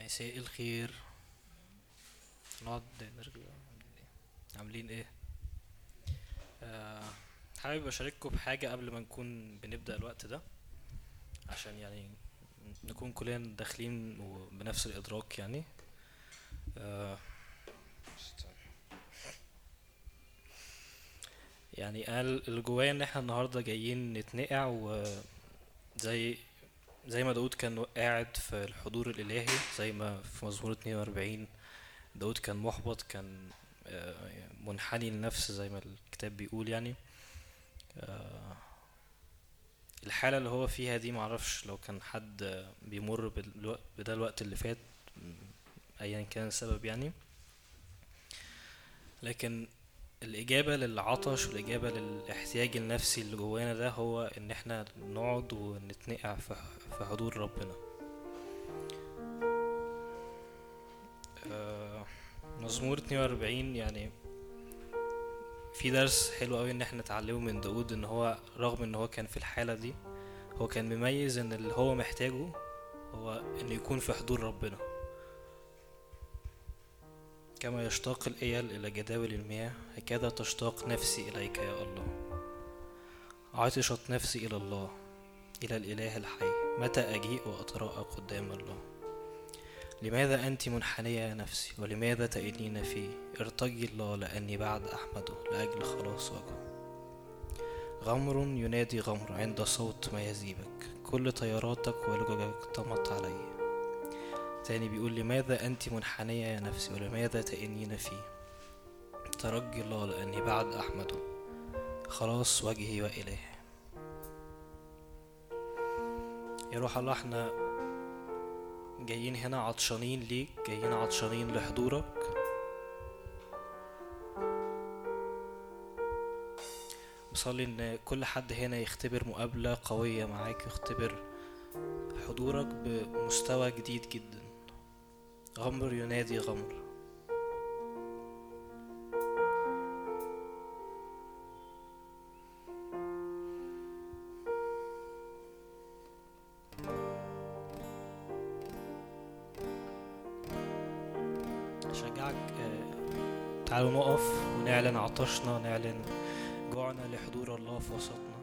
مساء الخير. نقعد نرجع. عاملين ايه؟ آه، حابب اشارككم بحاجة قبل ما نكون بنبدأ الوقت ده، عشان يعني نكون كلنا داخلين بنفس الادراك يعني. آه، يعني قال اللي جوايا ان احنا النهارده جايين نتنقع، وزي زي ما داود كان قاعد في الحضور الالهي، زي ما في مزمور 42 داود كان محبط، كان منحني للنفس زي ما الكتاب بيقول يعني. آه، الحالة اللي هو فيها دي معرفش لو كان حد بيمر بده الوقت اللي فات، ايا كان السبب يعني. لكن الإجابة للعطش والإجابة للاحتياج النفسي اللي جوانا ده هو إن احنا نقعد ونتنقع في حضور ربنا. آه، مزمور 42 يعني في درس حلو قوي ان احنا نتعلمه من داود، ان هو رغم ان هو كان في الحالة دي هو كان مميز ان اللي هو محتاجه هو ان يكون في حضور ربنا. كما يشتاق الإيل إلى جداول المياه هكذا تشتاق نفسي إليك يا الله. عطشت نفسي إلى الله، إلى الإله الحي. متى أجيء وأتراءى قدام الله؟ لماذا أنت منحنية يا نفسي ولماذا تئنين في؟ ارتجي الله لأني بعد أحمده لأجل خلاص وجهه. غمر ينادي غمر عند صوت ما يزيبك، كل طياراتك ولججك طمت علي. تاني بيقول لماذا أنت منحنية يا نفسي ولماذا تئنين في؟ ترجي الله لأني بعد أحمده خلاص وجهي وإلهي. يا روح الله، احنا جايين هنا عطشانين ليك، جايين عطشانين لحضورك. بصلي ان كل حد هنا يختبر مقابلة قوية معاك، يختبر حضورك بمستوى جديد جدا. غمر ينادي غمر. أشجعك، تعالوا نقف ونعلن عطشنا، نعلن جوعنا لحضور الله في وسطنا.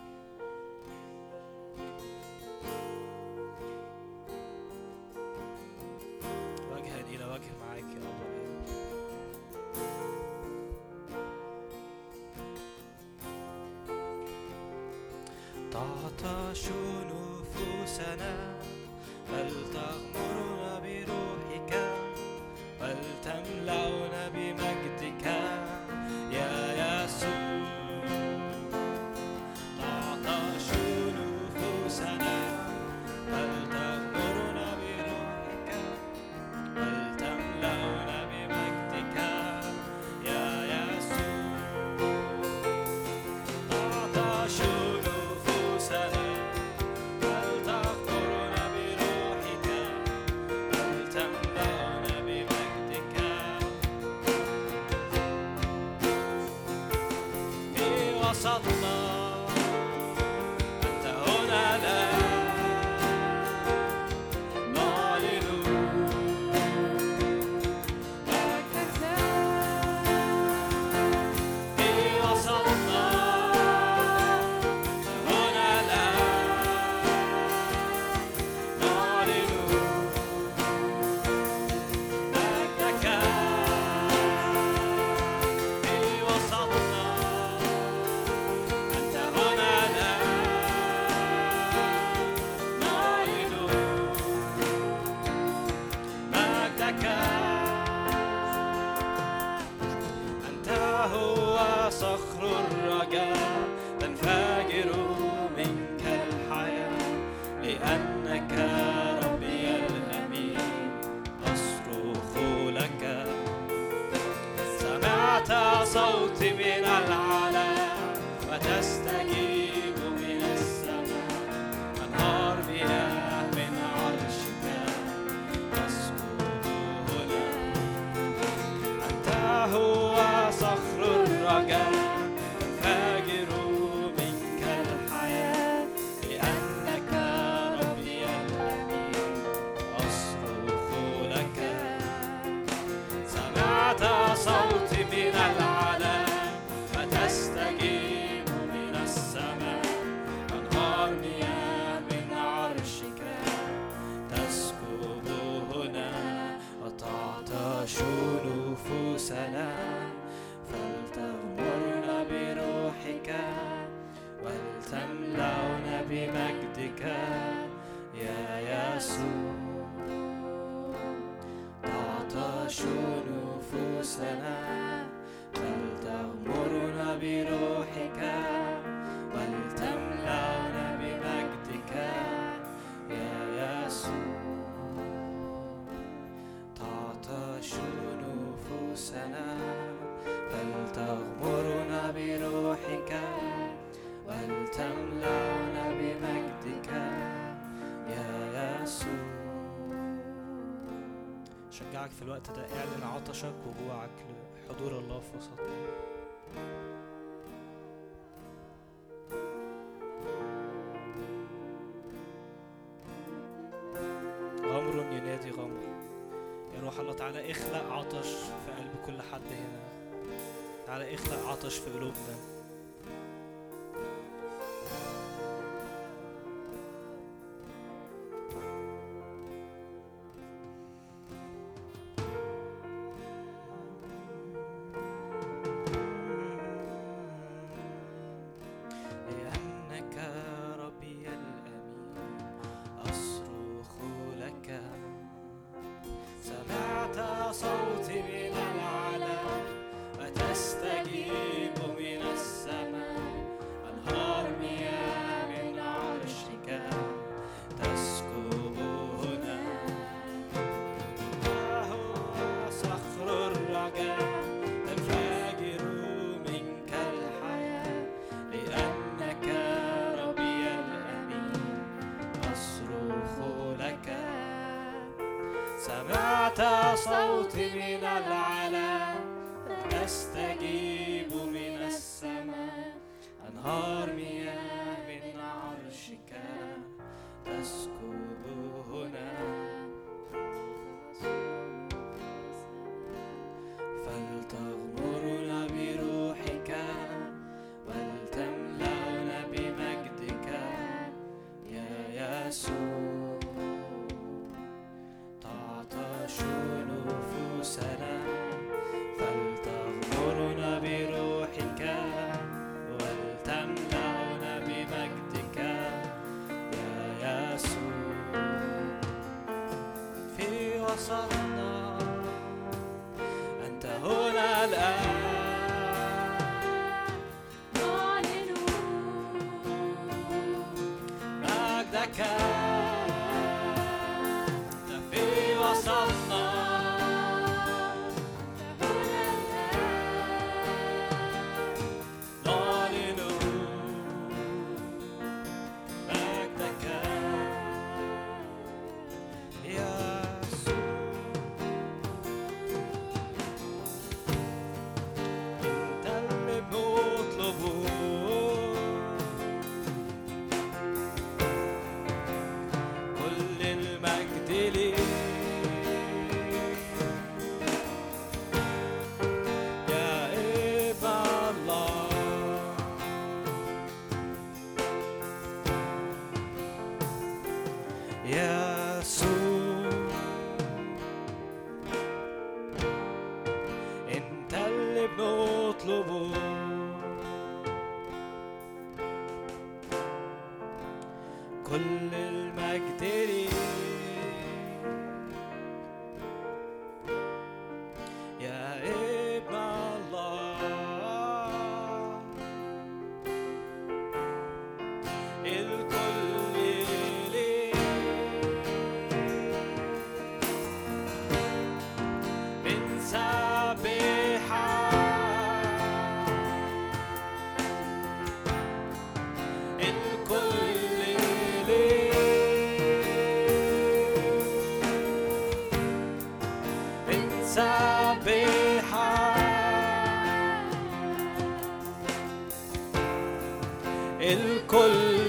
وجها إلى وجه معاك يا رب. تعطش نفوسنا فلتغمرنا بروحك ولتملأنا بمجدك يا يسوع. تعطش نفوسنا فلتغمرنا بروحك ولتملأنا بمجدك يا يسوع. تعطش نفوسنا فلتغمرنا بروحك ولتملأنا بمجدك في وسطنا. أنت هنا لا نعلن مجدك في وسطنا. هنا لا نعلن مجدك في وسطنا. أنت هنا لا نعلن مجدك. أنت هو صخر الرجاء تنفجر منك الحياة، لأنك ربي الأمين أصرخ لك. سمعت صوتي من العلا وتستجيب من السماء. أنهار مياه من عرشك تسكب هنا. أنت هو صخر الرجاء تنفجر منك الحياة، لأنك ربي الأمين أصرخ نفوسنا فلتغمرنا بروحك ولتملأنا بمجدك يا يسوع. تعطش نفوسنا فلتغمرنا بروحك ولتملأنا بمجدك يا يسوع. تعطش نفوسنا فلتغمرنا بروحك ولتملأنا بمجدك يا يسوع. شجعك في الوقت ده اعلن عطشك وجوعك لحضور الله في وسطنا. غمر ينادي غمر. يا روح الله تعالى اخلق عطش في قلب كل حد هنا. تعالى اخلق عطش في قلوبنا. صوتي من العلا تستجيب من السماء. أنهار مياه من عرشك تسكب هنا. فلتغمرنا بروحك ولتملأنا بمجدك يا يسوع. تعطش نفوسنا فلتغمرنا بروحك ولتملأنا بمجدك يا يسوع. في وسطنا أنت هنا الآن نعلن مجدك. كل المجد ليك يا ابن الله. الكل ليك بنسبحك. الكل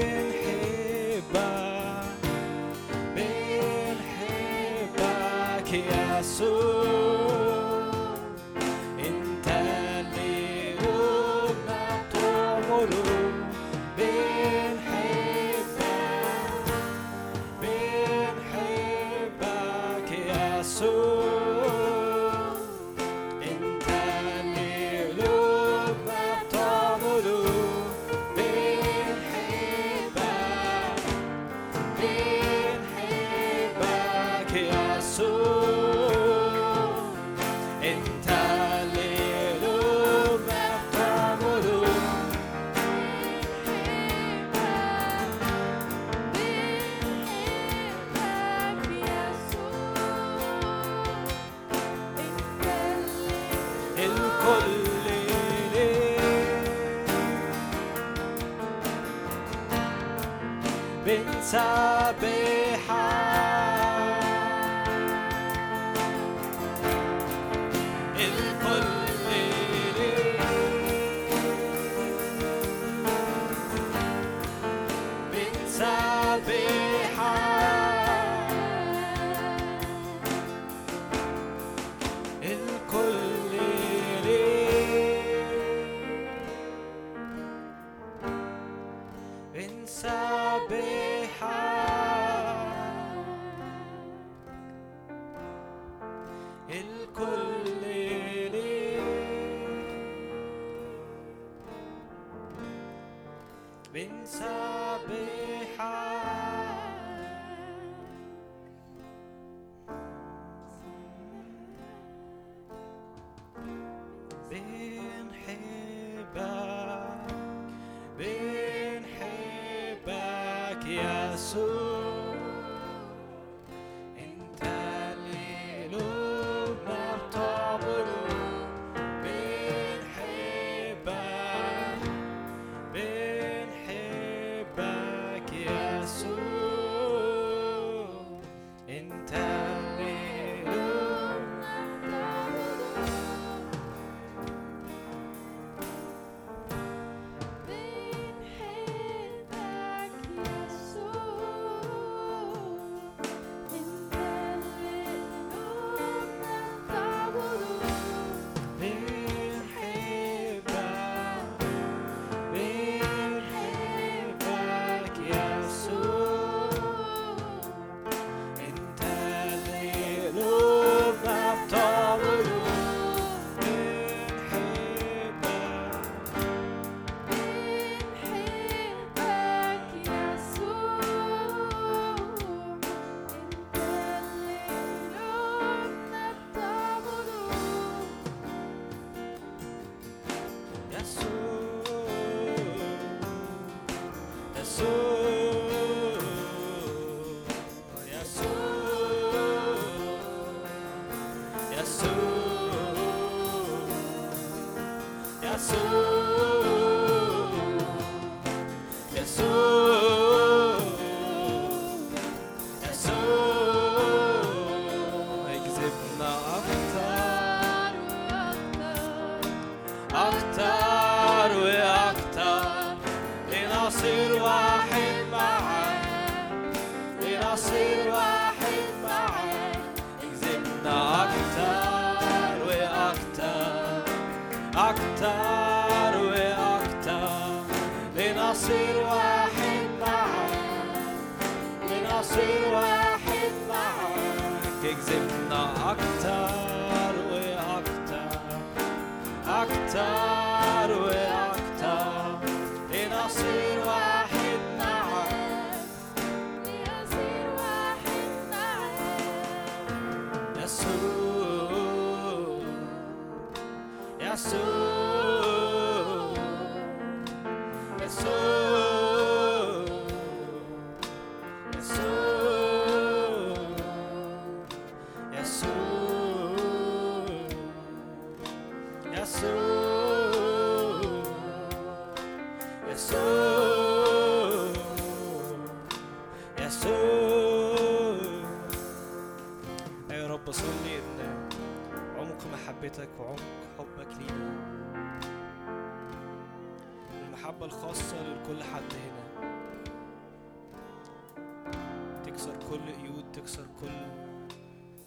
بنحبك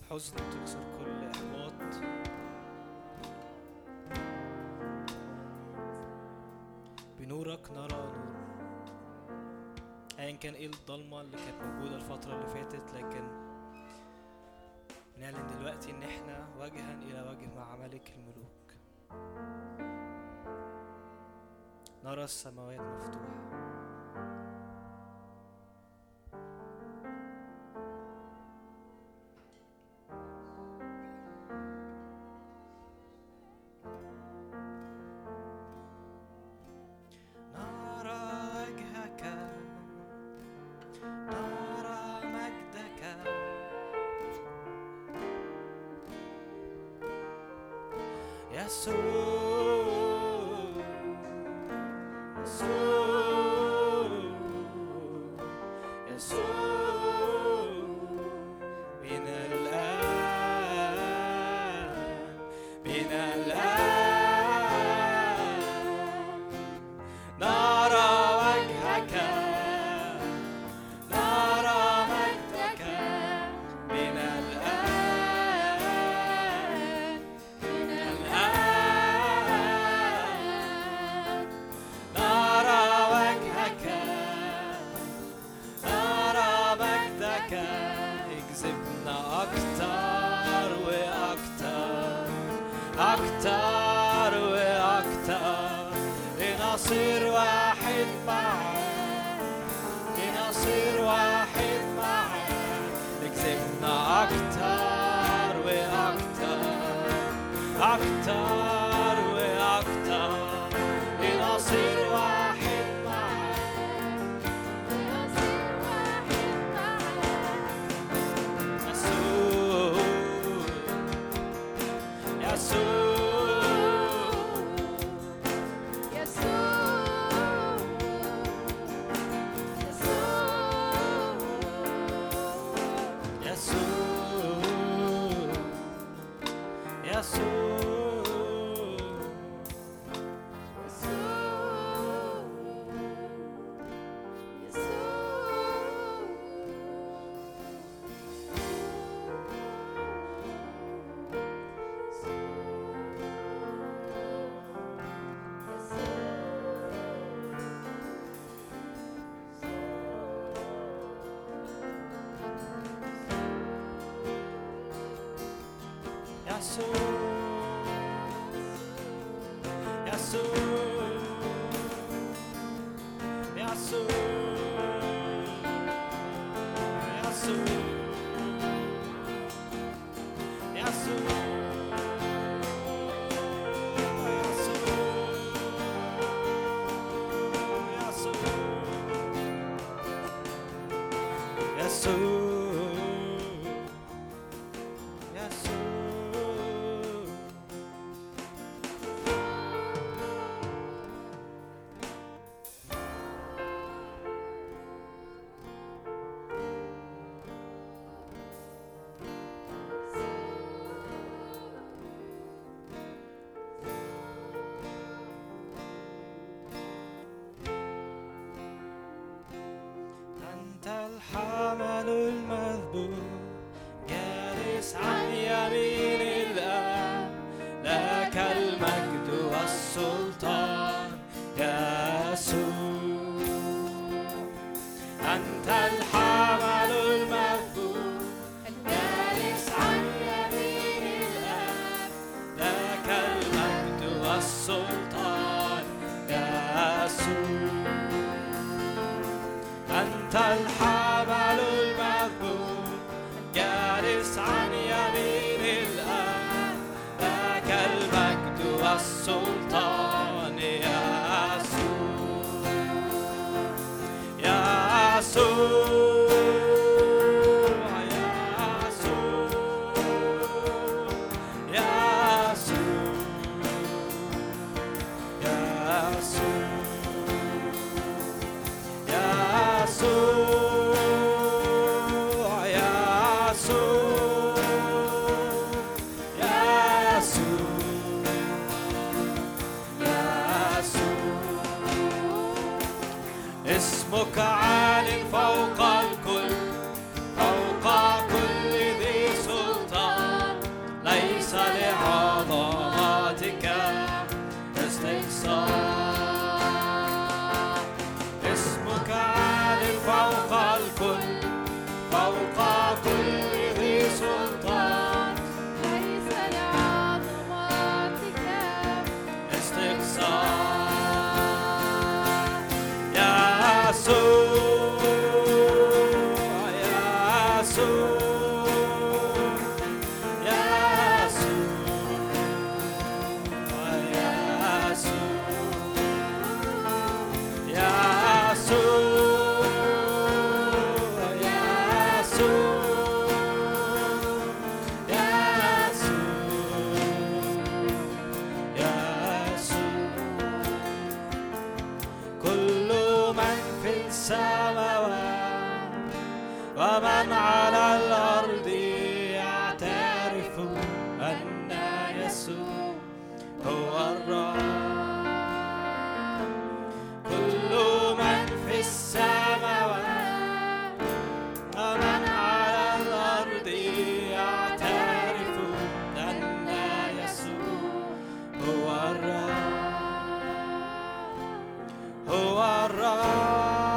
حزن، تكسر كل إحباط. بنورك نرى نور. أيا كان إيه الضلمة اللي كانت موجودة الفترة اللي فاتت، لكن نعلن دلوقتي إن إحنا وجها إلى وجه مع ملك الملوك. نرى السماوات مفتوحة. الحمل المذبوح جالس عن يمين الآب، لك المجد والسلطان يا يسوع. أنت الحمل المذبوح جالس عن يمين الآب، لك المجد والسلطان يا يسوع. أنت الحمل المذبوح ومن على الأرض يعترف أن يسوع هو الرب. كل من في السماوات ومن على الأرض يعترف أن يسوع هو الرب، هو الرب.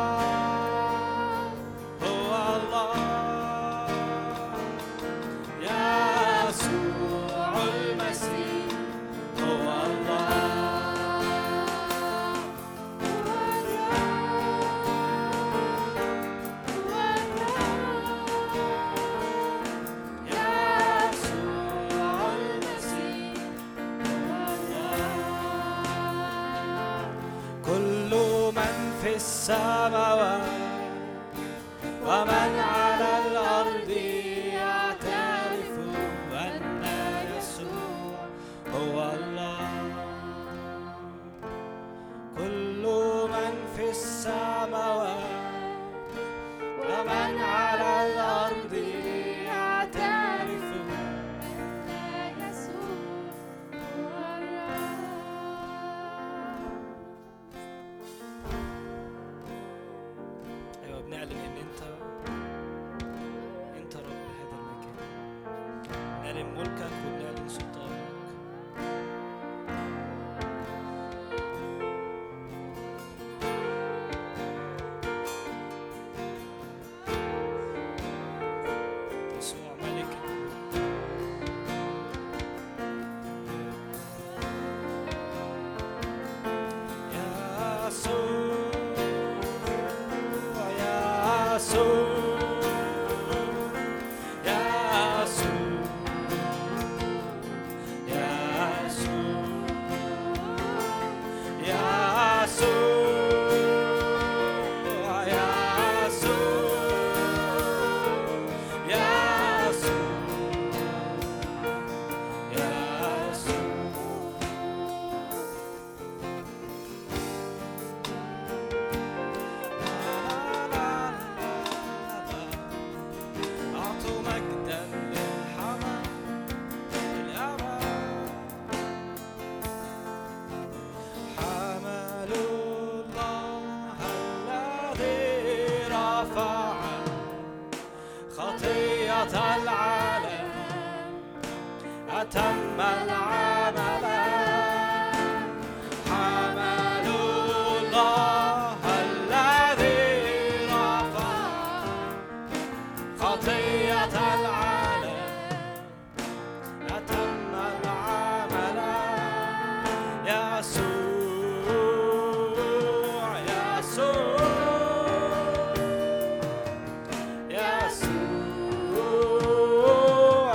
السماوات ومن على الأرض يعترف أن يسوع هو الله. كل من في السماوات ومن على الأرض يعترف أن يسوع هو الله. بنعلن ان انت رب هذا المكان، نعلن ملكك ونعلن سلطانك. يسوع ملك، أتم العمل. حمل الله الذي رفع خطية العالم، أتم العمل. يسوع يسوع يسوع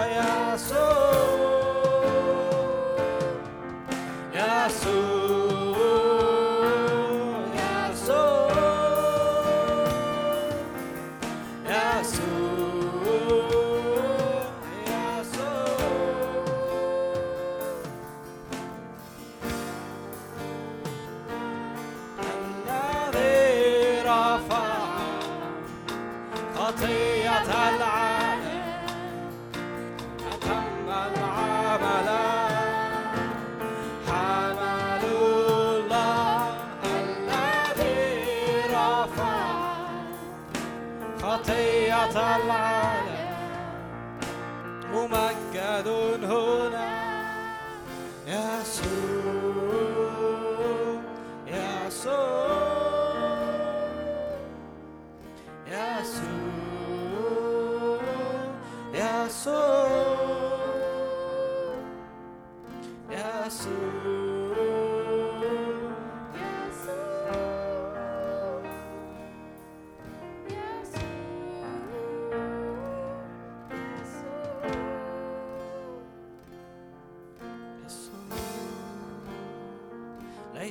خطية العالم، أتم العمل. حمل الله الذي رفع خطية العالم، ممجد هنا يسوع يسوع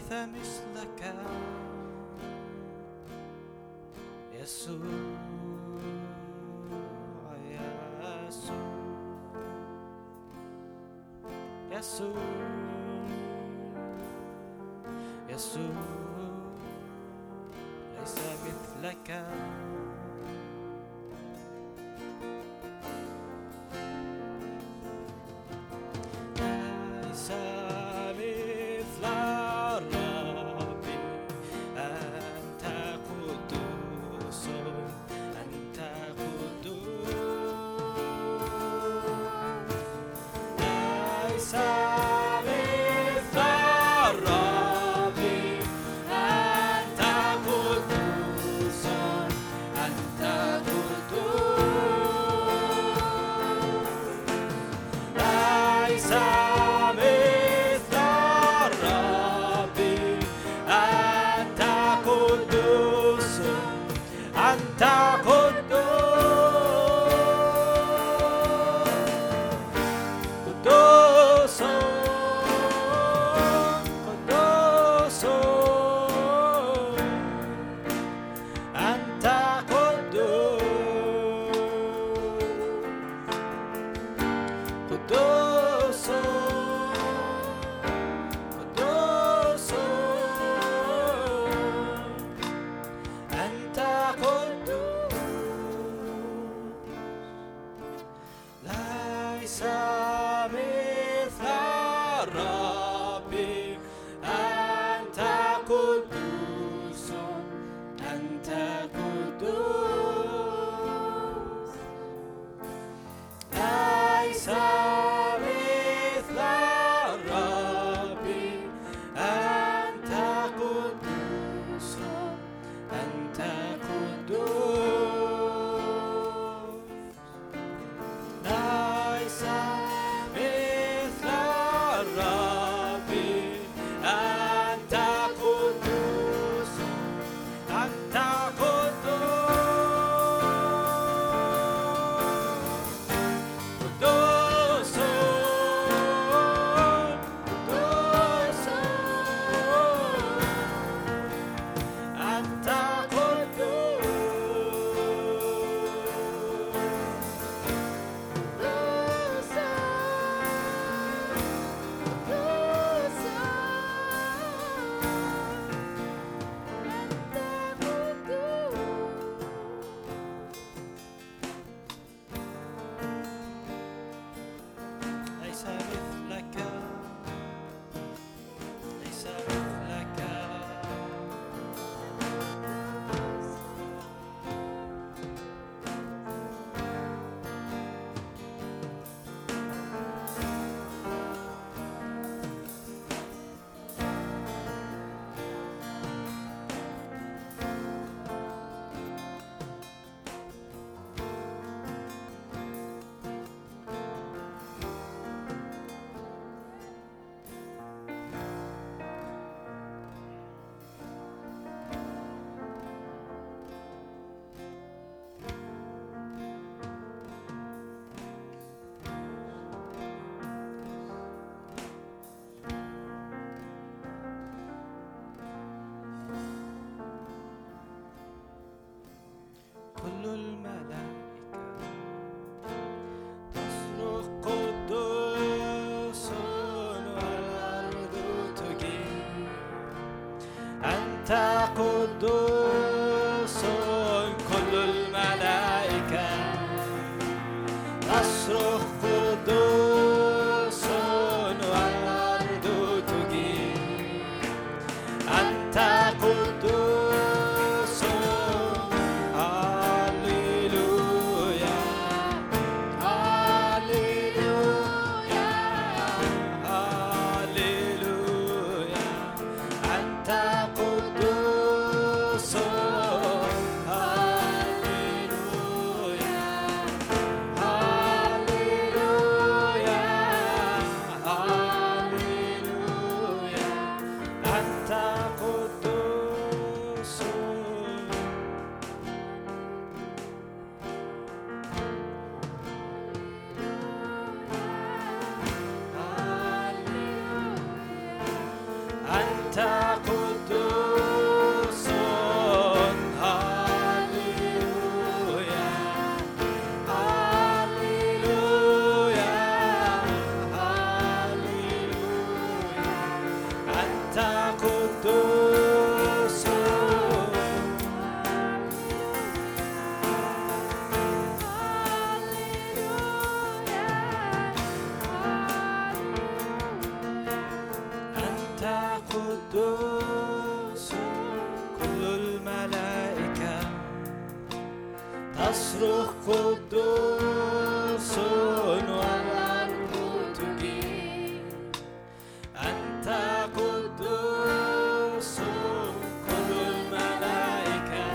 ليس مثلك يسوع يسوع يسوع ليس مثلك ليس مثل الرب أنت قدوس أنت قدوس ليس مثل الرب أنت قدوس أنت قدوس ليس مثل الرب أنت قدوس أنت قدوس قدوس أنت قدوس قدوس أنت قدوس ليس مثل الرب أنت قدوس أنت قدوس ليس مثل الرب أنت قدوس أنت قدوس ليس مثل الرب أنت قدوس أنت قدوس قدوس أنت ليس مثلك ليس مثلك كل الملائكة تصرخ قدوس والأرض تجيب أنت قدوس كل الملائكة تصرخ قدوس والأرض تجيب أنت قدوس هاليلويا هاليلويا هاليلويا أنت قدوس قدوس والأرض تجيب أنت قدوس كل الملائكة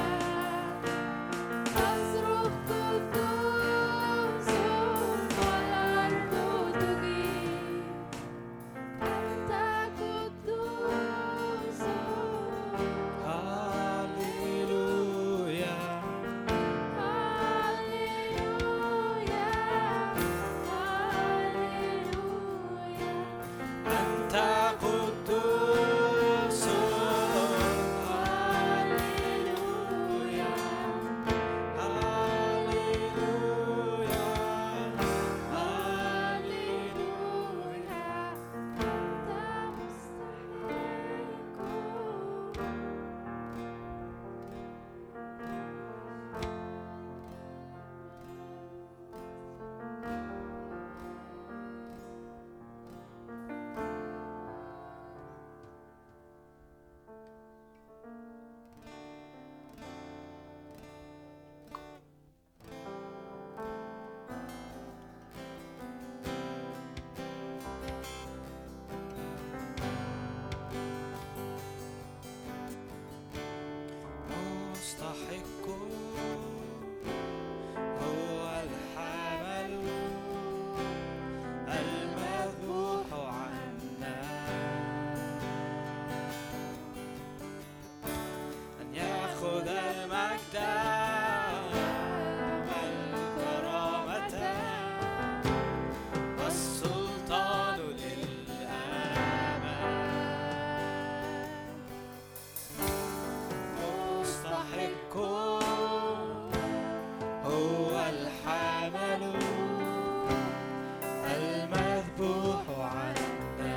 تصرخ قدوس والأرض تجيب أنت قدوس هاليلويا هاليلويا هاليلويا أنت قدوس هاليلويا هاليلويا هاليلويا أنت مستحق مستحق هو الحمل المذبوح عنا أن يأخذ المجد والكرامة والسلطان للأبد مستحق هو الحمل المذبوح عنا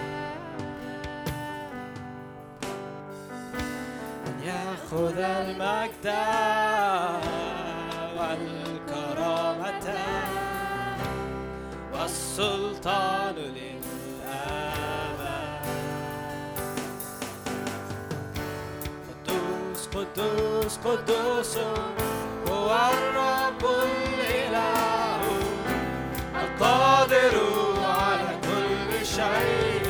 أن يأخذ المجد والكرامة والسلطان للأبد قدوس قدوس قدوس هو الرب الإله القادر على كل شيء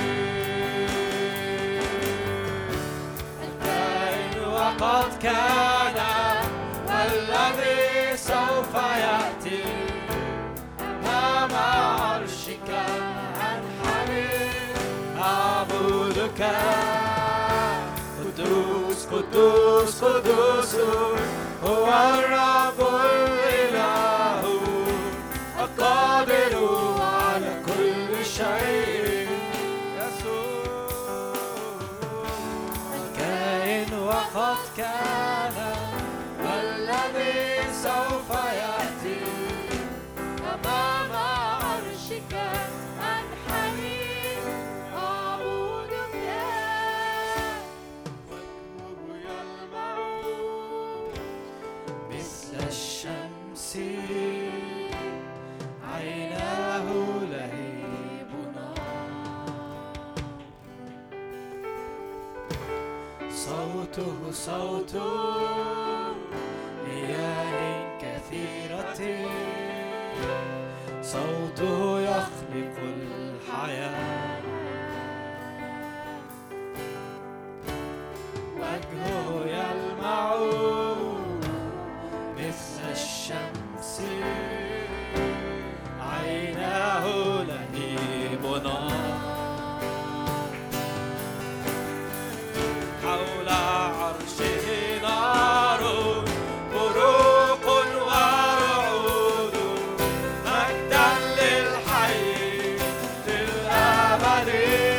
الكائن وقد كان والذي سوف يأتي أمام عرشك أنحني أعبدك قدوس قدوس قدوس هو الرب الإله القادر على كل شيء يسوع الكائن وقد كان والذي سوف يأتي أمام عرشك أنحني أعبدك وجهه يلمع مثل الشمس عيناه لهيب نار صوته صوت مياه كثيرة صوته يخلق الحياة وجهه يلمع مثل الشمس عيناه لهيب نار حول عرشه نار بروق ورعود مجدا للحي للأبد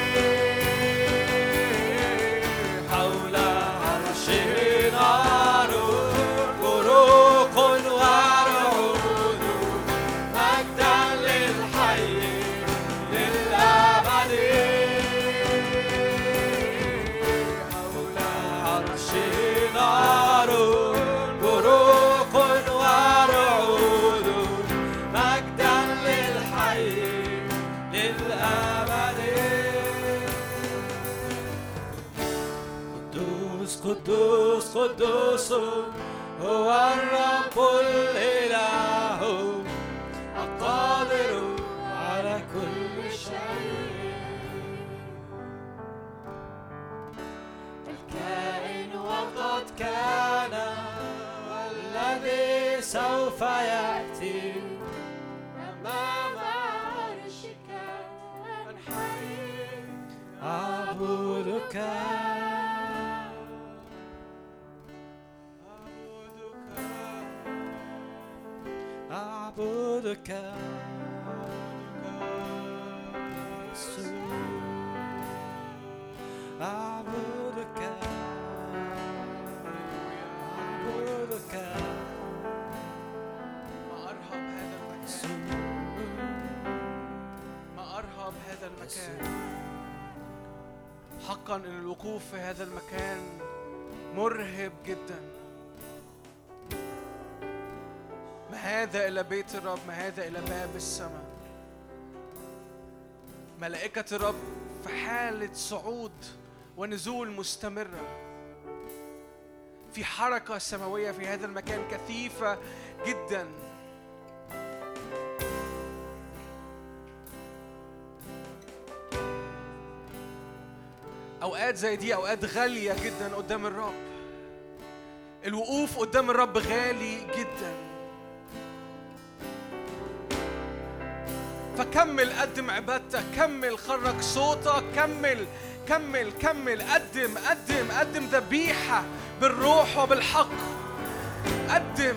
حول عرشه نار بروق ورعود مجدا للحي للأبد حول عرشه نار بروق ورعود مجدا للحي للأبد قدوس قدوس قدوس هو الرب الإله أعبدك أعبدك أعبدك. ما أرهب هذا المكان. حقا أن الوقوف في هذا المكان مرهب جدا. ما هذا إلى بيت الرب، ما هذا إلى باب السماء. ملائكة الرب في حالة صعود ونزول مستمرة. في حركة سماوية في هذا المكان كثيفة جدا. أوقات زي دي أوقات غالية جدا قدام الرب. الوقوف قدام الرب غالي جدا. فكمل قدم عبادتك، كمل خرج صوتك، كمل كمل كمل، قدم ذبيحة بالروح وبالحق. قدم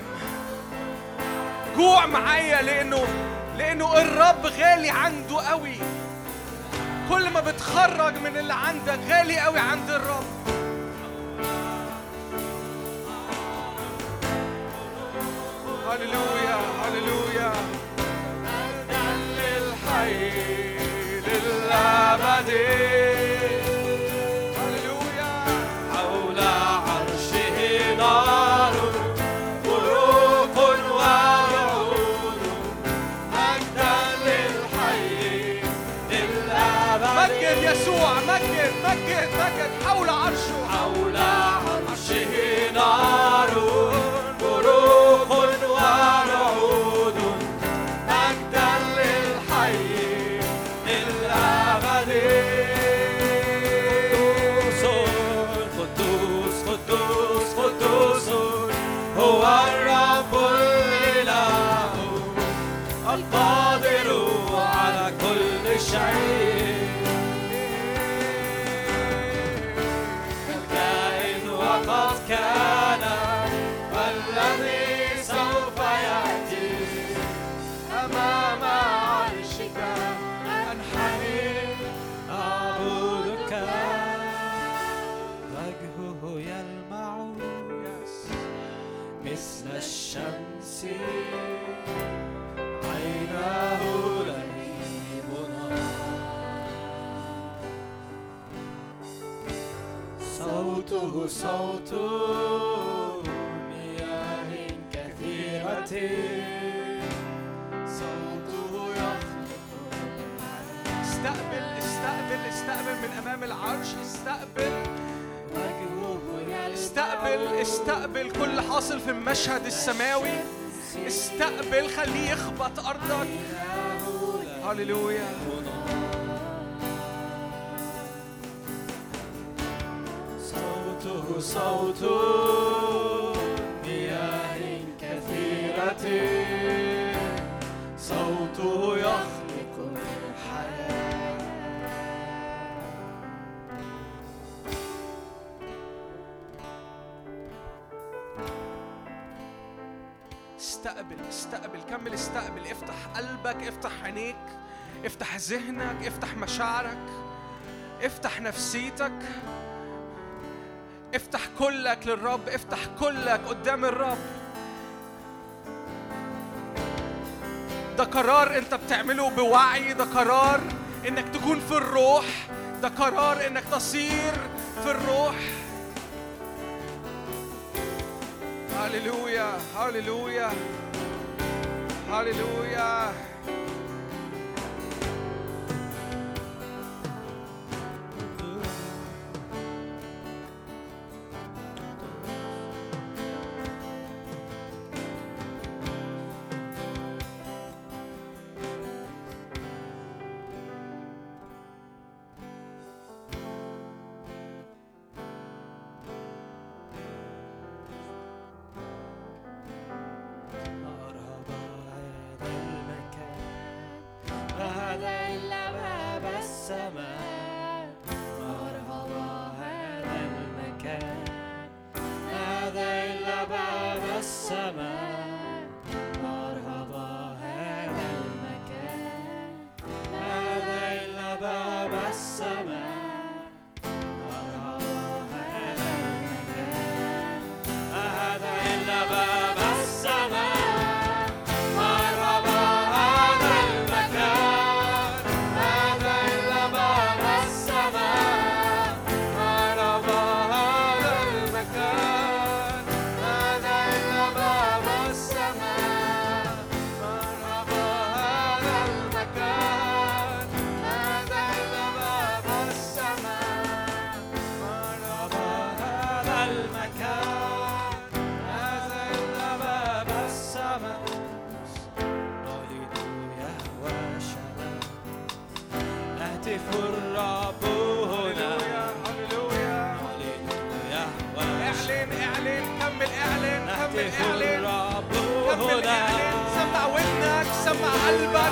جوع معايا لأنه الرب غالي عنده قوي. كل ما بتخرج من اللي عندك غالي قوي عند الرب. هللويا هللويا. مجداً للحي للأبد. هللويا. حول عرشه نار بروق ورعود. مجداً للحي للأبد. مجد يسوع، مجد مجد مجد. حول عرشه، حول عرشه نار بروق ورعود. مجداً للحي للأبد. قدوس قدوس قدوس هو الرب الإله القادر على كل شيء. الكائن وقد كان والذي سوف يأتي. أمام عرشك أنحني أعبدك. وجهه يلمع مثل الشمس. عيناه لهيب نار. صوته صوت مياه كثيرة. صوته يخلق الحياة. استقبل من أمام العرش. استقبل كل اللي حاصل في المشهد السماوي. استقبل، خليه يخبط أرضك. هللويا. صوته صوت مياه كثيرة. صوته يخلق الحياة. استقبل كمل. استقبل. افتح قلبك، افتح عينيك، افتح ذهنك، افتح مشاعرك، افتح نفسيتك، افتح كلك للرب. افتح كلك قدام الرب. ده قرار انت بتعمله بوعي. ده قرار انك تكون في الروح. ده قرار انك تصير في الروح. هللويا هللويا هللويا.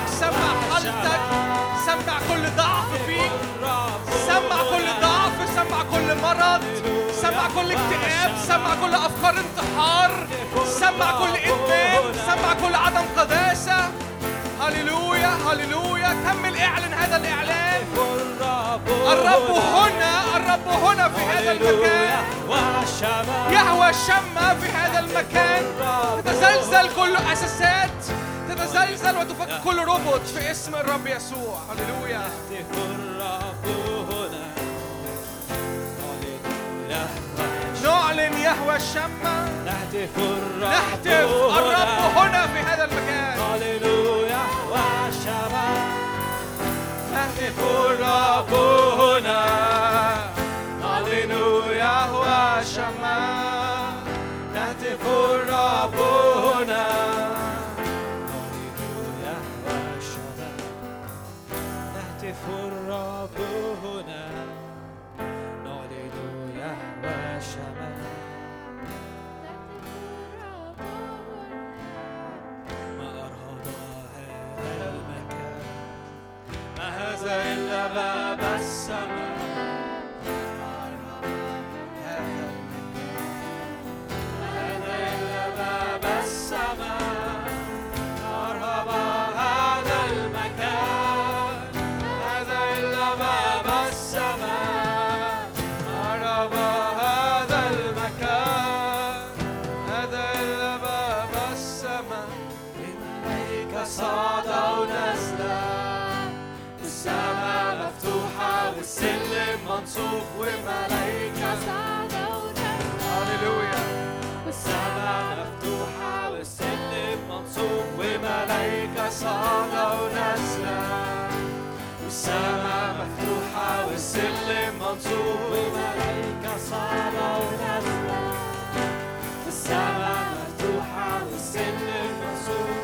ظروفك، سمع حالتك، سمع كل ضعف فيك، سمع كل ضعف، سمع كل مرض، سمع كل اكتئاب، سمع كل أفكار انتحار، سمع كل إدمان، سمع كل عدم قداسة. هللويا هللويا. كمل اعلن هذا الإعلان. الرب هنا، الرب هنا في هذا المكان. يهوى شمع في هذا المكان. تتزلزل كل أساسات، تتزلزل وتفك كل ربط في اسم الرب يسوع. هللويا. نعلن يهوى الشمع، نهتف الرب هنا في هذا المكان. هللويا والشمع نهتف الرب هنا. هللويا والشمع نهتف الرب هنا. هللويا والشمع نهتف الرب هنا. هللويا والشمع هذا إلا باب السماء. هذا إلا باب السماء. مرحبا هذا المكان. هذا إلا باب السماء. مرحبا هذا المكان. هذا إلا باب السماء. إليك صعد ونزل، السماء مفتوحة والسلم منصوب وملايكة صعدوا ونزلوا. هللويا. والسماء مفتوحة والسلم منصوب وملايكة صعدة ونازلة. والسماء مفتوحة والسلم منصوب وملايكة صعدة ونازلة. والسماء مفتوحة والسلم منصوب.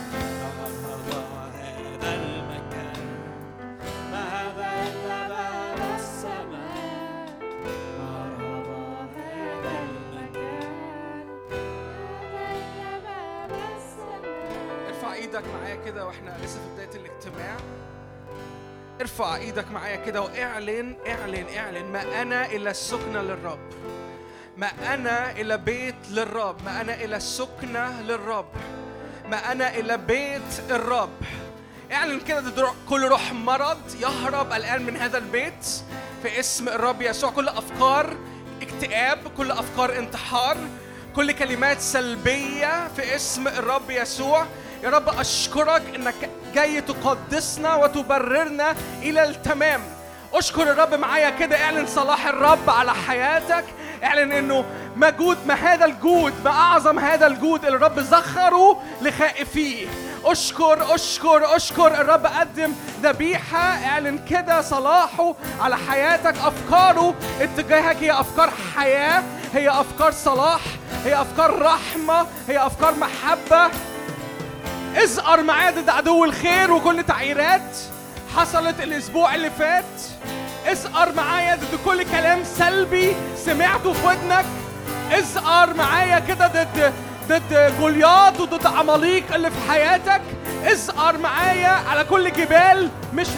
هذا المكان ما هذا إلا باب السماء. مرحبا هذا المكان. هذا باب السماء. ارفع ايدك معايا كده واحنا لسه في بداية الاجتماع. ارفع ايدك معايا كده واعلن اعلن اعلن: ما انا الا السكنة للرب، ما انا الا بيت للرب، ما انا الا السكنة للرب، ما انا الا بيت الرب. اعلن كده كل روح مرض يهرب الآن من هذا البيت في اسم الرب يسوع. كل أفكار اكتئاب، كل أفكار انتحار، كل كلمات سلبية في اسم الرب يسوع. يا رب أشكرك إنك جاي تقدسنا وتبررنا إلى التمام. أشكر الرب معايا كده. اعلن صلاح الرب على حياتك. اعلن إنه ما هذا الجود، ما أعظم هذا الجود اللي الرب زخره لخائفيه. أشكر أشكر أشكر الرب. قدم ذبيحة. اعلن كده صلاحه على حياتك. أفكاره اتجاهك هي أفكار حياة، هي أفكار صلاح، هي أفكار رحمة، هي أفكار محبة. ازقر معايا ضد عدو الخير وكل تعييرات حصلت الأسبوع اللي فات. ازقر معايا ضد كل كلام سلبي سمعته في ودنك. ازقر معايا كده ضد جولياط وضد عماليق اللي في حياتك. ازقر معايا على كل جبال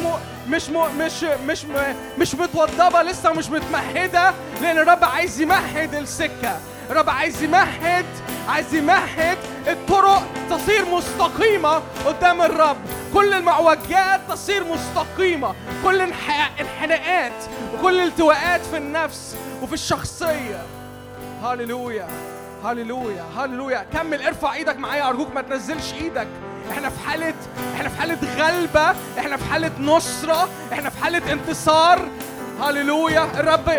مش متوضبة لسه، مش متمهدة، لأن الرب عايز يمهد السكة. الرب عايز يمهد الطرق تصير مستقيمة قدام الرب. كل المعوجات تصير مستقيمة، كل انحناءات وكل التواءات في النفس وفي الشخصية. هاليلويا هاليلويا هاليلويا. كمل ارفع ايدك معايا أرجوك، ما تنزلش ايدك. احنا في حالة غلبة، احنا في حالة نصرة، احنا في حالة انتصار. هاليلويا. الرب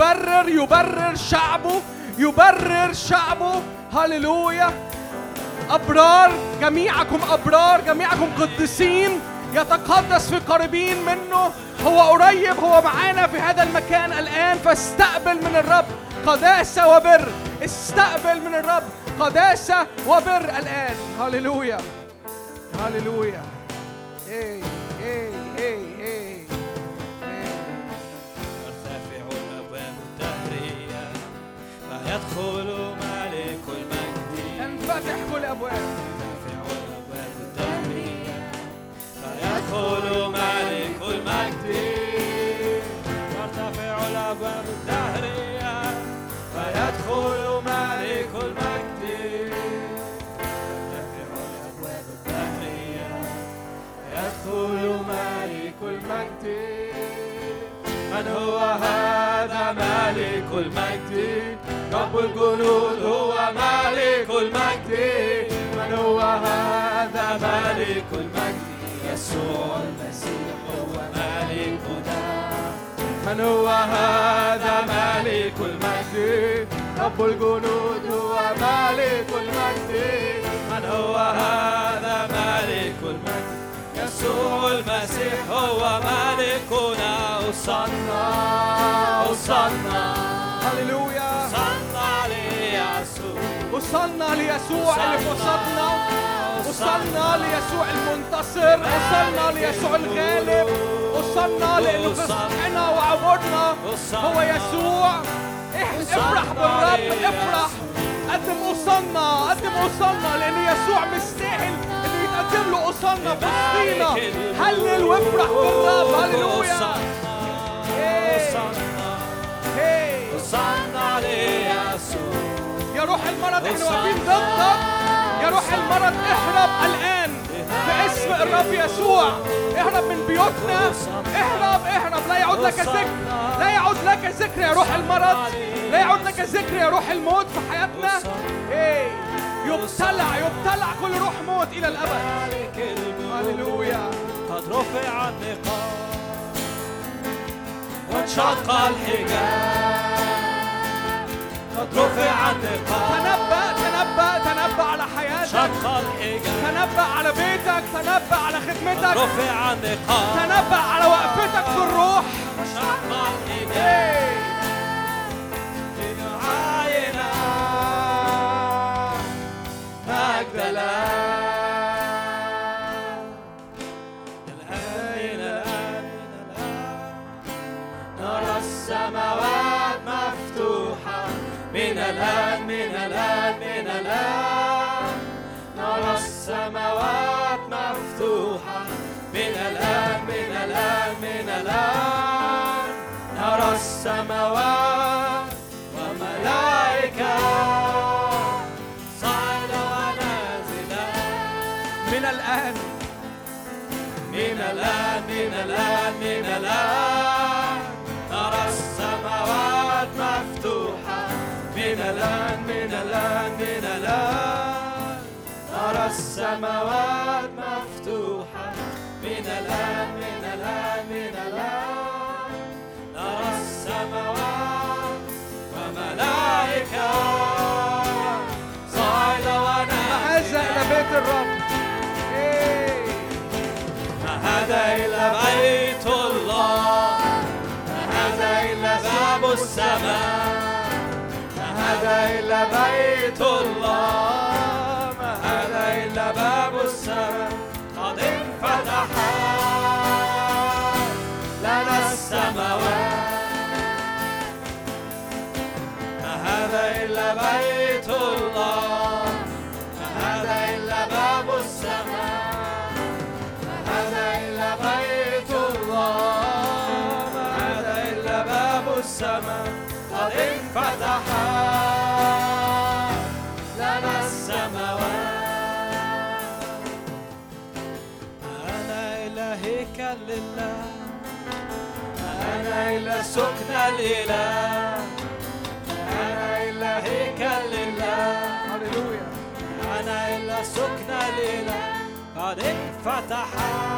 يبرر شعبه. هاليلويا. أبرار، جميعكم أبرار، جميعكم قديسين، يتقدس في قريبين منه. هو قريب، هو معانا في هذا المكان الآن. فاستقبل من الرب قداسة وبر. استقبل من الرب قداسة وبر الآن. هاليلويا هاليلويا. اي اي اي اي ترتفع الأبواب الدهرية فيدخل ملك المجد. انفتح كل أبواب. ترتفع الأبواب الدهرية فيدخل ملك المجد ترتفع الأبواب الدهرية فيدخل ملك المجد ترتفع الأبواب الدهرية يدخل ملك المجد من هو هذا ملك المجد رب الجنود هو ملك المجد من هو هذا ملك المجد يسوع المسيح هو ملكنا من هو هذا ملك المجد رب الجنود هو ملك المجد من هو هذا ملك المجد يسوع المسيح هو ملكنا وصلنا هللويا وصلنا ليسوع وصلنا ليسوع اللي في وسطنا وصلنا ليسوع المنتصر وصلنا ليسوع الغالب وصلنا لأنه في صحنا وعبورنا هو يسوع افرح بالرب افرح قدم وصلنا لأن يسوع مستاهل اللي يتقدم له وصلنا في وسطينا هلل وافرح بالرب هللويا وصلنا ليسوع يا روح المرض احنا واقفين ضدك يا روح المرض اهرب الآن باسم الرب يسوع اهرب من بيوتنا اهرب لا يعود لك ذكر لا يعود لك ذكر يا روح المرض لا يعود لك ذكر يا روح الموت في حياتنا يبتلع كل روح موت إلى الأبد هللويا قد رفع النقاب وانشق الحجاب قد رفع النقاب تنبأ على حياتك شق الحجاب تنبأ على بيتك تنبأ على خدمتك رفع النقاب تنبأ على وقفتك في الروح شق الحجاب لنعاين مجد الآن نرى السماوات مفتوحة من الآن نرى السماوات مفتوحة من الآن نرى السماوات وملائكة صاعدة ونازلة من الآن نرى السماوات مفتوحة من الآن نرى السماوات مفتوحة من الآن نرى السماوات وملائكة صاعدة ونازلة هذا إلى بيت الرب هذا إلى بيت الله هذا إلى باب السماء هذا إلى بيت الله هذا إلى باب السماء قد انفتحت لنا السماوات هذا إلى بيت الله هذا إلى باب السماء هذا إلى بيت الله هذا إلى باب السماء قد انفتحت لنا السماوات أنا إلى هيكل لله أنا إلى سكن الإله أنا إلى هيكل لله هللويا أنا إلى سكن الإله قد انفتح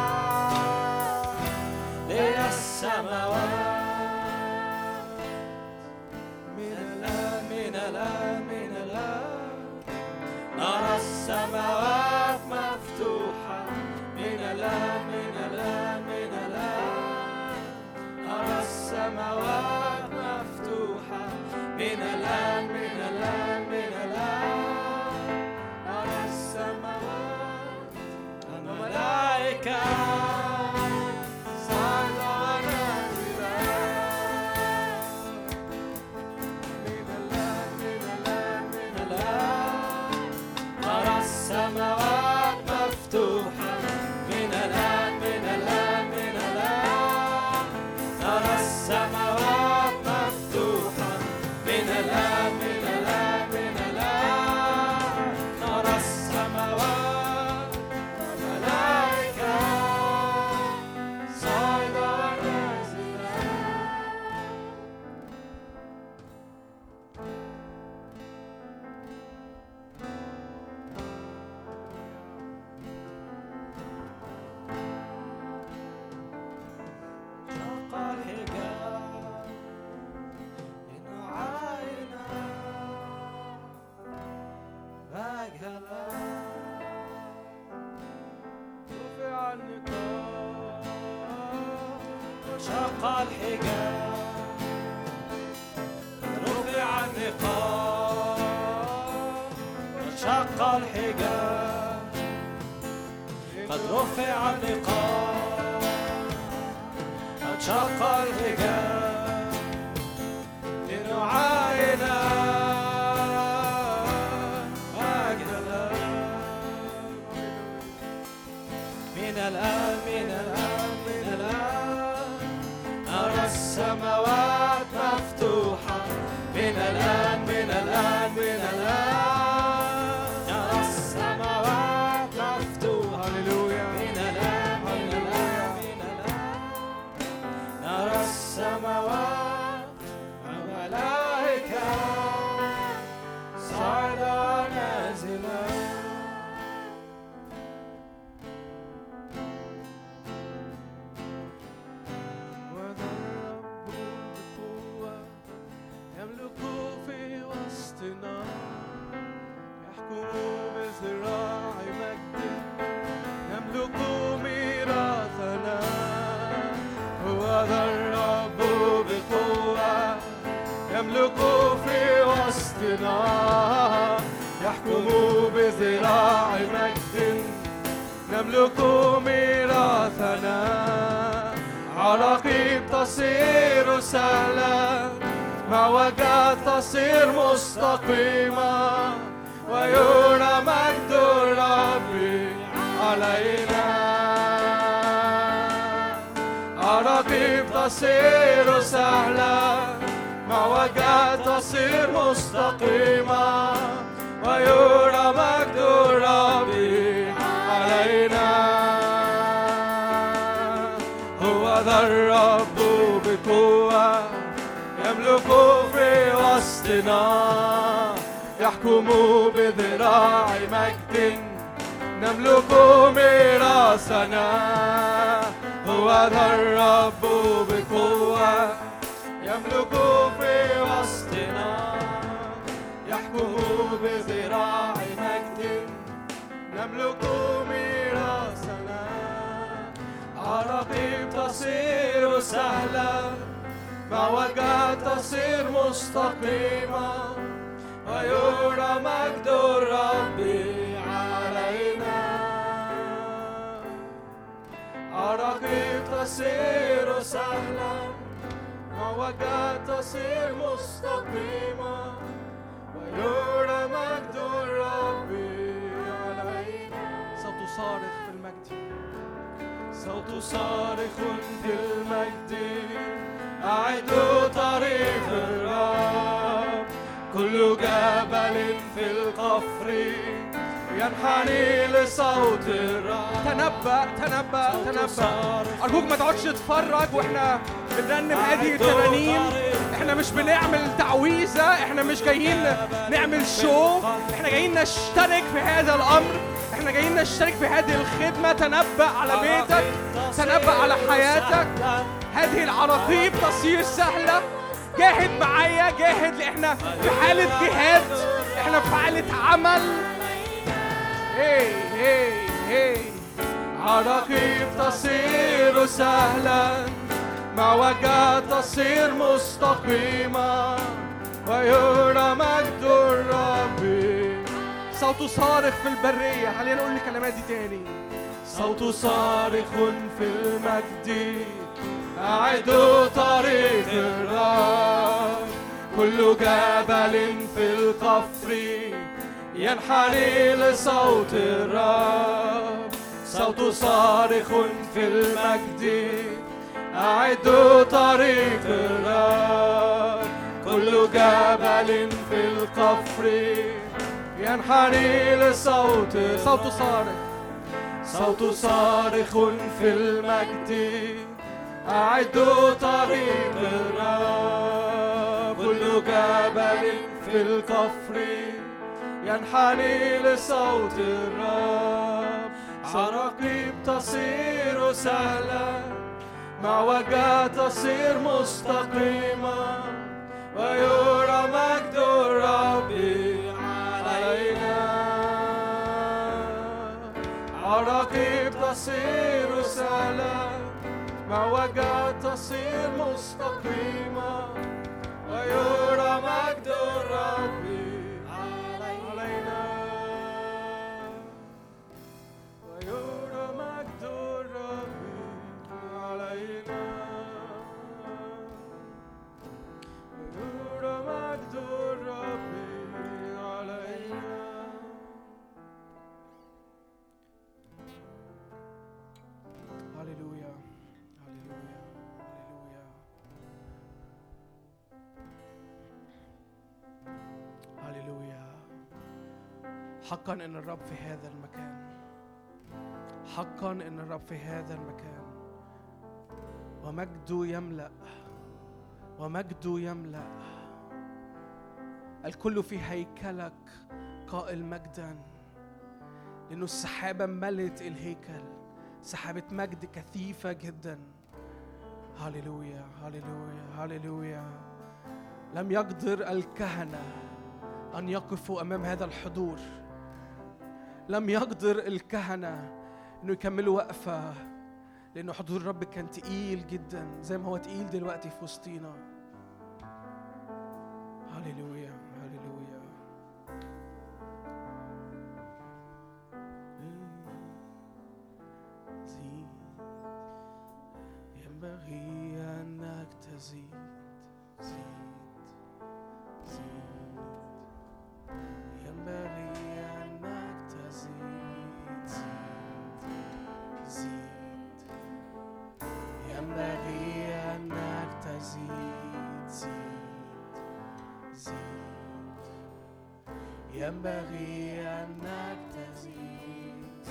لي السماوات من الآن نرى السماوات مفتوحة من الآن نرى السماوات مفتوحة من الآن نرى السماوات وملائكة صاعدة ونازلة من الآن نرى السماوات مفتوحة من الآن انشق الحجاب رفع النقاب انشق الحجاب قد رفع النقاب انشق الحجاب لنعاين مجدنا من الآن من الآن من الآن أرى السماوات مفتوحة من الآن من الآن من الآن أرى السماوات مفتوحة هللويا من الآن من الآن من الآن نرى السماوات وملائكة صاعدة نازلة وذا الرب بقوة يملك في وسطنا يحكم بذراع مجد يملك ميراثنا هو ذا الرب بقوة يملك في وسطنا يحكم بذراع مجد نملك ميراثنا عراقيب تصير سهلة معوجات تصير مستقيمة ويرى مجد الرب علينا عراقيب تصير سهلة معوجات تصير مستقيمة ويرى مجد الرب علينا هو ذا الرب بقوة يملك في وسطنا يحكم بذراع مجد نملك ميراثنا هو ذا الرب بقوة يملك في وسطنا يحكم بذراع مجد نملك ميراثنا عراقيب تصير سهلة معوجات تصير مستقيمة ويرى مجد الرب علينا عراقيب تصير سهلة معوجات تصير مستقيمة ويرى مجد الرب علينا صوت صارخ في المجد صوت صارخ في المجد أعدوا طريق الرب كل جبل في القفر ينحني لصوت الرب تنبأ تنبأ تنبأ أرجوك ما تقعدش تتفرج واحنا بنرنم هذه الترانيم احنا مش بنعمل تعويذة احنا مش جايين نعمل شو احنا جايين نشترك في هذا الأمر احنا جايين نشترك في هذه الخدمة تنبأ على بيتك تنبأ على حياتك هذه العراقيب تصير سهلة جاهد معايا جاهد لإحنا في حالة جهاد احنا في حالة عمل هي هي هي عراقيب تصير سهلا معوجات تصير مستقيمة ويرى مجد الرب صوت صارخ في البرية خلينا نقول الكلمات دي تاني صوت صارخ في المجد أعدوا طريق الرب كل جبل في القفر ينحني لصوت الرب صوت صارخ في المجد أعدوا طريق الرب كل جبل في القفر ينحني لصوت صوت صارخ في المجد أعدوا طريق الرب كل جبل في القفر ينحني لصوت الرب عراقيب تصير سهلة معوجات تصير مستقيمة ويرى مجد الرب علينا عراقيب تصير سهلة معوجات تصير مستقيمة ويرى مجد الرب علينا ويرى مجد الرب علينا ويرى مجد الرب علينا. هللويا هللويا هللويا هللويا. حقا ان الرب في هذا المكان، حقا ان الرب في هذا المكان، ومجده يملأ ومجده يملأ. الكل في هيكلك قائل مجدا، لأنه السحابة ملت الهيكل، سحابة مجد كثيفة جدا. هللويا هللويا هللويا. لم يقدر الكهنة أن يقفوا أمام هذا الحضور، لم يقدر الكهنة أنه يكملوا وقفة، لأنه حضور الرب كان تقيل جدا زي ما هو تقيل دلوقتي في وسطينا. هللويا هللويا. ينبغي أنك تزيد زيد زيد، ينبغي أنك تزيد زيد زيد، ينبغي أنك تزيد زيد زيد، ينبغي أنك تزيد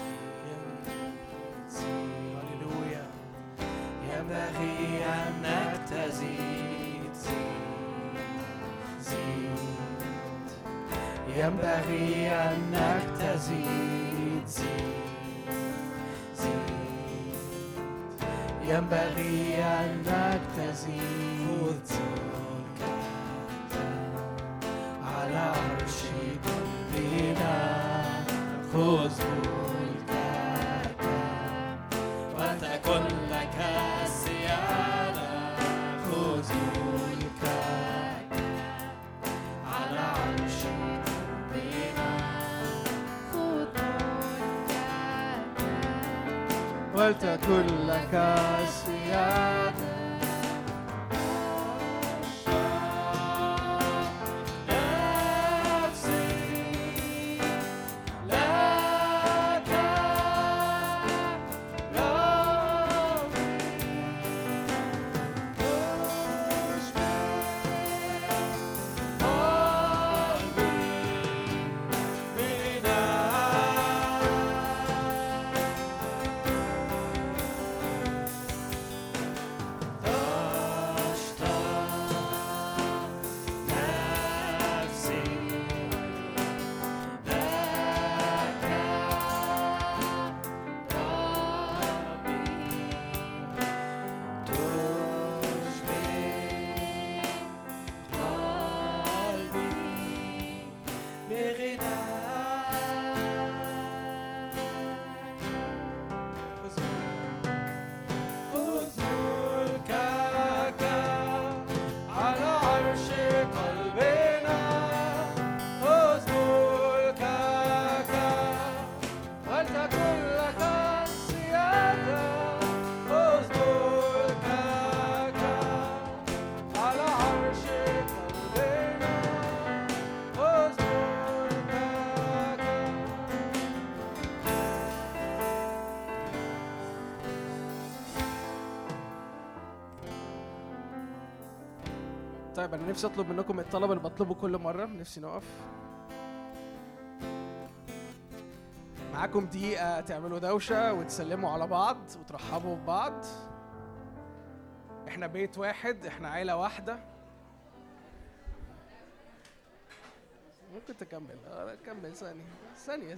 زيد. هللويا. ينبغي أنك تزيد زيد زيد، ينبغي أنك تزيد زيد زيد، ينبغي أنك تزيد على عرش قلبنا. خذ ملكك وتكن لك السيادة. خذ ملكك على عرش قلبنا. خذ ملكك ولتكن لك السيادة. طيب أنا نفسي أطلب منكم الطلب اللي بطلبه كل مرة. نفسي نقف معاكم دقيقة تعملوا دوشة وتسلموا على بعض وترحبوا ببعض. إحنا بيت واحد، إحنا عيلة واحدة. ممكن تكمل؟ كمل ثانية.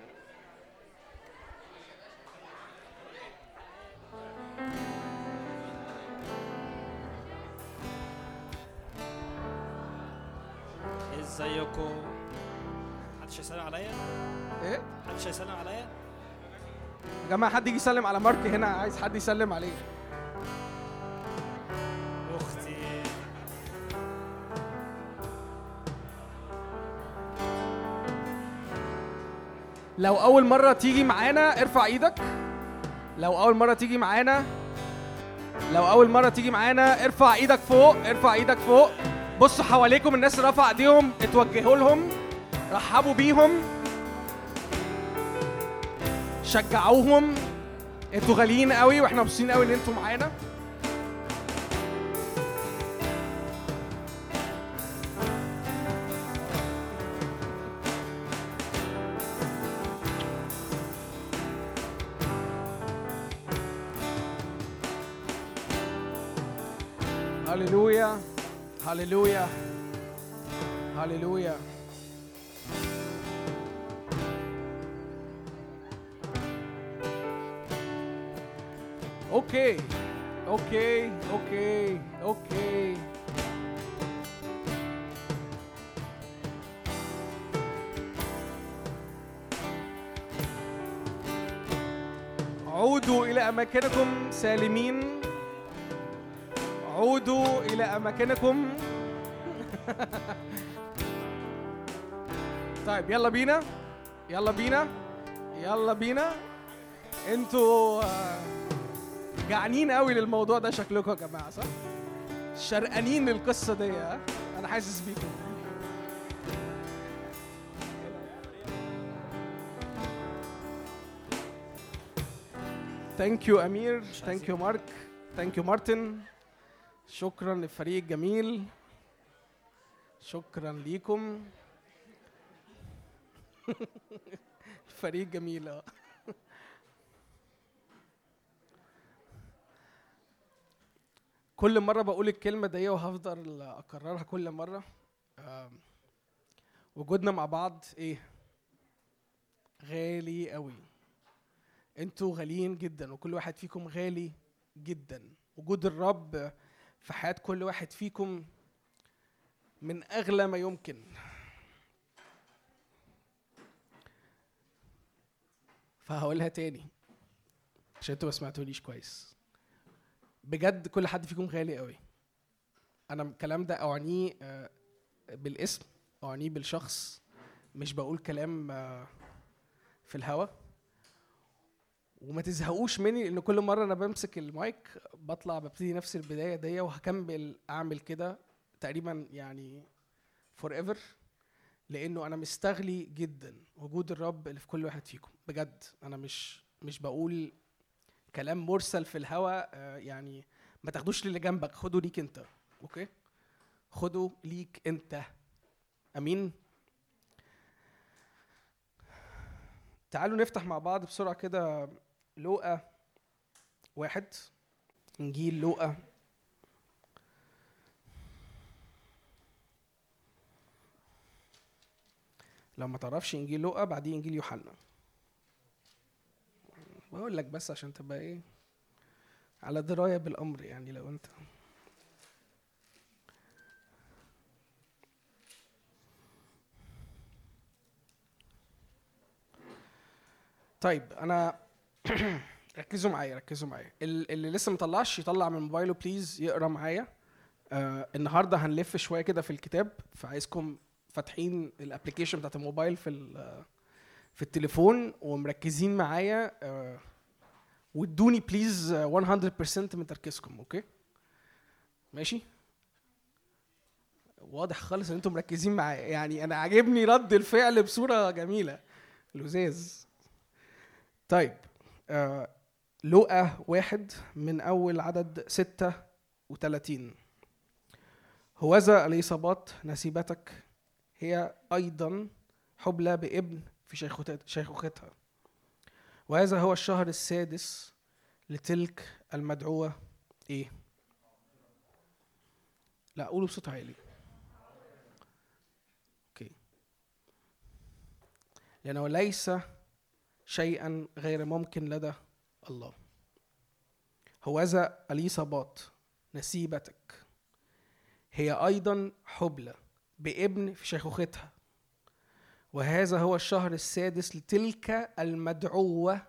ازيكم؟ محدش هيسلم عليا؟ إيه؟ محدش هيسلم عليا؟ يا جماعة حد يجي يسلم على مارك هنا، عايز حد يسلم عليه. لو أول مرة تيجي معانا ارفع إيدك. لو أول مرة تيجي معانا ارفع إيدك فوق، ارفع إيدك فوق. بصوا حواليكم الناس اللي رفع إيديهم اتوجهوا لهم، رحبوا بيهم، شجعوهم. انتوا غاليين قوي واحنا مبسوطين قوي ان انتوا معانا. هللويا هللويا هللويا. اوكي اوكي اوكي اوكي. عودوا إلى أماكنكم سالمين. عودوا إلى أماكنكم. طيب يلا بينا يلا بينا يلا بينا. انتوا جعانين قوي للموضوع ده شكلكم يا جماعة، صح؟ شرقانين للقصة دي. أنا حاسس بيكم. ثانك يو أمير، ثانك يو مارك، ثانك يو مارتن. شكرا للفريق الجميل، شكرا ليكم. الفريق جميل. كل مرة بقول الكلمة دي وهفضل أكررها كل مرة. وجودنا مع بعض إيه؟ غالي قوي. انتوا غاليين جدا وكل واحد فيكم غالي جدا. وجود الرب في حياة كل واحد فيكم من أغلى ما يمكن. فهقولها تاني عشان انتوا ما سمعتونيش كويس. بجد كل حد فيكم غالي قوي. انا الكلام ده اعنيه بالاسم، اعنيه بالشخص، مش بقول كلام في الهوا. وما تزهقوش مني لان كل مره انا بمسك المايك بطلع ببتدي نفس البدايه دي وهكمل اعمل كده تقريبا يعني forever، لانه انا مستغلي جدا وجود الرب اللي في كل واحد فيكم. بجد انا مش بقول كلام مرسل في الهوا. يعني ما تاخدوش للي جنبك، خدوا ليك انت. اوكي، خدوا ليك انت. امين. تعالوا نفتح مع بعض بسرعه كده لوقا 1. انجيل لوقا لو ما تعرفش انجيل لوقا بعدين انجيل يوحنا. بقول لك بس عشان تبقى ايه على درايه بالامر، يعني لو انت طيب. انا ركزوا معايا اللي لسه مطلعش يطلع من موبايله بليز يقرا معايا. النهارده هنلف شويه كده في الكتاب، فعايزكم فاتحين الابلكيشن بتاعت الموبايل في التليفون ومركزين معايا. وادوني بليز 100% من تركيزكم. اوكي ماشي؟ واضح خالص ان انتم مركزين معايا، يعني انا عاجبني رد الفعل بصوره جميله لذيذ. طيب لوقا 1 من اول عدد 36. هوذا اليصابات نسيبتك هي ايضا حبلى بابن في شيخوختها، وهذا هو الشهر السادس لتلك المدعوة ايه؟ لا قولوا بصوت عالي. اوكي. لأنه ليس شيئا غير ممكن لدى الله. هوذا اليصابات نسيبتك هي أيضا حبلى بابن في شيخوختها، وهذا هو الشهر السادس لتلك المدعوة.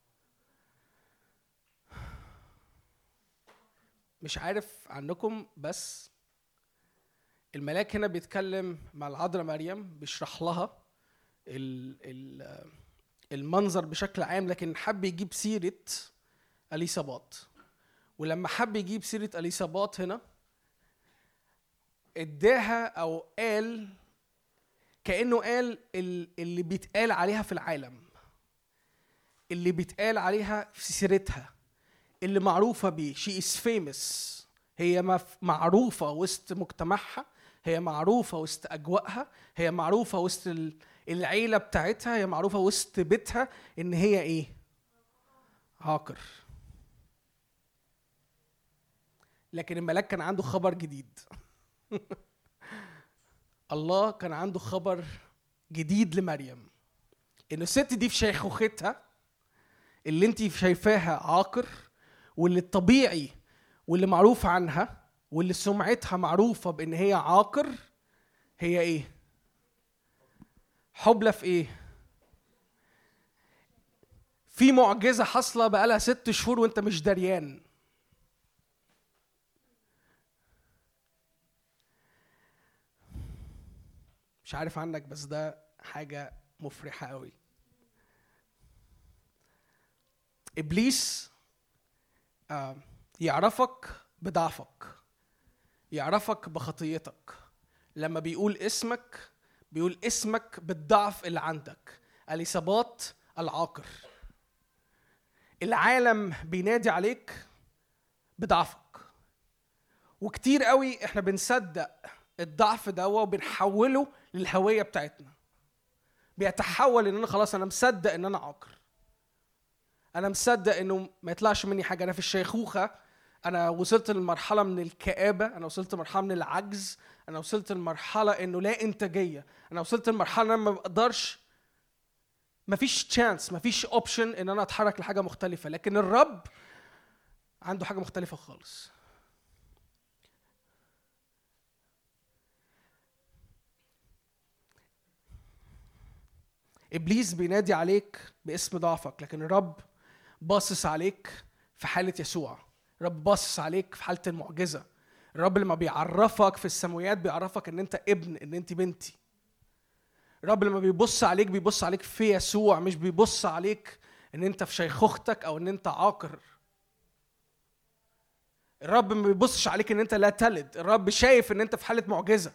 مش عارف عنكم بس الملاك هنا بيتكلم مع العذراء مريم، بيشرح لها المنظر بشكل عام، لكن حب يجيب سيرة أليصابات. ولما حب يجيب سيرة أليصابات هنا اداها أو قال كأنه قال اللي بيتقال عليها في العالم، اللي بيتقال عليها في سيرتها، اللي معروفة بيه. she is famous. هي معروفة وسط مجتمعها، هي معروفة وسط أجواءها، هي معروفة وسط العيلة بتاعتها، هي معروفة وسط بيتها إن هي إيه؟ عاقر. لكن الملاك كان عنده خبر جديد. الله كان عنده خبر جديد لمريم، إن الست دي في شيخوختها اللي انتي شايفاها عاقر، واللي الطبيعي واللي معروف عنها واللي سمعتها معروفة بإن هي عاقر، هي إيه؟ حبلى في إيه؟ في معجزة حصلة بقالها 6 شهور وانت مش دريان. مش عارف عنك بس ده حاجة مفرحة قوي. إبليس يعرفك بضعفك، يعرفك بخطيتك. لما بيقول اسمك بيقول اسمك بالضعف اللي عندك، أليصابات العاقر. العالم بينادي عليك بضعفك، وكتير قوي احنا بنصدق الضعف ده وبنحوله للهوية بتاعتنا. بيتحول ان انا خلاص انا مصدق ان انا عاقر، انا مصدق انه ما يطلعش مني حاجه. انا في الشيخوخه انا وصلت لمرحله من الكآبه، انا وصلت لمرحله من العجز، انا وصلت لمرحله انه لا انتاجيه، انا وصلت لمرحله انا ما بقدرش، مفيش تشانس، مفيش اوبشن ان انا اتحرك لحاجه مختلفه. لكن الرب عنده حاجه مختلفه خالص. ابليس بينادي عليك باسم ضعفك، لكن الرب باصص عليك في حالة يسوع. الرب باصص عليك في حالة المعجزة. الرب لما بيعرفك في السماويات بيعرفك ان انت ابن، ان انت بنتي. الرب لما بيبص عليك بيبص عليك في يسوع، مش بيبص عليك ان انت في شيخوختك او ان انت عاقر. الرب ما بيبصش عليك ان انت لا تلد، الرب شايف ان انت في حالة معجزة.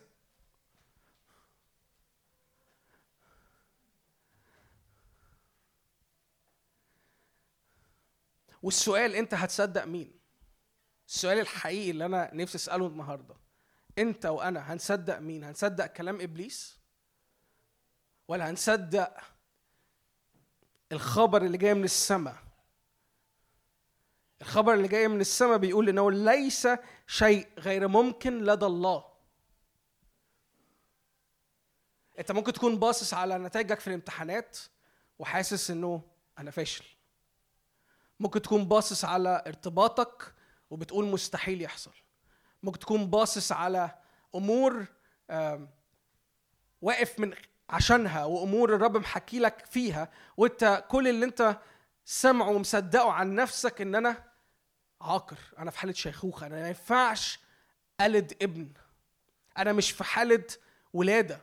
والسؤال انت هتصدق مين؟ السؤال الحقيقي اللي انا نفسي اساله النهارده، انت وانا هنصدق مين؟ هنصدق كلام ابليس ولا هنصدق الخبر اللي جاي من السماء؟ الخبر اللي جاي من السماء بيقول انه ليس شيء غير ممكن لدى الله. انت ممكن تكون باصص على نتائجك في الامتحانات وحاسس انه انا فاشل. ممكن تكون باصص على ارتباطك وبتقول مستحيل يحصل. ممكن تكون باصص على امور واقف من عشانها، وامور الرب محكي لك فيها، وانت كل اللي انت سمعه ومصدقه عن نفسك ان انا عاقر، انا في حاله شيخوخه، انا ما ينفعش ألد ابن، انا مش في حاله ولاده.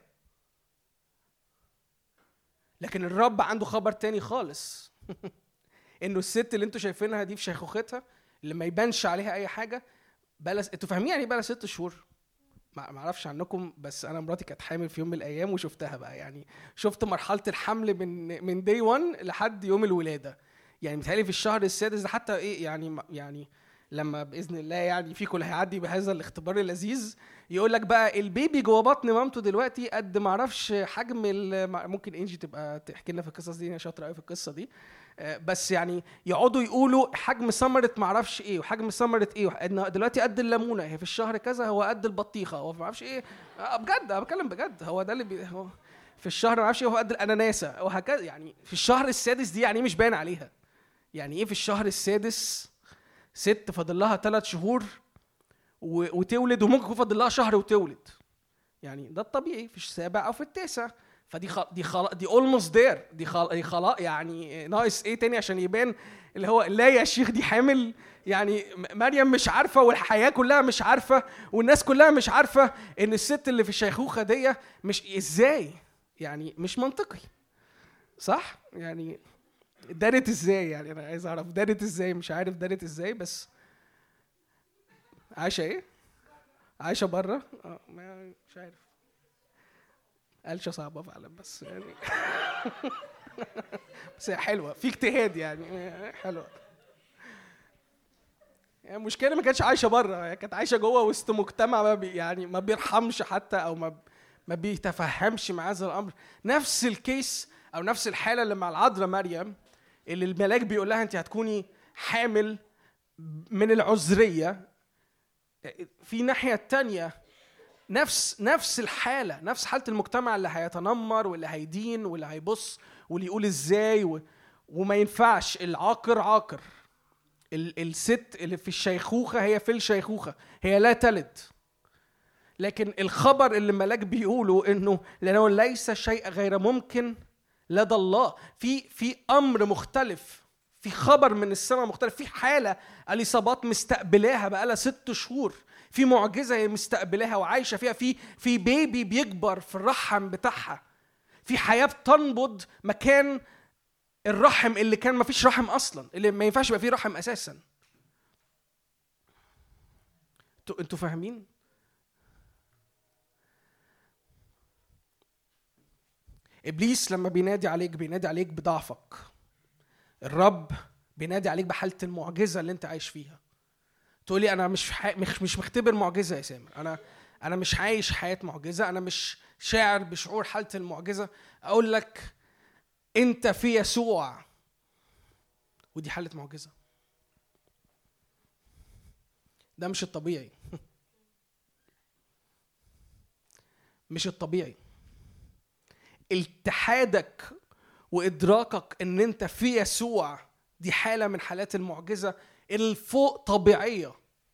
لكن الرب عنده خبر تاني خالص. انه الست اللي انتوا شايفينها دي في شيخوختها اللي ما يبانش عليها اي حاجه، انتوا فاهمين يعني بقى 6 شهور؟ ما اعرفش عنكم، بس انا مراتي كانت حامل في يوم من الايام وشفتها بقى، يعني شفت مرحله الحمل من داي 1 لحد يوم الولاده. يعني متهيألي في الشهر السادس ده حتى ايه، يعني لما باذن الله يعني فيكم هيعدي بهذا الاختبار اللذيذ، يقول لك بقى البيبي جوه بطن مامته دلوقتي قد ما اعرفش حجم ممكن انجي تبقى تحكي لنا في القصص دي، انا شاطره قوي في القصه دي. بس يعني يقعدوا يقولوا حجم ثمره ما اعرفش ايه، وحجم ثمره ايه، دلوقتي قد الليمونه، هي في الشهر كذا، هو قد البطيخه، هو ما اعرفش ايه. بجد انا بتكلم بجد، هو ده اللي هو في الشهر ما اعرفش ايه، هو قد الاناناسه وهكذا. يعني في الشهر السادس دي يعني مش باين عليها. يعني ايه في الشهر السادس ست فاضل لها 3 شهور وتولد، وممكن يكون فاضل لها شهر وتولد. يعني ده الطبيعي في السابع او في التاسع. فدي دي almost there، دي خلاص يعني ناقص ايه تاني عشان يبان اللي هو لا يا شيخ دي حامل. يعني مريم مش عارفه، والحياه كلها مش عارفه، والناس كلها مش عارفه ان الست اللي في الشيخوخه دي مش ازاي، يعني مش منطقي. صح؟ يعني دارت ازاي؟ يعني انا عايز اعرف دارت ازاي. مش عارف دارت ازاي، بس عايشه ايه؟ عايشه بره. مش عارف. قالشه صعبه فعلا، بس يعني بس هي حلوه، في اجتهاد يعني، حلوه. يعني المشكله ما كانتش عايشه بره، هي كانت عايشه جوه وسط مجتمع يعني ما بيرحمش حتى، او ما بيتفهمش مع هذا الامر. نفس الكيس او نفس الحاله اللي مع العذراء مريم، اللي الملاك بيقول لها انت هتكوني حامل من العذريه. في ناحيه تانية نفس الحاله، نفس حاله المجتمع اللي هيتنمر واللي هيدين واللي هيبص واللي يقول ازاي وما ينفعش. العاقر عاقر. الست اللي في الشيخوخه هي في الشيخوخه، هي لا تلد. لكن الخبر اللي الملاك بيقوله انه لانه ليس شيء غير ممكن لدى الله. في امر مختلف، في خبر من السماء مختلف، في حاله اليصابات مستقبلاها بقالها 6 شهور، في معجزه هي مستقبلاها وعايشه فيها، في بيبي بيكبر في الرحم بتاعها، في حياه بتنبض مكان الرحم اللي كان ما فيش رحم اصلا، اللي ما ينفعش يبقى فيه رحم اساسا. انتوا فاهمين؟ ابليس لما بينادي عليك بضعفك. الرب بينادي عليك بحاله المعجزه اللي انت عايش فيها. تقولي انا مش مختبر معجزه يا سامر، انا مش عايش حياه معجزه، انا مش شاعر بشعور حاله المعجزه. اقول لك انت في يسوع، ودي حاله معجزه. ده مش الطبيعي. مش الطبيعي. اتحادك وإدراكك إن أنت في يسوع دي حالة من حالات المعجزة الفوق طبيعية،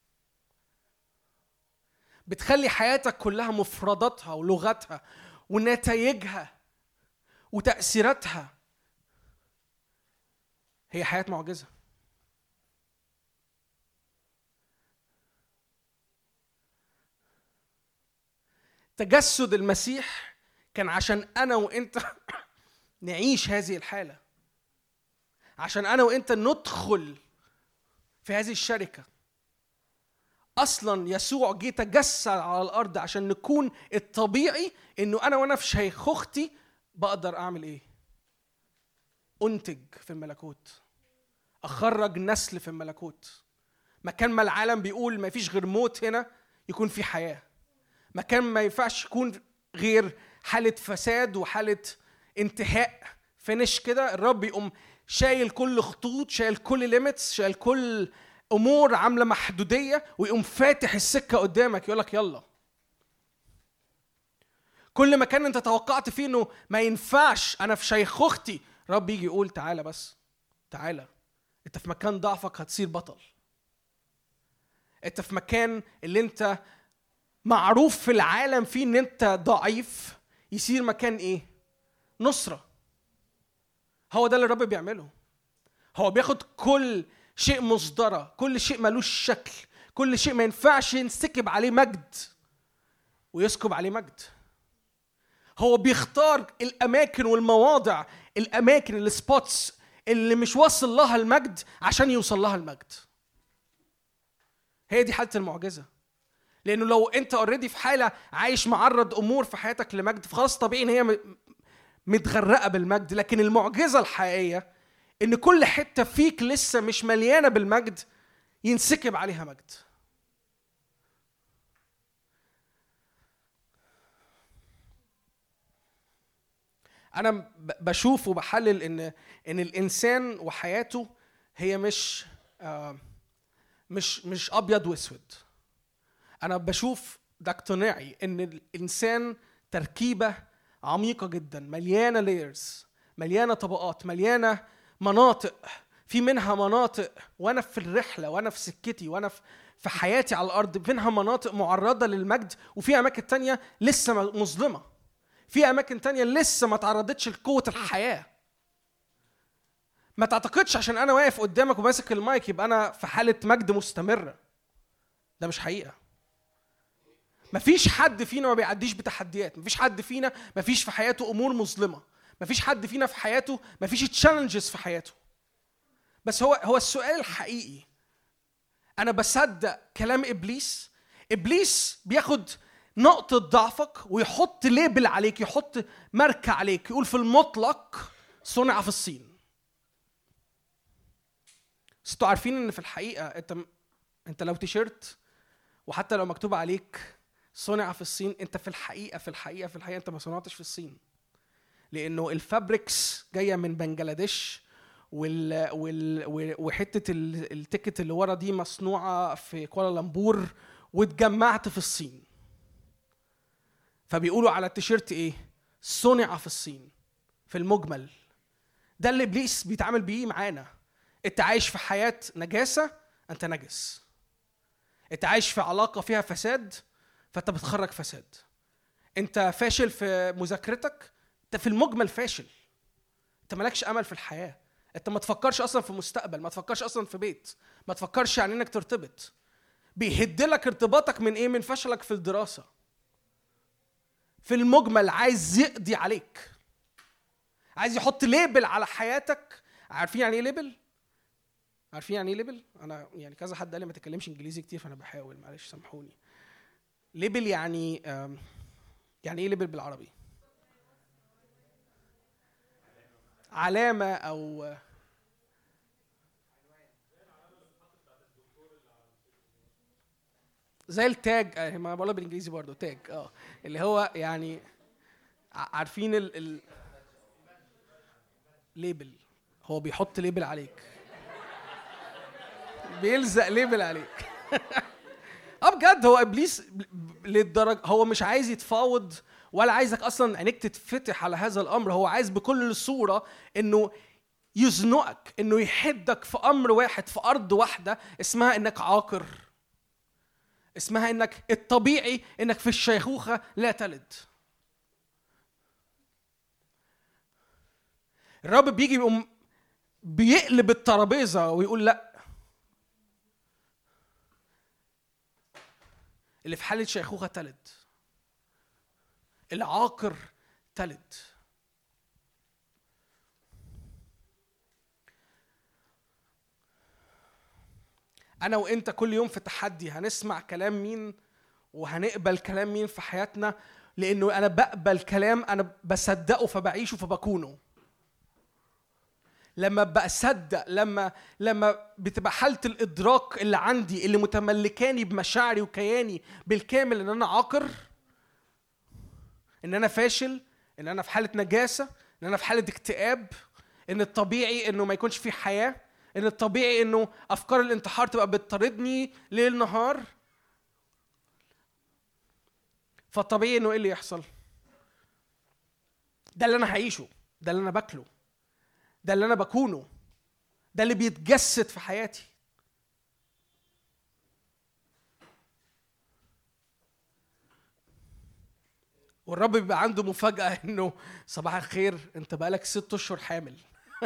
بتخلي حياتك كلها مفرداتها ولغتها ونتائجها وتأثيراتها هي حياة معجزة. تجسد المسيح كان عشان أنا وإنت نعيش هذه الحالة، عشان أنا وإنت ندخل في هذه الشركة. أصلاً يسوع جه تجسد على الأرض عشان نكون الطبيعي إنه أنا وأنا في شيخوختي بقدر أعمل إيه؟ أنتج في الملكوت، أخرج نسل في الملكوت. مكان ما العالم بيقول ما فيش غير موت، هنا يكون في حياة. مكان ما ينفعش يكون غير حالة فساد وحالة انتهاء فينش كده، الرب يقوم شايل كل خطوط، شايل كل ليميتس، شايل كل امور عامله محدوديه، ويقوم فاتح السكه قدامك يقول لك يلا. كل مكان انت توقعت فيه انه ما ينفعش، انا في شيخوختي، رب يجي يقول تعالى بس تعالى، انت في مكان ضعفك هتصير بطل. انت في مكان اللي انت معروف في العالم فيه ان انت ضعيف، يصير مكان ايه؟ نصرة. هو ده اللي الرب بيعمله. هو بياخد كل شيء مصدرة، كل شيء ملوش شكل، كل شيء ما ينفعش ينسكب عليه مجد ويسكب عليه مجد. هو بيختار الأماكن والمواضع، الأماكن السبوتس اللي مش واصل لها المجد عشان يوصل لها المجد. هي دي حالة المعجزة. لأنه لو أنت already في حالة عايش معرض أمور في حياتك لمجد، فخلاص طبيعي إن هي متغرقة بالمجد. لكن المعجزة الحقيقية إن كل حتة فيك لسه مش مليانة بالمجد ينسكب عليها مجد. أنا بشوف وبحلل إن الإنسان وحياته هي مش أبيض وأسود. أنا بشوف ده اقتناعي إن الإنسان تركيبة عميقة جدا، مليانة layers، مليانة طبقات، مليانة مناطق. في منها مناطق وأنا في الرحلة وأنا في سكتي وأنا في حياتي على الأرض، منها مناطق معرضة للمجد، وفي أماكن تانية لسه مظلمة، في أماكن تانية لسه ما تعرضتش لقوة الحياة. ما تعتقدش عشان أنا واقف قدامك وماسك المايك يبقى أنا في حالة مجد مستمرة. ده مش حقيقة. مفيش حد فينا ما بيعديش بتحديات، مفيش حد فينا مفيش في حياته أمور مظلمة، مفيش حد فينا في حياته مفيش تشالنجز في حياته. بس هو السؤال الحقيقي، انا بصدق كلام ابليس؟ ابليس بياخد نقطة ضعفك ويحط ليبل عليك، يحط ماركة عليك، يقول في المطلق صنع في الصين. بس انتوا عارفين ان في الحقيقة انت لو تيشيرت وحتى لو مكتوب عليك صنع في الصين، انت في الحقيقة انت ما صنعتش في الصين، لانه الفابريكس جاية من بنجلاديش وحتة التيكت اللي ورا دي مصنوعة في كوالالمبور واتجمعت في الصين. فبيقولوا على التيشيرت ايه؟ صنع في الصين. في المجمل ده اللي ابليس بيتعامل بيه معانا. انت عايش في حياة نجاسة، انت نجس. انت عايش في علاقة فيها فساد، فانت بتخرج فساد. انت فاشل في مذاكرتك، انت في المجمل فاشل. انت مالكش امل في الحياة. انت ما تفكرش اصلا في مستقبل، ما تفكرش اصلا في بيت، ما تفكرش عن انك ترتبط. بيهدلك ارتباطك من ايه؟ من فشلك في الدراسة. في المجمل عايز يقضي عليك، عايز يحط ليبل على حياتك. عارفين يعني ايه ليبل؟ عارفين يعني ايه ليبل؟ انا يعني كذا حد قال لي ما تتكلمش انجليزي كتير، فانا بحاول، معلش سامحوني. ليبل يعني ايه ليبل بالعربي؟ علامة او زي التاج، ما بقولها بالانجليزي برضو، تاج. اللي هو يعني عارفين ليبل. هو بيحط ليبل عليك، بيلزق ليبل عليك. بجد هو ابليس للدرجه، هو مش عايز يتفاوض ولا عايزك اصلا عينيك تتفتح على هذا الامر. هو عايز بكل صوره انه يزنقك، انه يحدك في امر واحد، في ارض واحده اسمها انك عاقر، اسمها انك الطبيعي انك في الشيخوخه لا تلد. الرب بيجي بيقوم بيقلب الترابيزه ويقول لا، اللي في حالة شيخوخة تلد، العاقر تلد. أنا وإنت كل يوم في تحدي، هنسمع كلام مين وهنقبل كلام مين في حياتنا، لأنه أنا بقبل كلام أنا بصدقه فبعيشه فبكونه. لما بصدق، لما بتبقى حالة الإدراك اللي عندي اللي متملكاني بمشاعري وكياني بالكامل إن أنا عاقر، إن أنا فاشل، إن أنا في حالة نجاسة، إن أنا في حالة اكتئاب، إن الطبيعي إنه ما يكونش في حياة، إن الطبيعي إنه أفكار الانتحار تبقى بتطاردني ليل نهار، فالطبيعي إنه إيه اللي يحصل؟ ده اللي أنا هعيشه، ده اللي أنا باكله، ده اللي أنا بكونه، ده اللي بيتجسد في حياتي. والرب بيبقى عنده مفاجأة إنه صباح الخير، أنت بقالك 6 أشهر حامل.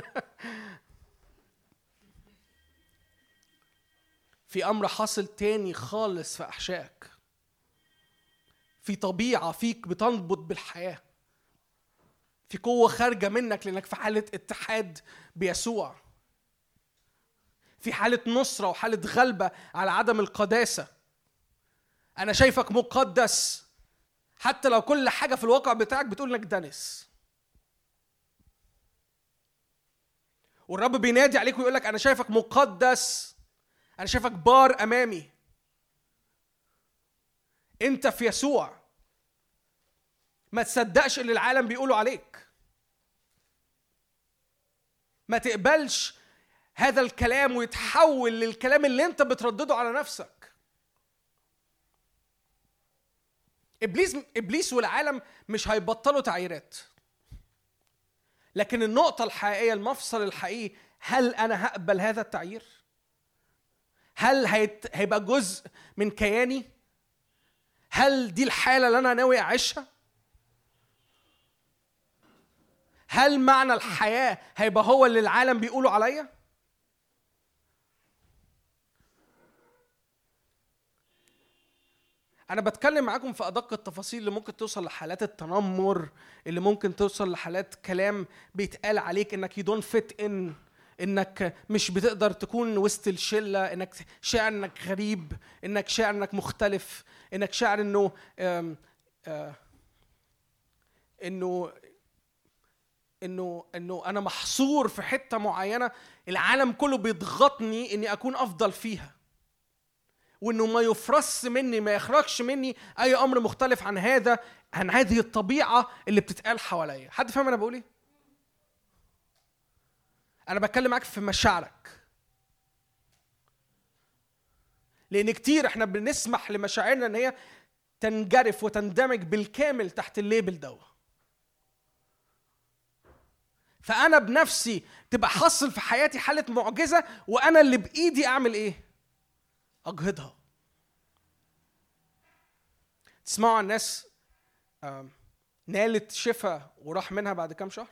في أمر حاصل تاني خالص في أحشائك، في طبيعة فيك بتنبض بالحياة، في قوة خارجة منك لأنك في حالة اتحاد بيسوع، في حالة نصرة وحالة غلبة على عدم القداسة. أنا شايفك مقدس حتى لو كل حاجة في الواقع بتاعك بتقول إنك دنس. والرب بينادي عليك ويقول لك أنا شايفك مقدس، أنا شايفك بار أمامي، أنت في يسوع. ما تصدقش اللي العالم بيقولوا عليك، ما تقبلش هذا الكلام ويتحول للكلام اللي أنت بتردده على نفسك. إبليس والعالم مش هيبطلوا تعييرات، لكن النقطة الحقيقية، المفصل الحقيقي، هل أنا هقبل هذا التعيير؟ هل هيبقى جزء من كياني؟ هل دي الحالة اللي أنا ناوي أعيشها؟ هل معنى الحياة هيبقى هو اللي العالم بيقولوا عليا؟ أنا بتكلم معاكم في أدق التفاصيل اللي ممكن توصل لحالات التنمر، اللي ممكن توصل لحالات كلام بيتقال عليك إنك you don't fit in، إنك مش بتقدر تكون وسط الشلة، إنك شاعر إنك غريب، إنك شاعر إنك مختلف، إنك شاعر إنه إنه أنا محصور في حتة معينة، العالم كله بيضغطني إني أكون أفضل فيها، وإنه ما يفرس مني، ما يخرجش مني أي أمر مختلف عن هذه الطبيعة اللي بتتقال حواليا. حد فاهم أنا بقول إيه؟ أنا بتكلم معاك في مشاعرك، لأن كتير إحنا بنسمح لمشاعرنا إن هي تنجرف وتندمج بالكامل تحت الليبل ده. فأنا بنفسي تبقى حصل في حياتي حالة معجزة، وأنا اللي بإيدي أعمل إيه؟ أجهضها. تسمعوا عن ناس نالت شفاء وراح منها بعد كام شهر؟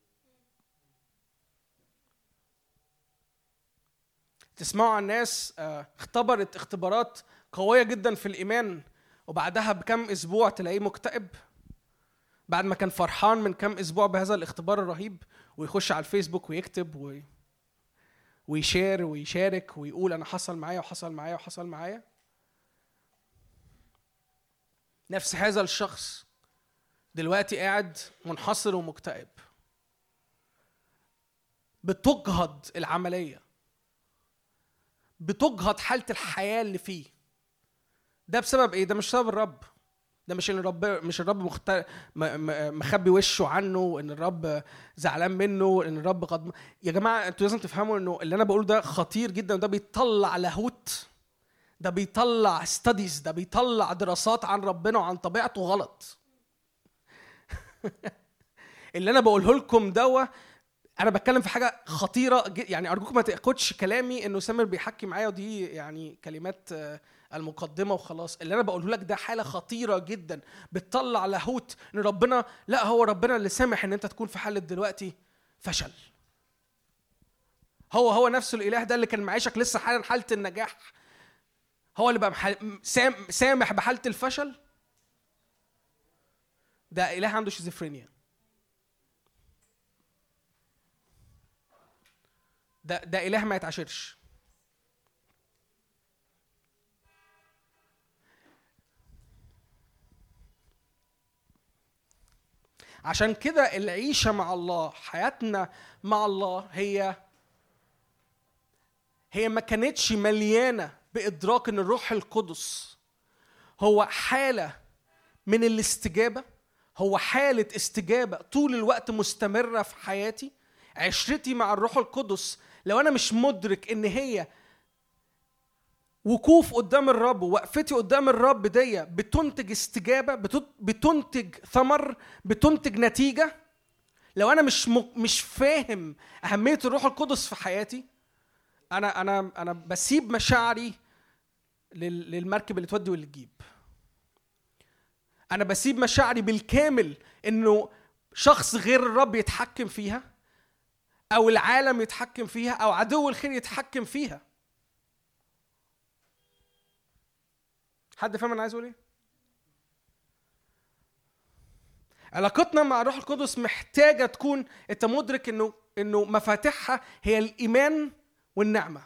تسمعوا عن ناس اختبرت اختبارات قوية جدا في الإيمان، وبعدها بكم أسبوع تلاقيه مكتئب، بعد ما كان فرحان من كم أسبوع بهذا الاختبار الرهيب، ويخش على الفيسبوك ويكتب ويشير ويشارك ويقول أنا حصل معايا وحصل معايا وحصل معايا. نفس هذا الشخص دلوقتي قاعد منحصر ومكتئب. بتجهض العملية، بتجهض حالة الحياة اللي فيه. ده بسبب إيه؟ ده مش سبب الرب، ده مش الرب مخبي وشه عنه، وان الرب زعلان منه، وان الرب قد. يا جماعه انتوا لازم تفهموا انه اللي انا بقوله ده خطير جدا، وده بيطلع لاهوت، ده بيطلع ستاديز، ده بيطلع دراسات عن ربنا وعن طبيعته غلط. اللي انا بقوله لكم ده انا بتكلم في حاجه خطيره يعني ارجوكم ما تاخدش كلامي انه سامر بيحكي معايا ودي يعني كلمات المقدمه وخلاص. اللي انا بقوله لك ده حاله خطيره جدا، بتطلع لاهوت ان ربنا، لا هو ربنا اللي سامح ان انت تكون في حاله دلوقتي فشل. هو نفسه الاله ده اللي كان معيشك لسه حالا حاله النجاح، هو اللي بقى سامح بحاله الفشل. ده اله عنده شيزوفرينيا، ده اله ما يتعاشرش. عشان كده العيشة مع الله، حياتنا مع الله هي ما كانتش مليانة بإدراك ان الروح القدس هو حالة من الاستجابة، هو حالة استجابة طول الوقت مستمرة في حياتي. عشرتي مع الروح القدس لو أنا مش مدرك إن هي وقوف قدام الرب، ووقفتي قدام الرب دي بتنتج استجابة، بتنتج ثمر، بتنتج نتيجة. لو أنا مش فاهم أهمية الروح القدس في حياتي، أنا بسيب مشاعري للمركب اللي تودي واللي تجيب. أنا بسيب مشاعري بالكامل إنه شخص غير الرب يتحكم فيها، أو العالم يتحكم فيها، أو عدو الخير يتحكم فيها. حد فاهم أنا عايز أقول إيه؟ علاقتنا مع الروح القدس محتاجة تكون أنت مدرك إنه مفاتيحها هي الإيمان والنعمة.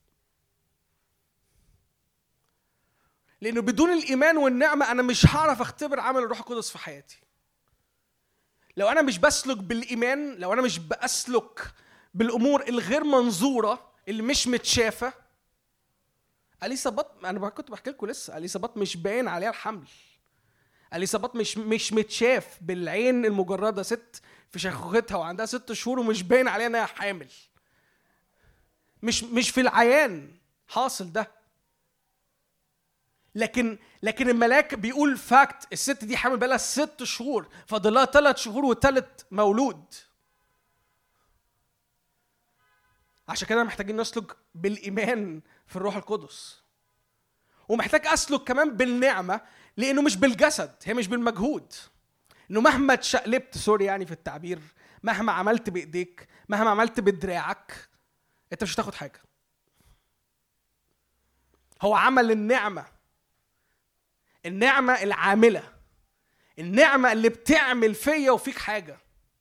لأنه بدون الإيمان والنعمة أنا مش هعرف أختبر عمل الروح القدس في حياتي. لو أنا مش بسلك بالإيمان، لو أنا مش بأسلك بالأمور الغير منظورة اللي مش متشافة. أليصابات، أنا كنت بحكي لكم لسه، أليصابات مش باين عليها الحمل. أليصابات مش متشاف بالعين المجردة، ست في شيخوختها وعندها 6 شهور ومش باين عليها إنها حامل. مش في العيان حاصل ده. لكن الملاك بيقول فاكت، الست دي حامل بقالها 6 شهور، فاضلها 3 شهور والثالث مولود. عشان كده محتاجين نسلك بالإيمان في الروح القدس، ومحتاج أسلك كمان بالنعمة، لأنه مش بالجسد، هي مش بالمجهود. إنه مهما تشقلبت، سوري يعني في التعبير، مهما عملت بإيديك، مهما عملت بدراعك، أنت مش هتاخد حاجة. هو عمل النعمة النعمة العاملة، النعمة اللي بتعمل فيا وفيك حاجة.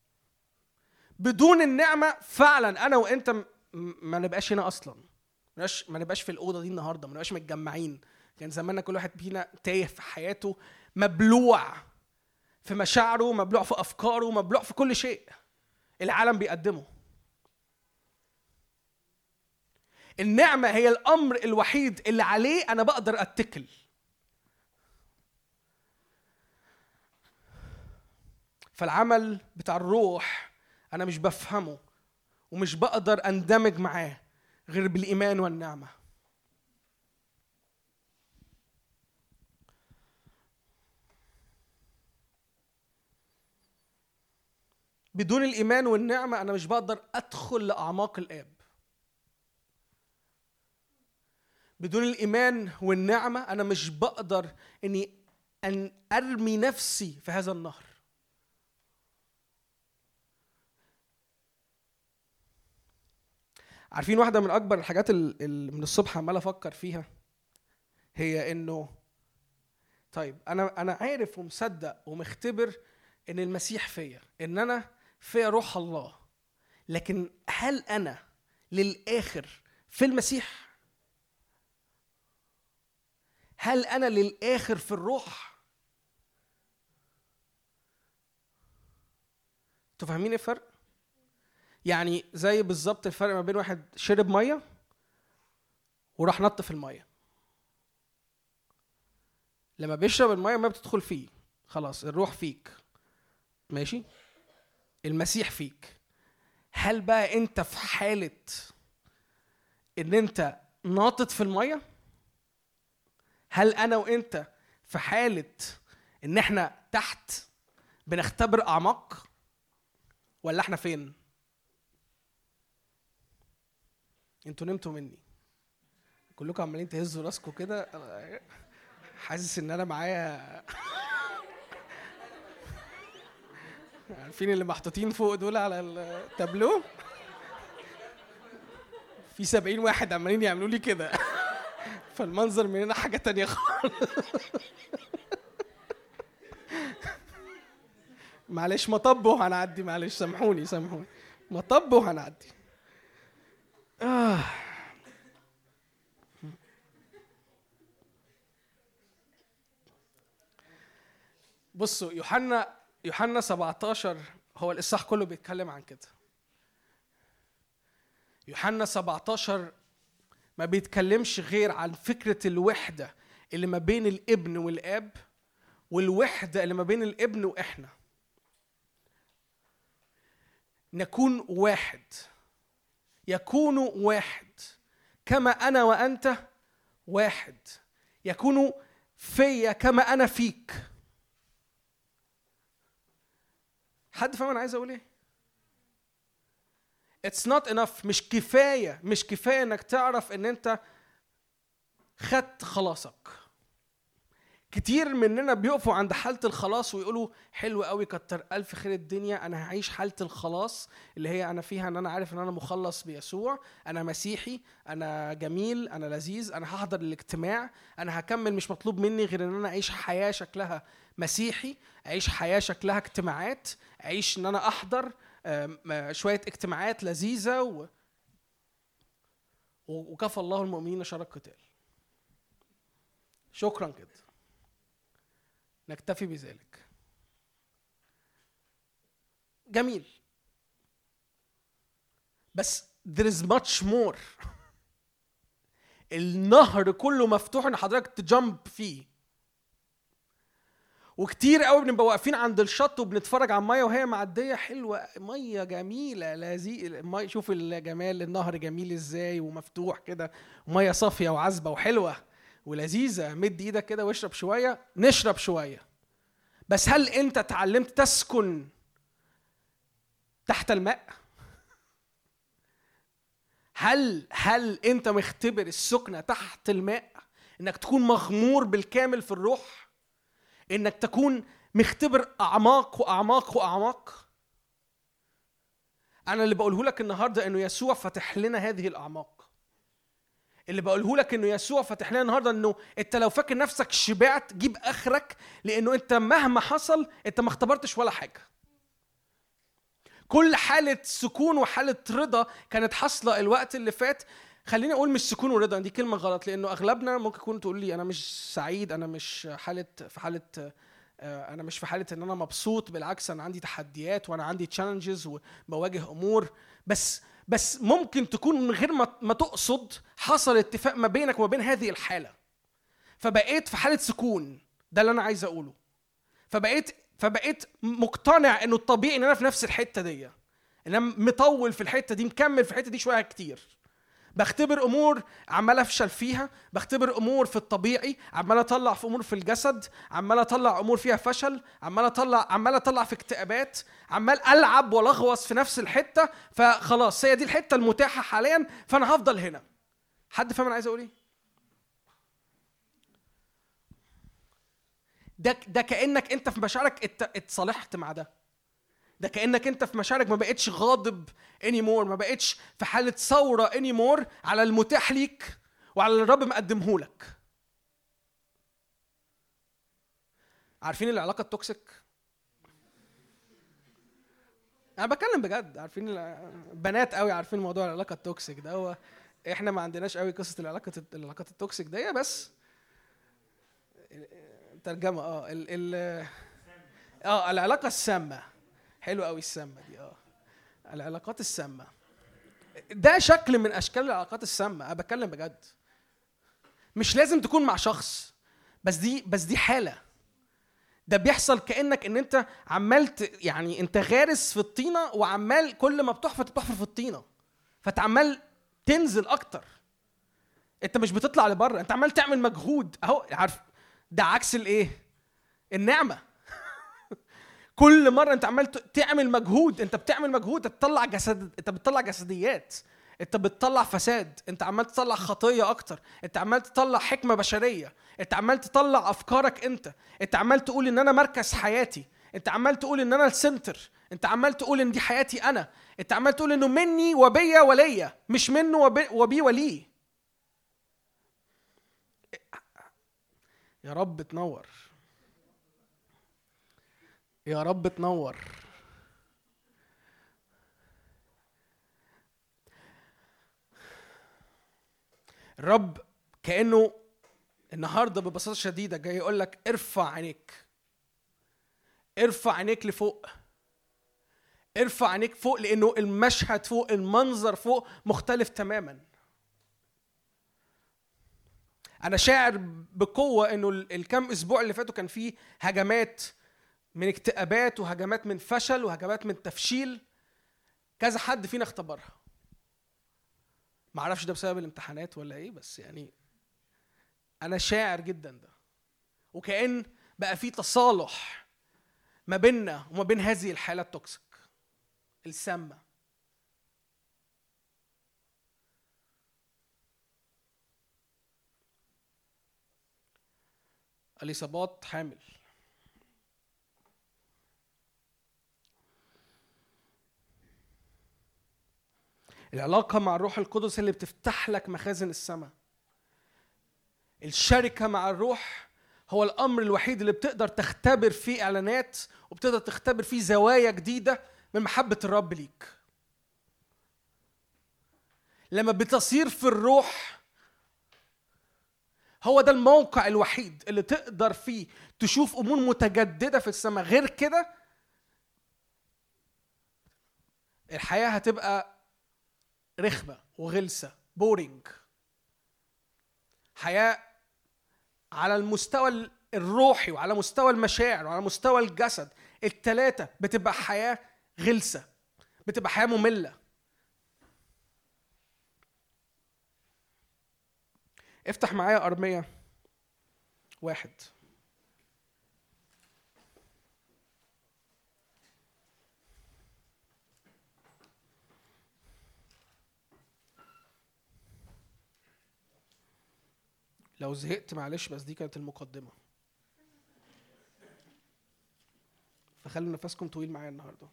بدون النعمة فعلا أنا وإنت ما نبقاش هنا أصلا، ما نبقاش في الأوضة دي النهاردة، ما نبقاش متجمعين. كان زماننا كل واحد فينا تايه في حياته، مبلوع في مشاعره، مبلوع في أفكاره، مبلوع في كل شيء العالم بيقدمه. النعمة هي الأمر الوحيد اللي عليه أنا بقدر أتكل. فالعمل بتاع الروح أنا مش بفهمه ومش بقدر أندمج معاه غير بالإيمان والنعمة. بدون الإيمان والنعمة أنا مش بقدر أدخل لأعماق الآب. بدون الإيمان والنعمة أنا مش بقدر أن أرمي نفسي في هذا النهر. عارفين واحدة من أكبر الحاجات اللي من الصبح عمال أفكر فيها هي إنه طيب أنا عارف ومصدق ومختبر إن المسيح فيا، إن أنا فيا روح الله، لكن هل أنا للآخر في المسيح؟ هل أنا للآخر في الروح؟ تفهمين إيه الفرق؟ يعني زي بالظبط الفرق ما بين واحد شرب مية وراح نط في المية. لما بيشرب المية ما بتدخل فيه، خلاص الروح فيك ماشي، المسيح فيك. هل بقى انت في حالة ان انت ناطط في المية؟ هل انا وانت في حالة ان احنا تحت بنختبر اعماق، ولا احنا فين؟ انتوا نمتوا مني كلكم، عمالين تهزوا راسكم كده، حاسس ان انا معايا عارفين اللي محطوطين فوق دول على التابلو، في 70 واحد عمالين يعملوا لي كده فالمنظر مننا حاجة تانية خالص. معلش مطب وهنعدي، معلش سامحوني مطب وهنعدي. بصوا يوحنا 17 هو الإصحاح كله بيتكلم عن كده. يوحنا 17 ما بيتكلمش غير عن فكرة الوحدة اللي ما بين الابن والآب، والوحدة اللي ما بين الابن وإحنا. نكون واحد، يكون واحد كما أنا وأنت واحد، يكون فيا كما أنا فيك. حد فاهم أنا عايز أقول إيه؟ It's not enough. مش كفاية إنك تعرف إن أنت خدت خلاصك. كتير مننا بيقفوا عند حالة الخلاص ويقولوا حلو قوي، كتر ألف خير الدنيا، أنا هعيش حالة الخلاص اللي هي أنا فيها، إن أنا عارف إن أنا مخلص بيسوع، أنا مسيحي، أنا جميل، أنا لذيذ، أنا هحضر الاجتماع، أنا هكمل، مش مطلوب مني غير إن أنا أعيش حياة شكلها مسيحي، أعيش حياة شكلها اجتماعات، أعيش إن أنا أحضر شوية اجتماعات لذيذة وكفى الله المؤمنين شر القتال. شكرا كده، نكتفي بذلك. جميل، بس there is much more. النهر كله مفتوح ان حضرتك تجمب فيه. وكتير قوي بنبقى واقفين عند الشط وبنتفرج على الميه وهي معديه، حلوه، ميه جميله لذيذه، شوف الجمال، النهر جميل ازاي ومفتوح كده، ميه صافيه وعذبه وحلوه ولذيذه، مد ايدك كده واشرب شويه، نشرب شويه. بس هل انت اتعلمت تسكن تحت الماء؟ هل انت مختبر السكنه تحت الماء، انك تكون مغمور بالكامل في الروح، انك تكون مختبر اعماق واعماق واعماق؟ انا اللي بقوله لك النهارده انه يسوع فتح لنا هذه الاعماق. اللي بقوله لك انه يسوع فتح لنا النهارده انه انت لو فاكر نفسك شبعت جيب اخرك، لانه انت مهما حصل انت ما اختبرتش ولا حاجه. كل حاله سكون وحاله رضا كانت حاصله الوقت اللي فات. خليني اقول مش سكون ورضا، دي كلمه غلط، لانه اغلبنا ممكن يكون تقول لي انا مش سعيد، انا مش انا مش في حاله ان انا مبسوط، بالعكس انا عندي تحديات وانا عندي تشالنجز وبواجه امور. بس ممكن تكون من غير ما تقصد حصل اتفاق ما بينك وما بين هذه الحاله، فبقيت في حاله سكون. ده اللي انا عايز اقوله. فبقيت مقتنع انه الطبيعي ان انا في نفس الحته دي، ان انا مطول في الحته دي، مكمل في الحته دي شويه كتير. بختبر امور عمال افشل فيها، بختبر امور في الطبيعي، عمال اطلع في امور في الجسد، عمال اطلع امور فيها فشل، عمال اطلع في اكتئابات، عمال العب ولغوص في نفس الحته. فخلاص هي دي الحته المتاحه حاليا، فانا هفضل هنا. حد فاهم انا عايز اقول ايه؟ ده كانك انت في مشاعرك اتصالحت مع ده كأنك انت في مشاعرك ما بقتش غاضب anymore، ما بقتش في حالة ثورة anymore على المتاح ليك وعلى اللي الرب مقدمه لك. عارفين العلاقة التوكسيك؟ انا بتكلم بجد. عارفين بنات قوي عارفين موضوع العلاقة التوكسيك ده. هو احنا ما عندناش قوي قصة العلاقات التوكسيك دي، بس ترجمة العلاقة السامة. حلو قوي السامة دي. العلاقات السامة ده شكل من اشكال العلاقات السامة. انا بتكلم بجد. مش لازم تكون مع شخص، بس دي حالة. ده بيحصل كأنك ان انت عمال يعني انت غارس في الطينة، وعمال كل ما بتحفر في الطينة، فتعمل تنزل اكتر. انت مش بتطلع لبره، انت عمال تعمل مجهود. اهو عارف ده عكس الايه؟ النعمة. كل مرة انت عمال تعمل مجهود، انت بتعمل مجهود، تطلع جسد، انت بتطلع جسديات، انت بتطلع فساد، انت عمال تطلع خطية اكتر، انت عمال تطلع حكمة بشرية، انت عمال تطلع افكارك، انت عمال تقول ان انا مركز حياتي، انت عمال تقول ان انا السنتر، انت عمال تقول ان دي حياتي انا، انت عمال تقول انه مني وبيا وليا، مش منه وبي ولي. يا رب تنور، يا رب تنور. الرب كأنه النهاردة ببساطة شديدة جاي يقول لك ارفع عينيك، ارفع عينيك لفوق، ارفع عينيك فوق، لأنه المشهد فوق، المنظر فوق مختلف تماما. أنا شاعر بقوة إنه الكام أسبوع اللي فاتوا كان فيه هجمات من اكتئابات، وهجمات من فشل، وهجمات من تفشيل. كذا حد فينا اختبرها. معرفش ده بسبب الامتحانات ولا ايه، بس يعني انا شاعر جدا ده. وكأن بقى في تصالح ما بيننا وما بين هذه الحالة التوكسيك السامة. اليصابات حامل. العلاقة مع الروح القدس اللي بتفتح لك مخازن السماء. الشركة مع الروح هو الأمر الوحيد اللي بتقدر تختبر فيه إعلانات، وبتقدر تختبر فيه زوايا جديدة من محبة الرب ليك. لما بتصير في الروح، هو ده الموقع الوحيد اللي تقدر فيه تشوف أمور متجددة في السماء. غير كده الحياة هتبقى رخمة وغلسة، بورينج. حياة على المستوى الروحي وعلى مستوى المشاعر وعلى مستوى الجسد، الثلاثة بتبقى حياة غلسة، بتبقى حياة مملة. افتح معايا أرمية 1. لو زهقت معلش، بس دي كانت المقدمة، فخلوا نفسكم طويل معايا النهاردة.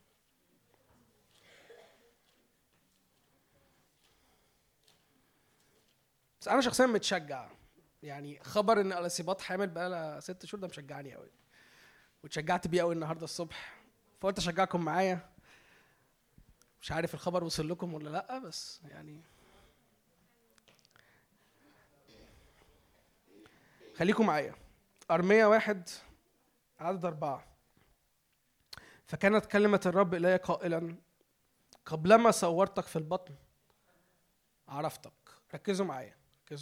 بس انا شخصيا متشجع، يعني خبر ان اليصابات حامل بقى لها 6 شهور ده مشجعني قوي، واتشجعت بيه قوي النهارده الصبح، فقلت اشجعكم معايا. مش عارف الخبر وصل لكم ولا لا، بس يعني خليكم معايا. أرميا 1:4. فكانت كلمة الرب إلي قائلا قبلما صورتك في البطن عرفتك. ركزوا معايا.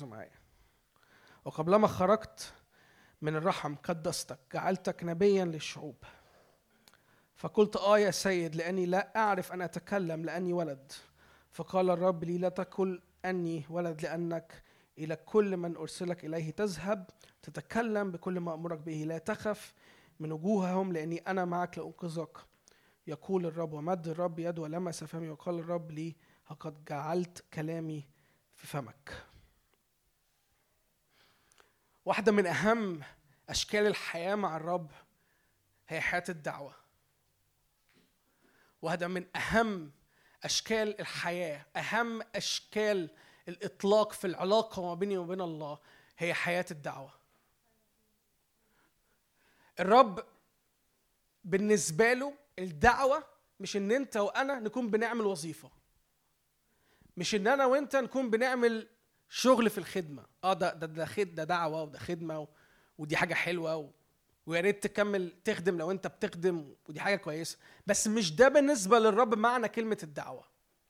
وقبلما خرجت من الرحم قدستك، جعلتك نبيا للشعوب. فقلت يا سيد لأني لا أعرف أن أتكلم لأني ولد. فقال الرب لي لا تقل أني ولد، لأنك إلى كل من أرسلك إليه تذهب تتكلم بكل ما أمرك به. لا تخف من وجوههم لأني أنا معك لأنقذك، يقول الرب. ومد الرب يده ولمس فمي، وقال الرب لي لقد جعلت كلامي في فمك. واحدة من أهم أشكال الحياة مع الرب هي حياة الدعوة. واحدة من أهم أشكال الحياة، أهم أشكال الإطلاق في العلاقة ما بيني وبين الله هي حياة الدعوة. الرب بالنسبة له الدعوة مش إن أنت وأنا نكون بنعمل وظيفة، مش إن أنا وأنت نكون بنعمل شغل في الخدمة. ده دعوة وده خدمة ودي حاجة حلوة ويا ريت تكمل تخدم لو أنت بتخدم ودي حاجة كويسة، بس مش ده بالنسبة للرب معنى كلمة الدعوة.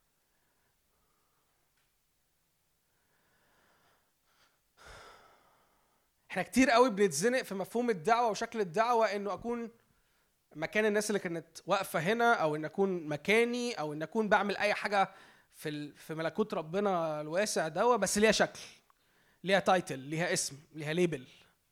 احنا كتير قوي بنتزنق في مفهوم الدعوة وشكل الدعوة، انه اكون مكان الناس اللي كانت واقفة هنا، او ان اكون مكاني، او ان اكون بعمل اي حاجة في ملكوت ربنا الواسع ده، بس ليها شكل، ليها تايتل، ليها اسم، ليها ليبل.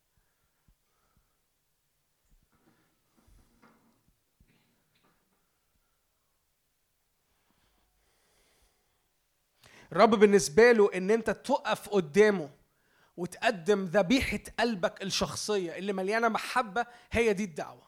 الرب بالنسبة له ان انت تقف قدامه وتقدم ذبيحة قلبك الشخصية اللي مليانة محبة، هي دي الدعوة.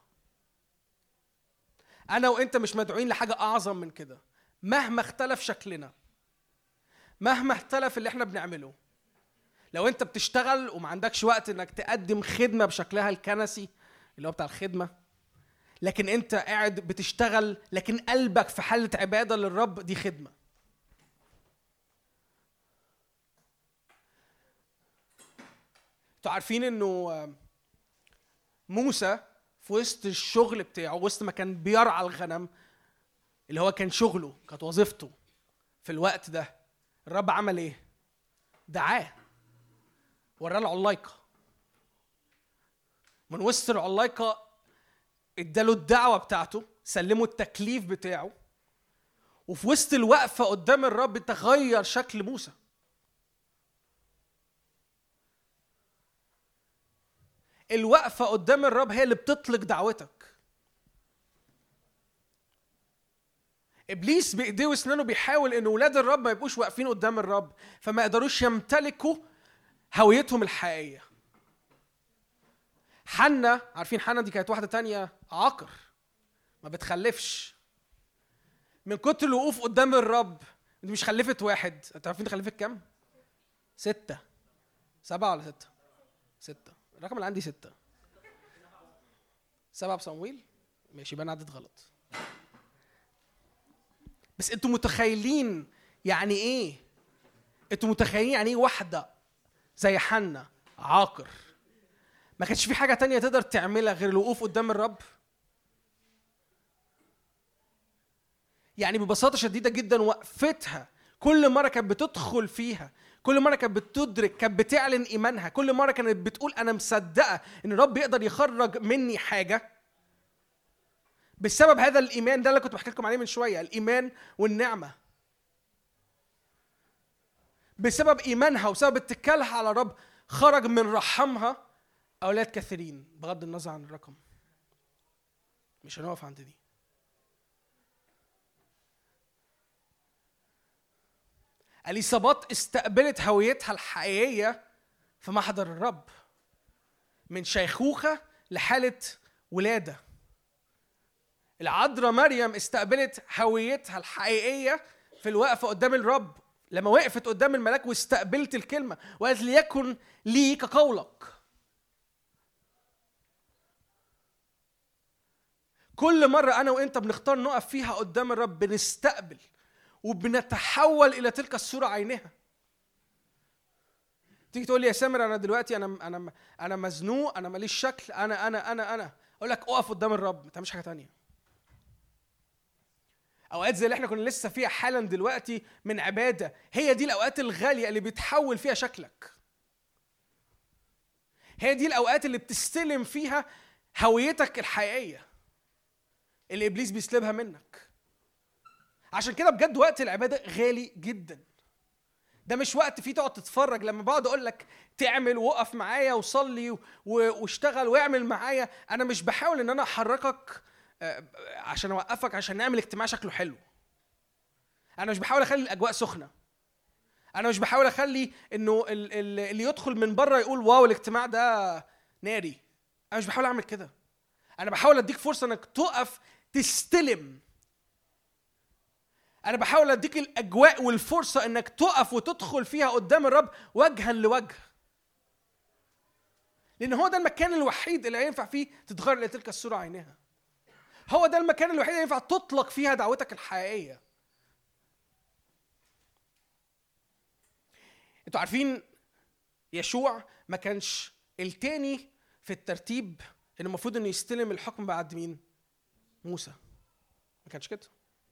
أنا وإنت مش مدعوين لحاجة أعظم من كده، مهما اختلف شكلنا، مهما اختلف اللي احنا بنعمله. لو أنت بتشتغل وما عندكش وقت إنك تقدم خدمة بشكلها الكنسي اللي هو بتاع الخدمة، لكن أنت قاعد بتشتغل لكن قلبك في حالة عبادة للرب، دي خدمة. عارفين انه موسى في وسط الشغل بتاعه، وسط ما كان بيرعى الغنم اللي هو كان شغله، كانت وظيفته في الوقت ده، الرب عمل ايه؟ دعاه، وراه العلايقة. من وسط العلايقة اداله الدعوة بتاعته، سلمه التكليف بتاعه، وفي وسط الوقفة قدام الرب تغير شكل موسى. الوقفة قدام الرب هي اللي بتطلق دعوتك. إبليس بإيديه واسنانه بيحاول إن ولاد الرب ما يبقوش واقفين قدام الرب، فما يقدروش يمتلكوا هويتهم الحقيقية. حنة، عارفين حنة دي كانت واحدة تانية عاقر ما بتخلفش، من كتر الوقوف قدام الرب دي مش خلفت واحد. انتوا عارفين خلفت كام؟ 6 7 ولا 6؟ 6. الرقم اللي عندي 6. 7 بصمويل، ماشي يبقى انا عدت غلط. بس انتوا متخيلين يعني ايه؟ انتوا متخيلين يعني ايه واحدة زي حنة عاقر ما كانش في حاجة تانية تقدر تعملها غير الوقوف قدام الرب؟ يعني ببساطة شديدة جدا وقفتها كل مرة كانت بتدخل فيها، كل مرة كانت بتدرك، كانت بتعلن إيمانها، كل مرة كانت بتقول أنا مصدقة إن الرب يقدر يخرج مني حاجة بسبب هذا الإيمان. ده اللي كنت بحكي لكم عليه من شوية، الإيمان والنعمة. بسبب إيمانها وسبب اتكالها على الرب خرج من رحمها أولاد كثيرين، بغض النظر عن الرقم. مش هنقف عند دي. اليصابات استقبلت هويتها الحقيقية في محضر الرب، من شيخوخة لحالة ولادة. العذراء مريم استقبلت هويتها الحقيقية في الوقفة قدام الرب لما وقفت قدام الملاك واستقبلت الكلمة وقالت ليكن لي كقولك. كل مرة أنا وإنت بنختار نقف فيها قدام الرب بنستقبل وبنتحول إلى تلك الصورة عينها. تيجي تقول لي يا سامر أنا دلوقتي أنا مزنوق، أنا ماليش شكل، أنا أقول لك أقف قدام الرب، ما تعملش حاجة تانية. أوقات زي اللي إحنا كنا لسه فيها حالا دلوقتي من عبادة، هي دي الأوقات الغالية اللي بتحول فيها شكلك. هي دي الأوقات اللي بتستلم فيها هويتك الحقيقية اللي إبليس بيسلبها منك. عشان كده بجد وقت العبادة غالي جدا. ده مش وقت فيه تقعد تتفرج. لما بقعد أقول لك تعمل وقف معايا وصلي واشتغل واعمل معايا، أنا مش بحاول إن أنا أحركك عشان أوقفك عشان نعمل اجتماع شكله حلو. أنا مش بحاول أخلي الأجواء سخنة. أنا مش بحاول أخلي إنه اللي يدخل من بره يقول واو الاجتماع ده ناري. أنا مش بحاول أعمل كده. أنا بحاول أديك فرصة إنك تقف تستلم. أنا بحاول أديك الأجواء والفرصة إنك تقف وتدخل فيها قدام الرب وجها لوجه. لأن هو ده المكان الوحيد اللي ينفع فيه تتغير لتلك الصورة عينها. هو ده المكان الوحيد اللي ينفع تطلق فيها دعوتك الحقيقية. انتوا عارفين يشوع ما كانش التاني في الترتيب إنه المفروض إنه يستلم الحكم بعد مين؟ موسى. ما كانش كده.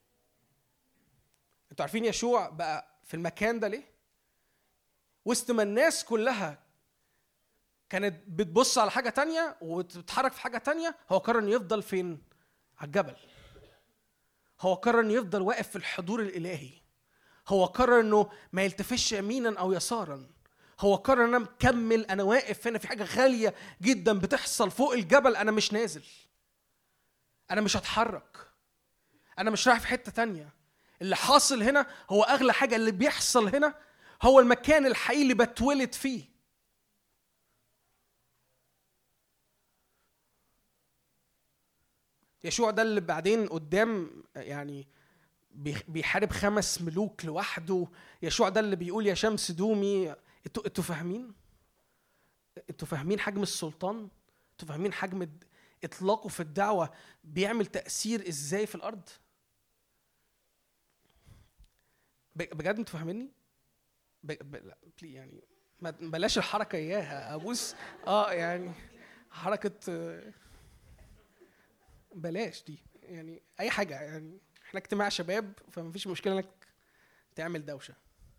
انتوا عارفين يشوع بقى في المكان ده ليه؟ وسط ما الناس كلها كانت بتبص على حاجة تانية وتتحرك في حاجة تانية، هو قرر انه يفضل فين؟ على الجبل. هو قرر انه يفضل واقف في الحضور الإلهي. هو قرر انه ما يلتفش يمينا او يسارا. هو قرر انا مكمل، انا واقف هنا في حاجة غالية جدا بتحصل فوق الجبل، انا مش نازل، انا مش هتحرك، انا مش رايح في حتة تانية. اللي حاصل هنا هو أغلى حاجة. اللي بيحصل هنا هو المكان الحقيقي اللي بتولد فيه. يشوع ده اللي بعدين قدام يعني بيحارب 5 ملوك لوحده. يشوع ده اللي بيقول يا شمس دومي. انتوا فاهمين؟ انتوا فاهمين حجم السلطان؟ انتوا فاهمين حجم اطلاقه في الدعوة بيعمل تأثير ازاي في الأرض؟ بجد انتوا فاهميني؟ يعني بلاش الحركه اياها ابوس يعني حركه بلاش دي، يعني اي حاجه. يعني احنا اجتماع شباب فما فيش مشكله انك تعمل دوشه.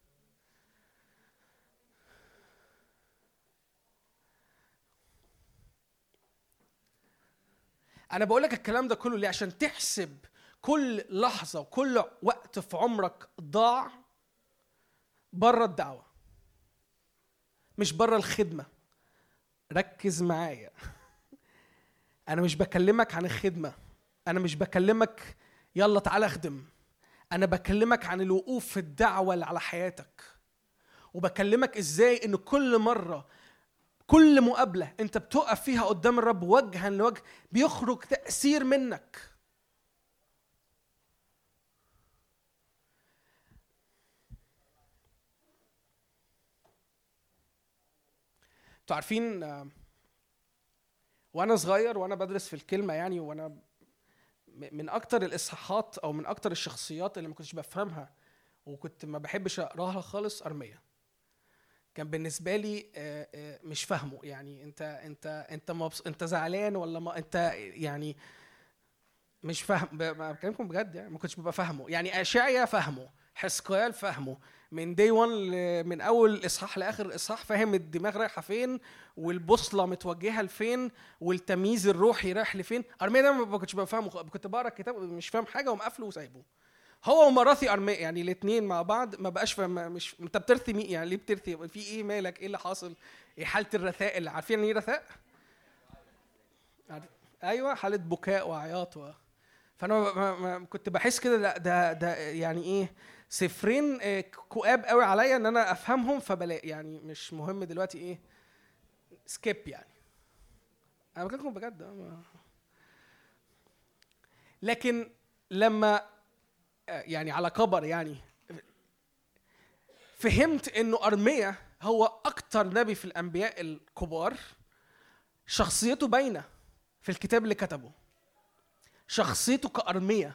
انا بقول لك الكلام ده كله ليه؟ عشان تحسب كل لحظة وكل وقت في عمرك ضاع بره الدعوة، مش بره الخدمة. ركز معايا. أنا مش بكلمك عن الخدمة، أنا مش بكلمك يلا تعال أخدم، أنا بكلمك عن الوقوف في الدعوة اللي على حياتك. وبكلمك إزاي إن كل مرة كل مقابلة أنت بتقف فيها قدام الرب وجها لوجه بيخرج تأثير منك. انتوا عارفين وانا صغير وانا بدرس في الكلمه يعني، وانا من اكتر الاصحاحات او من اكتر الشخصيات اللي ما كنتش بفهمها وكنت ما بحبش اقراها خالص ارميا. كان بالنسبه لي مش فاهمه. يعني انت زعلان ولا ما انت يعني مش فاهم. بكلمكم بجد يعني ما كنتش ببقى فاهمه. يعني اشعيا فاهمه، حزقيال فاهمه، من دي 1 من اول اصحاح لاخر اصحاح فاهم الدماغ رايحه فين والبوصله متوجهه لفين والتمييز الروحي رايح لفين. ارميا ده ما كنتش بفهمه. كنت بقرا الكتاب مش فاهم حاجه ومقفله وسايبه. هو ومراثي ارميا يعني الاثنين مع بعض ما بقاش فاهم. مش انت بترثي مين يعني؟ ليه بترثي؟ في ايه؟ مالك؟ ايه اللي حاصل؟ ايه حاله الرثاء؟ عارفين يعني ايه رثاء؟ ايوه، حاله بكاء وعياط فانا ما كنت بحس كده ده يعني ايه، سفرين كؤاب قوي عليا ان انا افهمهم، فبلا يعني مش مهم دلوقتي ايه سكيب. يعني انا بكلمكم بجد. لكن لما يعني على كبر يعني فهمت انه ارميا هو اكتر نبي في الانبياء الكبار شخصيته باينه في الكتاب اللي كتبه. شخصيته كارميا.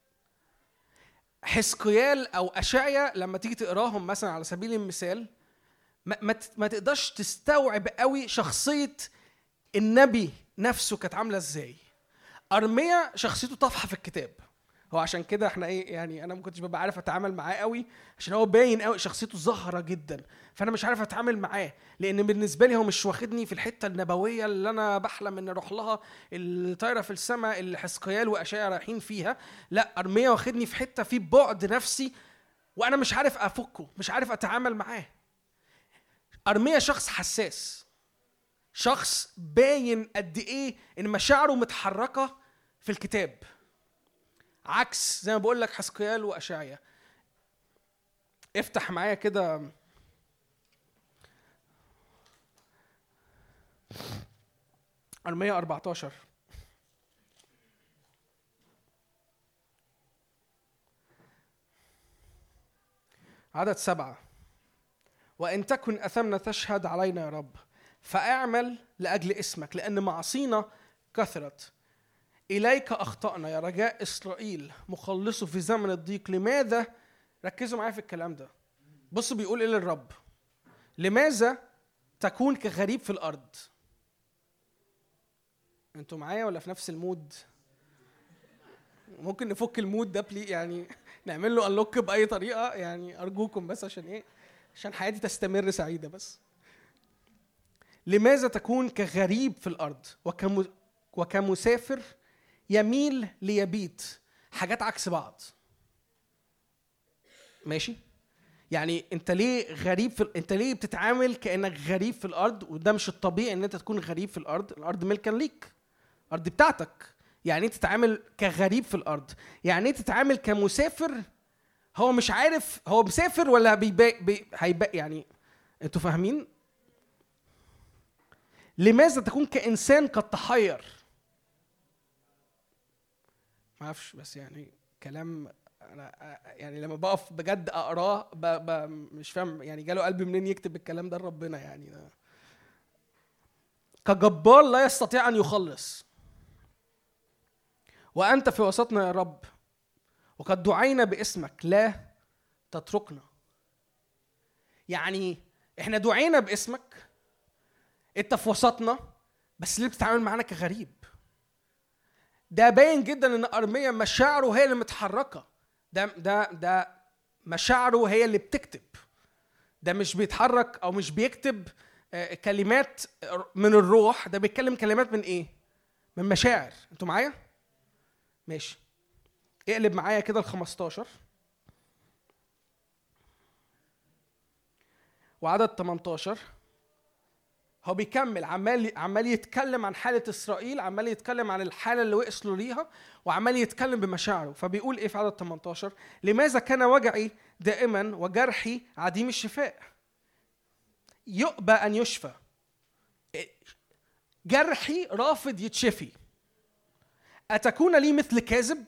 حزقيال او اشعيا لما تيجي تقراهم مثلا على سبيل المثال ما تقدرش تستوعب قوي شخصيه النبي نفسه كانت عامله ازاي. ارميا شخصيته طافحه في الكتاب. هو عشان كده احنا يعني انا ما كنتش ببقى عارف اتعامل معاه قوي عشان هو باين قوي شخصيته ظاهره جدا، فانا مش عارف اتعامل معاه لان بالنسبه لي هو مش واخدني في الحته النبويه اللي انا بحلم ان اروح لها، الطايره في السماء اللي حزقيال واشعيا رايحين فيها. لا، ارميا واخدني في حته في بعد نفسي وانا مش عارف افكه، مش عارف اتعامل معاه. ارميا شخص حساس، شخص باين قد ايه ان مشاعره متحركه في الكتاب، عكس زي ما بقول لك حزقيال واشعيا. افتح معايا كده ارميا 14 عدد 7. وإن تكن أثمنا تشهد علينا يا رب، فاعمل لأجل اسمك، لأن معصينا كثرت. إليك أخطأنا يا رجاء إسرائيل مخلصه في زمن الضيق. لماذا؟ ركزوا معايا في الكلام ده. بصوا بيقول إيه للرب: لماذا تكون كغريب في الأرض؟ أنتوا معايا ولا في نفس المود؟ ممكن نفك المود ده بلي، يعني نعمل له أنلوك بأي طريقة، يعني أرجوكم بس عشان إيه؟ عشان حياتي تستمر سعيدة. بس لماذا تكون كغريب في الأرض وكمسافر يميل ليبيت؟ حاجات عكس بعض. ماشي؟ يعني انت ليه غريب انت ليه بتتعامل كأنك غريب في الأرض؟ وده مش الطبيعي ان انت تكون غريب في الأرض. الأرض ملكا ليك، الأرض بتاعتك. يعني انت تتعامل كغريب في الأرض، يعني انت تتعامل كمسافر هو مش عارف هو مسافر ولا هيبقى. يعني انتوا فاهمين؟ لماذا تكون كإنسان قد تحير؟ ما اعرفش، بس يعني كلام انا يعني لما بقف بجد اقراه مش فاهم يعني جاله قلبي منين يكتب الكلام ده لربنا. يعني كجبار لا يستطيع ان يخلص، وانت في وسطنا يا رب، وقد دعينا باسمك لا تتركنا. يعني احنا دعينا باسمك، انت في وسطنا، بس ليه بتتعامل معانا كغريب؟ ده باين جدا ان ارميا مشاعره هي اللي متحركه. ده مشاعره هي اللي بتكتب. ده مش بيتحرك او مش بيكتب كلمات من الروح، ده بيتكلم كلمات من ايه؟ من مشاعر. انتوا معايا؟ ماشي. اقلب معايا كده ال15 وعدد 18. هو بيكمل عمال يتكلم عن حالة إسرائيل، عمال يتكلم عن الحالة اللي وصلوا ليها، وعمال يتكلم بمشاعره. فبيقول إيه في عدد 18: لماذا كان وجعي دائما وجرحي عديم الشفاء؟ يؤبى أن يشفى. جرحي رافض يتشفي. أتكون لي مثل كاذب؟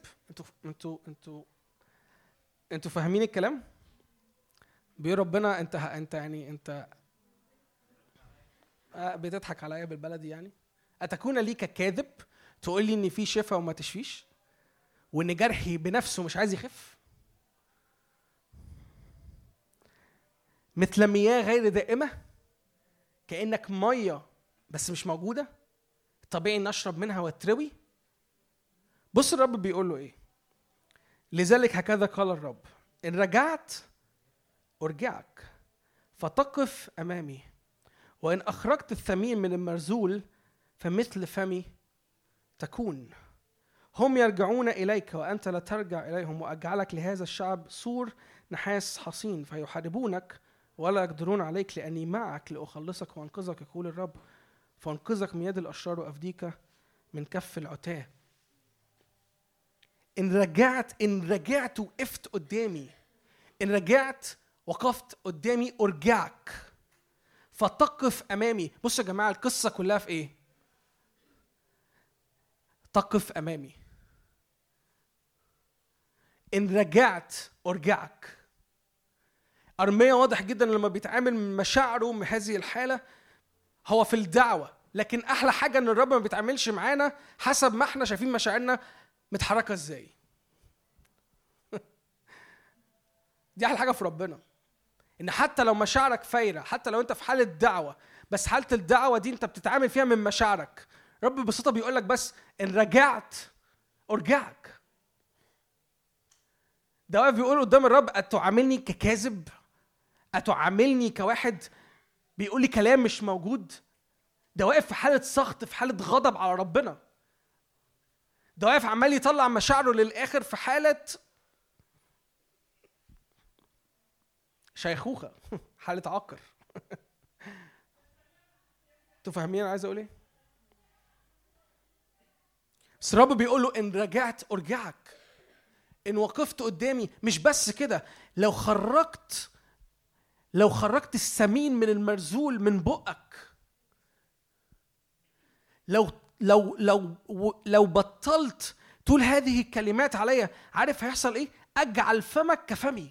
انتوا فاهمين الكلام؟ بيقول ربنا انت يعني انت بتضحك عليا بالبلدي. يعني أتكون لي ككاذب تقول لي ان في شفاء وما تشفيش، وان جرحي بنفسه مش عايز يخف؟ مثل مياه غير دائمة، كأنك مية بس مش موجودة، طبيعي نشرب منها وتروي. بص الرب بيقول له ايه: لذلك هكذا قال الرب، إن رجعت أرجعك فتقف أمامي، وإن أخرجت الثمين من المرزول فمثل فمي تكون. هم يرجعون إليك وأنت لا ترجع إليهم، وأجعلك لهذا الشعب سور نحاس حصين، فيحاربونك ولا يقدرون عليك، لأني معك لأخلصك وأنقذك يقول الرب، فأنقذك من يد الأشرار وأفديك من كف العتاة. إن رجعت وقفت قدامي، إن رجعت وقفت قدامي أرجعك فتقف أمامي. بصوا يا جماعة، القصة كلها في إيه؟ تقف أمامي. إن رجعت أرجعك. أرميا واضح جدا لما بيتعامل من مشاعره من هذه الحالة هو في الدعوة، لكن أحلى حاجة إن الرب ما بيتعاملش معانا حسب ما احنا شايفين مشاعرنا متحركة إزاي. دي أحلى حاجة في ربنا، إن حتى لو مشاعرك فايرة، حتى لو أنت في حالة دعوة، بس حالة الدعوة دي أنت بتتعامل فيها من مشاعرك، رب ببساطة بيقولك بس إن رجعت أرجعك. ده واقف بيقول قدام الرب أتعاملني ككاذب؟ أتعاملني كواحد بيقول لي كلام مش موجود؟ ده واقف في حالة سخط، في حالة غضب على ربنا. ده واقف عمال يطلع مشاعره للآخر في حالة شيخوخة، حالة عقر. انتوا فاهمين انا عايز اقول ايه؟ بس الرب بيقول له ان رجعت ارجعك، ان وقفت قدامي. مش بس كده، لو خرجت السمين من المرزول من بقك، لو بطلت تقول هذه الكلمات عليا، عارف هيحصل ايه؟ اجعل فمك كفمي.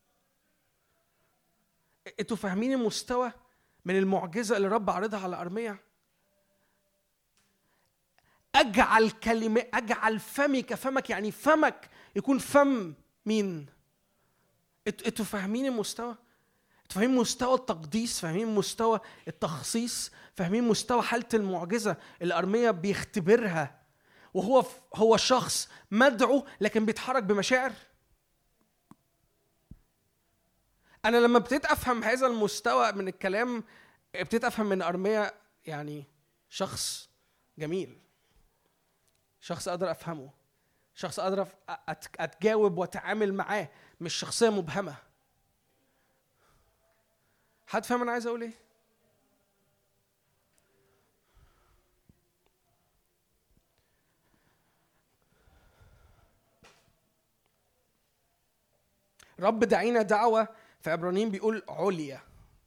انتوا فاهمين المستوى من المعجزة اللي الرب عرضها على أرميا؟ أجعل فمي كفمك، يعني فمك يكون فم مين؟ انتوا فاهمين المستوى؟ انتوا فاهمين مستوى التقديس؟ فاهمين مستوى التخصيص؟ فاهمين مستوى حالة المعجزة اللي أرميا بيختبرها وهو شخص مدعو لكن بيتحرك بمشاعر؟ أنا لما ابتديت أفهم هذا المستوى من الكلام، ابتديت أفهم من أرميا يعني شخص جميل، شخص أقدر أفهمه، شخص أقدر أتجاوب وأتعامل معاه، مش شخصية مبهمة. حد فاهم أنا عايز أقول إيه؟ رب دعينا دعوة، في عبرانيين بيقول عليا.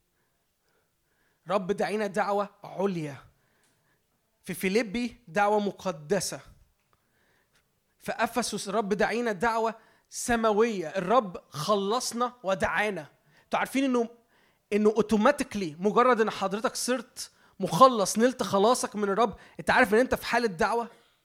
رب دعينا دعوة عليا. في فيليبي دعوة مقدسة. في أفسس رب دعينا دعوة سماوية. الرب خلصنا ودعانا. انتوا عارفين انه اوتوماتيكلي مجرد ان حضرتك صرت مخلص، نلت خلاصك من الرب، انت عارف ان انت في حالة دعوة.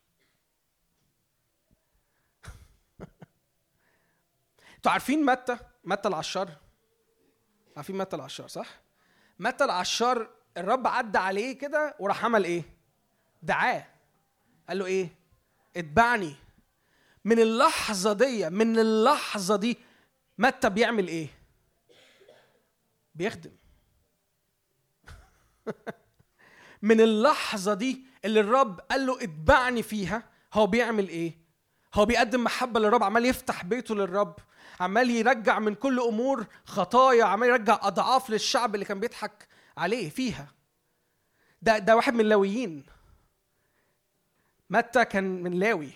انتوا عارفين متى العشار؟ عارفين متى العشار صح؟ متى العشار الرب عدى عليه كده وراح عمل ايه؟ دعاه، قال له ايه؟ اتبعني. من اللحظة دي متى بيعمل ايه؟ بيخدم. من اللحظة دي اللي الرب قال له اتبعني فيها، هو بيعمل ايه؟ هو بيقدم محبة للرب، عمال يفتح بيته للرب، عمال يرجع من كل أمور خطايا، عمال يرجع أضعاف للشعب اللي كان بيضحك عليه فيها. ده واحد من اللاويين. متى كان من لاوي.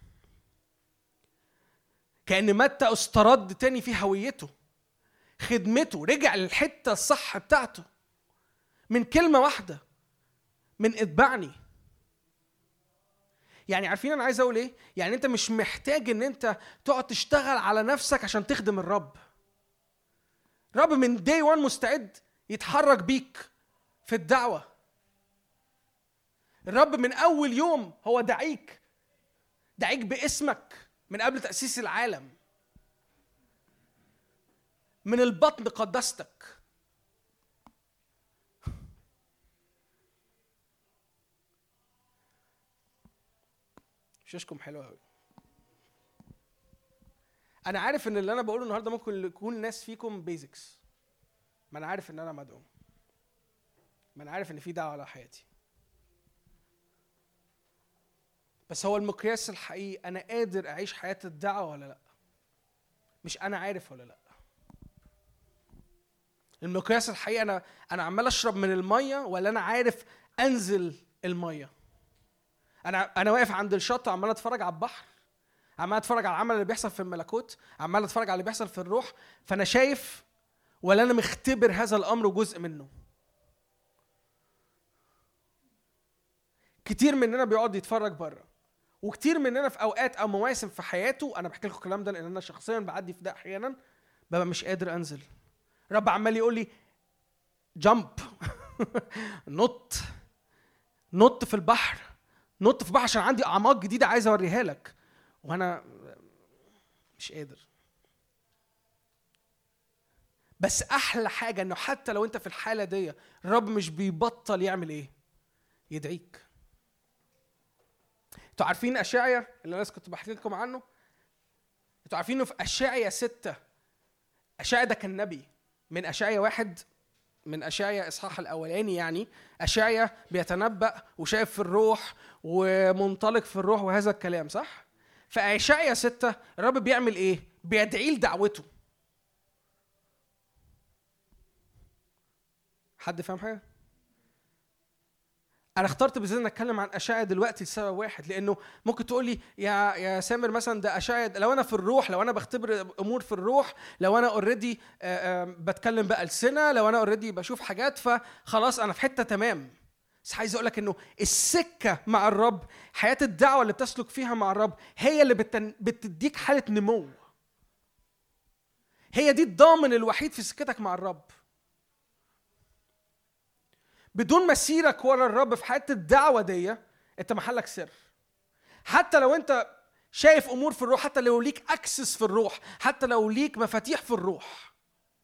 كأن متى استرد تاني في هويته، خدمته، رجع للحتة الصح بتاعته من كلمة واحدة، من اتبعني. يعني عارفين أنا عايز أقول إيه؟ يعني أنت مش محتاج إن أنت تقعد تشتغل على نفسك عشان تخدم الرب. الرب من day one مستعد يتحرك بيك في الدعوة. الرب من أول يوم هو دعيك باسمك من قبل تأسيس العالم. من البطن قدستك. شاشكم حلوة قوي. أنا عارف إن اللي أنا بقوله النهاردة ممكن يكون ناس فيكم بيزكس. ما أنا عارف إن أنا مدعو. ما أنا عارف إن في دعوة على حياتي. بس هو المقياس الحقيقي أنا قادر أعيش حياة الدعوة ولا لأ؟ مش أنا عارف ولا لأ. المقياس الحقيقي أنا عمال أشرب من المية ولا أنا عارف أنزل المية. أنا واقف عند الشط وعمال أتفرج على البحر، عمال أتفرج على العمل اللي بيحصل في الملكوت، عمال أتفرج على اللي بيحصل في الروح، فأنا شايف ولا أنا مختبر هذا الأمر وجزء منه. كتير مننا بيقعد يتفرج بره، وكتير مننا في أوقات أو مواسم في حياته، أنا بحكي لكم الكلام ده لأن أنا شخصيا بعدي في ده أحيانا، ببقى مش قادر أنزل. الرب عمال يقول لي جامب نط في البحر، نط في البحر عشان عندي اعماق جديده عايز اوريها لك، وانا مش قادر. بس احلى حاجه انه حتى لو انت في الحاله دي الرب مش بيبطل يعمل ايه؟ يدعيك. انتوا عارفين اشعيا اللي انا كنت بحكي لكم عنه؟ انتوا عارفين انه في اشعيا 6، اشعيا ده كان نبي من اشعيا 1، من اشعيا اصحاح الاولاني. يعني اشعيا بيتنبأ وشايف في الروح ومنطلق في الروح وهذا الكلام، صح؟ فاشعيا 6 الرب بيعمل ايه؟ بيدعي لدعوته. حد فاهم حاجه؟ انا اخترت بالذات ان اتكلم عن اشعيا دلوقتي لسبب واحد، لانه ممكن تقول لي يا سامر مثلا ده اشعيا، لو انا في الروح، لو انا بختبر امور في الروح، لو انا اوريدي بتكلم بألسنة، لو انا اوريدي بشوف حاجات، فخلاص انا في حته تمام. بس عايز اقول لك انه السكه مع الرب، حياه الدعوه اللي بتسلك فيها مع الرب، هي اللي بتديك حاله نمو. هي دي الضامن الوحيد في سكتك مع الرب. بدون مسيرك ورا الرب في حياة الدعوة دي انت محلك سر. حتى لو انت شايف امور في الروح، حتى لو ليك اكسس في الروح، حتى لو ليك مفاتيح في الروح،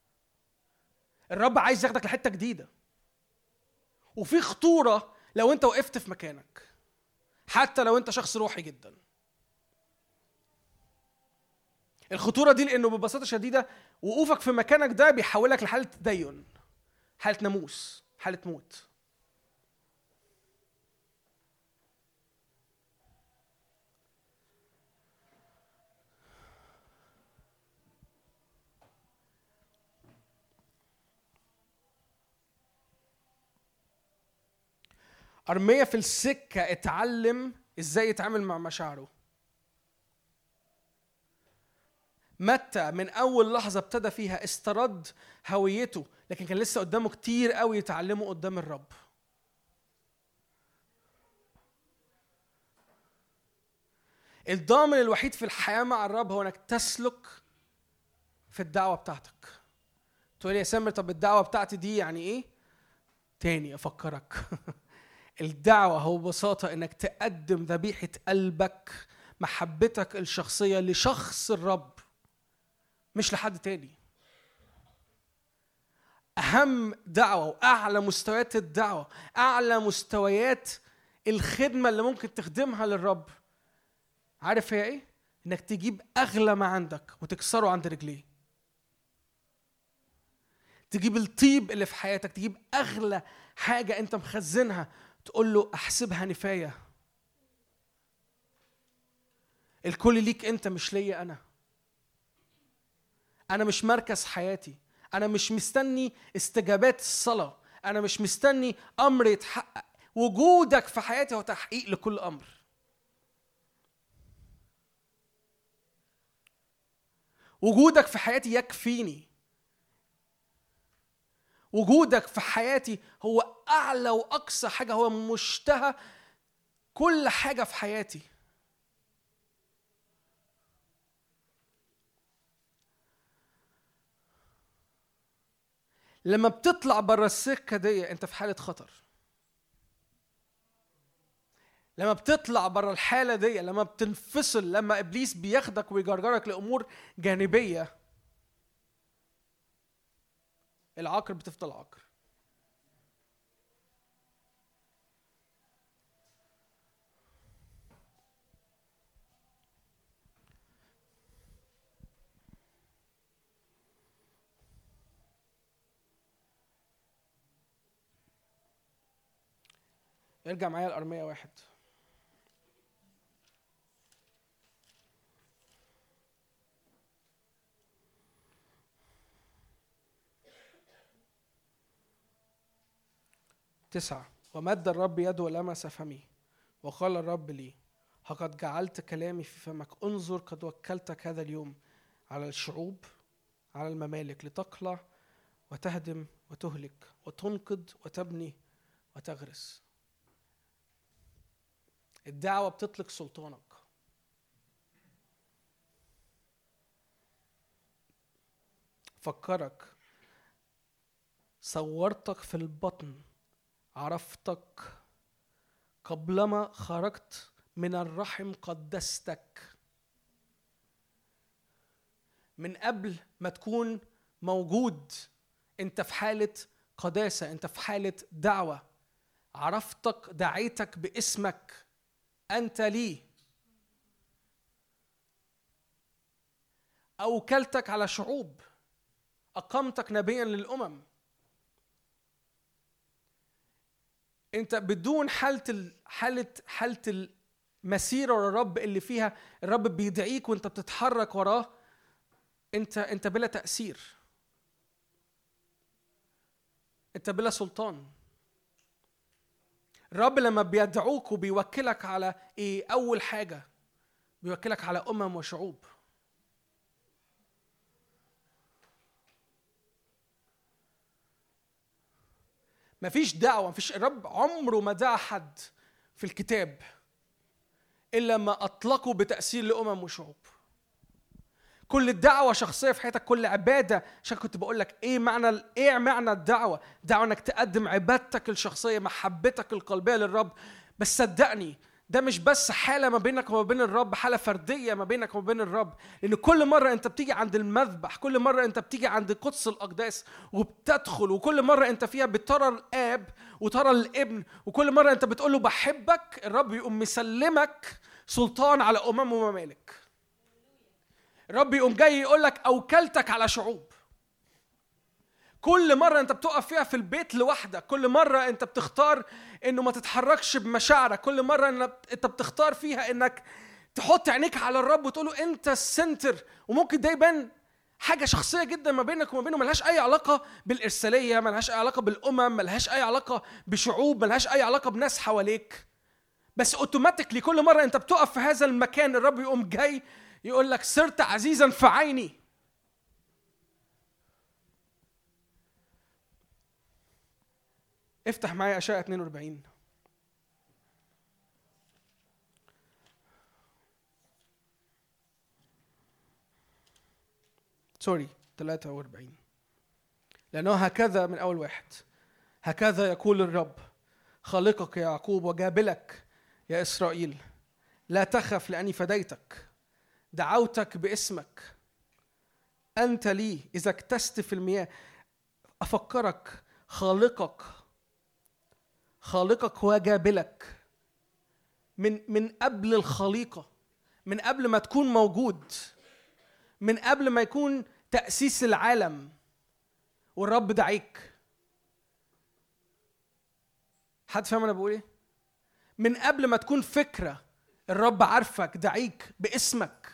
الرب عايز ياخدك لحتة جديدة. وفي خطورة لو انت وقفت في مكانك، حتى لو انت شخص روحي جدا. الخطورة دي لانه ببساطة شديدة وقوفك في مكانك ده بيحولك لحالة تدين، حالة ناموس، حالة موت. أرميا في السكة اتعلم ازاي يتعامل مع مشاعره. متى من أول لحظة ابتدى فيها استرد هويته، لكن كان لسه قدامه كتير قوي يتعلمه قدام الرب. الضامن الوحيد في الحياة مع الرب هو انك تسلك في الدعوة بتاعتك. تقول لي يا سامر طب الدعوة بتاعتي دي يعني ايه؟ تاني افكرك الدعوة هو ببساطة انك تقدم ذبيحة قلبك، محبتك الشخصية لشخص الرب، مش لحد تاني. أهم دعوة وأعلى مستويات الدعوة، أعلى مستويات الخدمة اللي ممكن تخدمها للرب، عارف هي إيه؟ إنك تجيب أغلى ما عندك وتكسره عند رجليه. تجيب الطيب اللي في حياتك، تجيب أغلى حاجة أنت مخزنها، تقول له أحسبها نفاية، الكل ليك أنت مش ليا أنا مش مركز حياتي، أنا مش مستني استجابات الصلاة، أنا مش مستني أمر يتحقق. وجودك في حياتي هو تحقيق لكل أمر. وجودك في حياتي يكفيني. وجودك في حياتي هو أعلى وأقصى حاجة، هو مشتهى كل حاجة في حياتي. لما بتطلع برا السكة دي انت في حالة خطر. لما بتطلع برا الحالة دي، لما بتنفصل، لما إبليس بياخدك ويجرجرك لأمور جانبية، العاقر بتفضل عاقر. ارجع معايا الأرمية 1. تسعة. ومد الرب يده ولمس فمي وقال الرب لي لقد جعلت كلامي في فمك، انظر قد وكلتك هذا اليوم على الشعوب، على الممالك، لتقلع وتهدم وتهلك وتنقض وتبني وتغرس. الدعوة بتطلق سلطانك. فكرك صورتك في البطن، عرفتك قبلما خرجت من الرحم، قدستك. من قبل ما تكون موجود انت في حالة قداسة، انت في حالة دعوة. عرفتك، دعيتك باسمك، انت لي. اوكلتك على شعوب، اقمتك نبيا للامم. انت بدون حالة المسيرة للرب اللي فيها الرب بيدعيك وانت بتتحرك وراه، انت بلا تأثير، انت بلا سلطان. الرب لما بيدعوك وبيوكلك على ايه؟ اول حاجة بيوكلك على وشعوب. مفيش دعوة، مفيش، الرب عمره ما دعا حد في الكتاب إلا ما أطلقه بتأثير لأمم وشعوب. كل الدعوة شخصية في حياتك، كل عبادة. عشان كنت بقول لك إيه معنى الدعوة؟ دعوة إنك تقدم عبادتك الشخصية، محبتك القلبية للرب. بس صدقني ده مش بس حالة ما بينك وما بين الرب، حالة فردية ما بينك وما بين الرب. لأن كل مرة أنت بتيجي عند المذبح، كل مرة أنت بتيجي عند قدس الأقداس وبتدخل، وكل مرة أنت فيها بترى الآب وترى الابن، وكل مرة أنت بتقول له بحبك، الرب يقوم مسلمك سلطان على وممالك. الرب يقوم جاي يقول لك أوكلتك على شعوب. كل مرة أنت بتقف فيها في البيت لوحدك، كل مرة أنت بتختار إنه ما تتحركش بمشاعرك، كل مرة أنت بتختار فيها إنك تحط عينيك على الرب وتقوله أنت السنتر. وممكن ده يبان حاجة شخصية جدا ما بينك وما بينه، ملهاش أي علاقة بالإرسالية، ملهاش أي علاقة بالأمم، ملهاش أي علاقة بشعوب، ملهاش أي علاقة بناس حواليك. بس أوتوماتيكلي كل مرة أنت بتقف في هذا المكان الرب يقوم جاي يقول لك صرت عزيزا في عيني. افتح معايا أشعياء 42. سوري 43. لأنه هكذا من أول واحد، هكذا يقول الرب خالقك يا يعقوب وجابلك يا إسرائيل، لا تخف لأني فديتك، دعوتك باسمك، أنت لي. إذا اكتست في المياه أفكرك، خالقك وجابلك من قبل الخليقة، من قبل ما تكون موجود، من قبل ما يكون تأسيس العالم، والرب دعيك. حد فاهم أنا بقول إيه؟ من قبل ما تكون فكرة الرب عارفك، دعيك باسمك.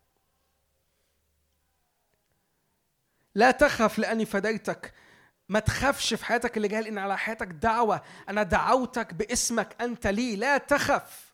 لا تخف لأني فديتك. ما تخافش في حياتك اللي جاي، لأن على حياتك دعوة. أنا دعوتك باسمك، أنت لي، لا تخف.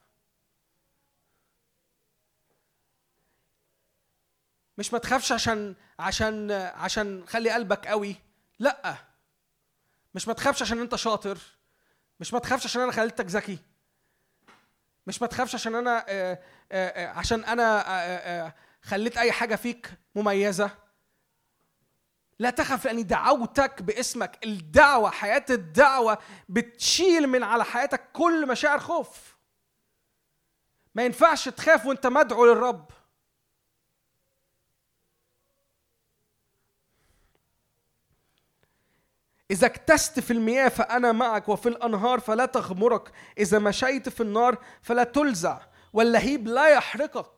مش ما تخافش عشان خلي قلبك قوي، لا. مش ما تخافش عشان أنت شاطر، مش ما تخافش عشان أنا خليتك ذكي، مش ما تخافش عشان أنا خليت أي حاجة فيك مميزة. لا تخف لأني دعوتك باسمك. الدعوة، حياة الدعوة بتشيل من على حياتك كل مشاعر خوف. ما ينفعش تخاف وانت مدعو للرب. إذا اكتست في المياه فأنا معك، وفي الأنهار فلا تغمرك. إذا مشيت في النار فلا تلزع، واللهيب لا يحرقك.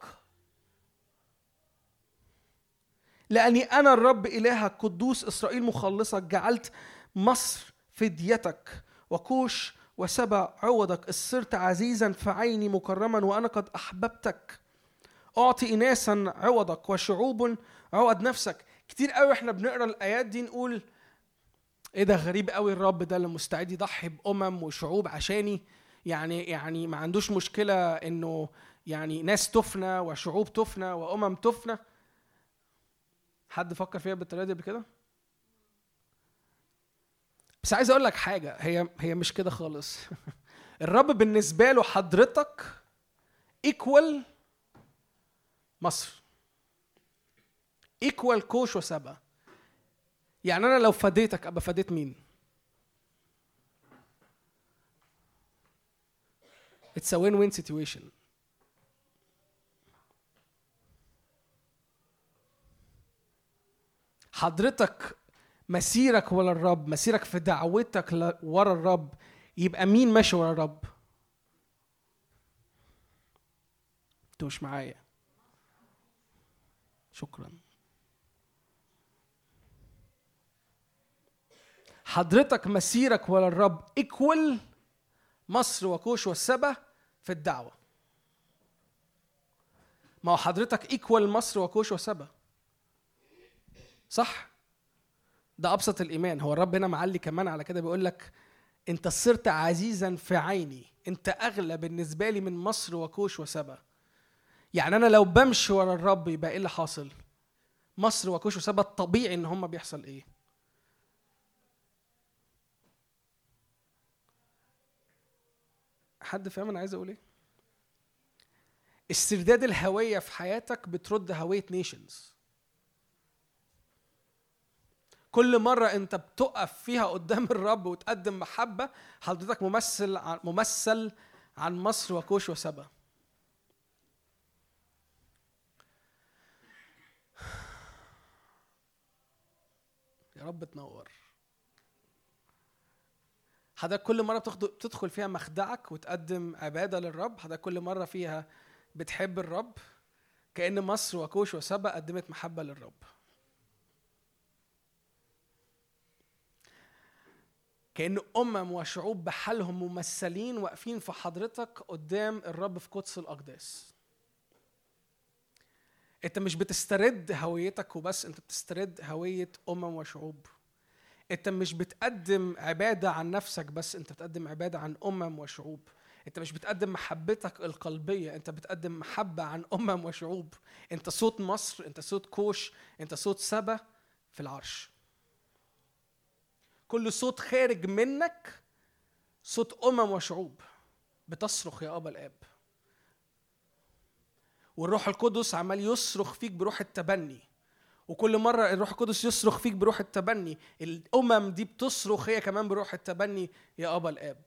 لأني أنا الرب إلهك، قدوس إسرائيل مخلصك. جعلت مصر فديتك، وكوش وسبع عوضك. صرت عزيزا في عيني، مكرما، وأنا قد أحببتك. أعطي إناسا عوضك، وشعوب عوض نفسك. كتير قوي إحنا بنقرأ الآيات دي نقول إيه ده غريب قوي، الرب ده اللي مستعد يضحي بأمم وشعوب عشاني. يعني ما عندوش مشكلة إنه يعني ناس تفنى وشعوب تفنى وأمم تفنى. حد فكر فيها بالطريقه دي بكده؟ بس عايز اقول لك حاجه، هي مش كده خالص. الرب بالنسبه له حضرتك ايكوال مصر، ايكوال كوش وسبا. يعني انا لو فديتك ابقى فديت مين؟ It's a win-win situation. حضرتك مسيرك ورا الرب، مسيرك في دعوتك ورا الرب، يبقى مين ماشي ورا الرب؟ انتوا مش معايا؟ شكرا. حضرتك مسيرك ورا الرب ايكوال مصر وكوش والسبا في الدعوة. ما هو حضرتك ايكوال مصر وكوش والسبا، صح؟ ده أبسط الإيمان. هو الرب هنا معلي كمان على كده، بيقول لك أنت صرت عزيزا في عيني، أنت أغلى بالنسبة لي من مصر وكوش وسبا. يعني أنا لو بمشي ورا الرب يبقى إيه اللي حاصل؟ مصر وكوش وسبا الطبيعي إن هم بيحصل إيه؟ حد فاهم أنا عايز أقول إيه؟ استرداد الهوية في حياتك بترد هوية نيشنز. كل مرة أنت بتقف فيها قدام الرب وتقدم محبة، حضرتك ممثل عن مصر وكوش وسبا. يا رب تنور. حضرتك كل مرة بتدخل فيها مخدعك وتقدم عبادة للرب، حضرتك كل مرة فيها بتحب الرب، كأن مصر وكوش وسبا قدمت محبة للرب. كأن وشعوب بحالهم ممثلين واقفين في حضرتك قدام الرب في قدس الأقداس. انت مش بتسترد هويتك وبس، انت بتسترد هوية وشعوب. انت مش بتقدم عبادة عن نفسك بس، انت بتقدم عبادة عن وشعوب. انت مش بتقدم محبتك القلبية، انت بتقدم محبة عن وشعوب. انت صوت مصر، انت صوت كوش، انت صوت سبا في العرش. كل صوت خارج منك صوت وشعوب بتصرخ يا أبا الآب. والروح القدس عمال يصرخ فيك بروح التبني، وكل مرة الروح القدس يصرخ فيك بروح التبني، الأمم دي بتصرخ هي كمان بروح التبني يا أبا الآب.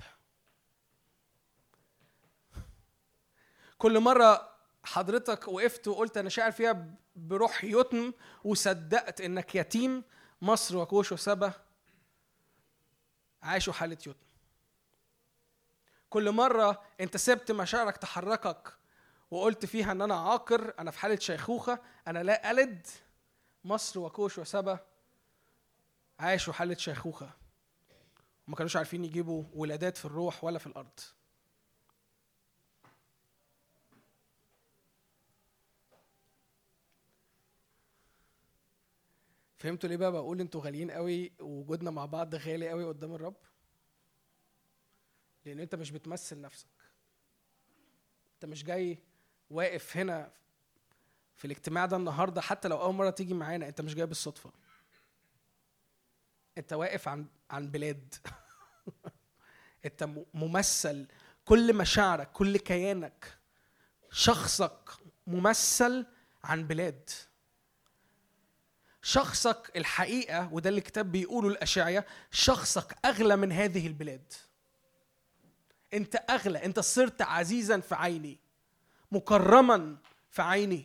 كل مرة حضرتك وقفت وقلت أنا شاعر فيها بروح يتم وصدقت إنك يتيم، مصر وكوش وسبا عايشوا حالة يتم. كل مرة انت سبت مشاعرك تحركك وقلت فيها ان انا عاقر، انا في حالة شيخوخة، انا لا ألد، مصر وكوش وسبا عايشوا حالة شيخوخة، وما كانوش عارفين يجيبوا ولادات في الروح ولا في الأرض. فهمتوا ليه بقى بقول انتوا غاليين قوي ووجودنا مع بعض غالي قوي قدام الرب؟ لان انت مش بتمثل نفسك. انت مش جاي واقف هنا في الاجتماع ده النهارده، حتى لو اول مره تيجي معانا انت مش جاي بالصدفه. انت واقف عن بلاد. انت ممثل، كل مشاعرك كل كيانك شخصك ممثل عن بلاد. شخصك الحقيقة، وده اللي الكتاب بيقوله الأشعياء، شخصك أغلى من هذه البلاد. أنت أغلى، أنت صرت عزيزا في عيني، مكرما في عيني.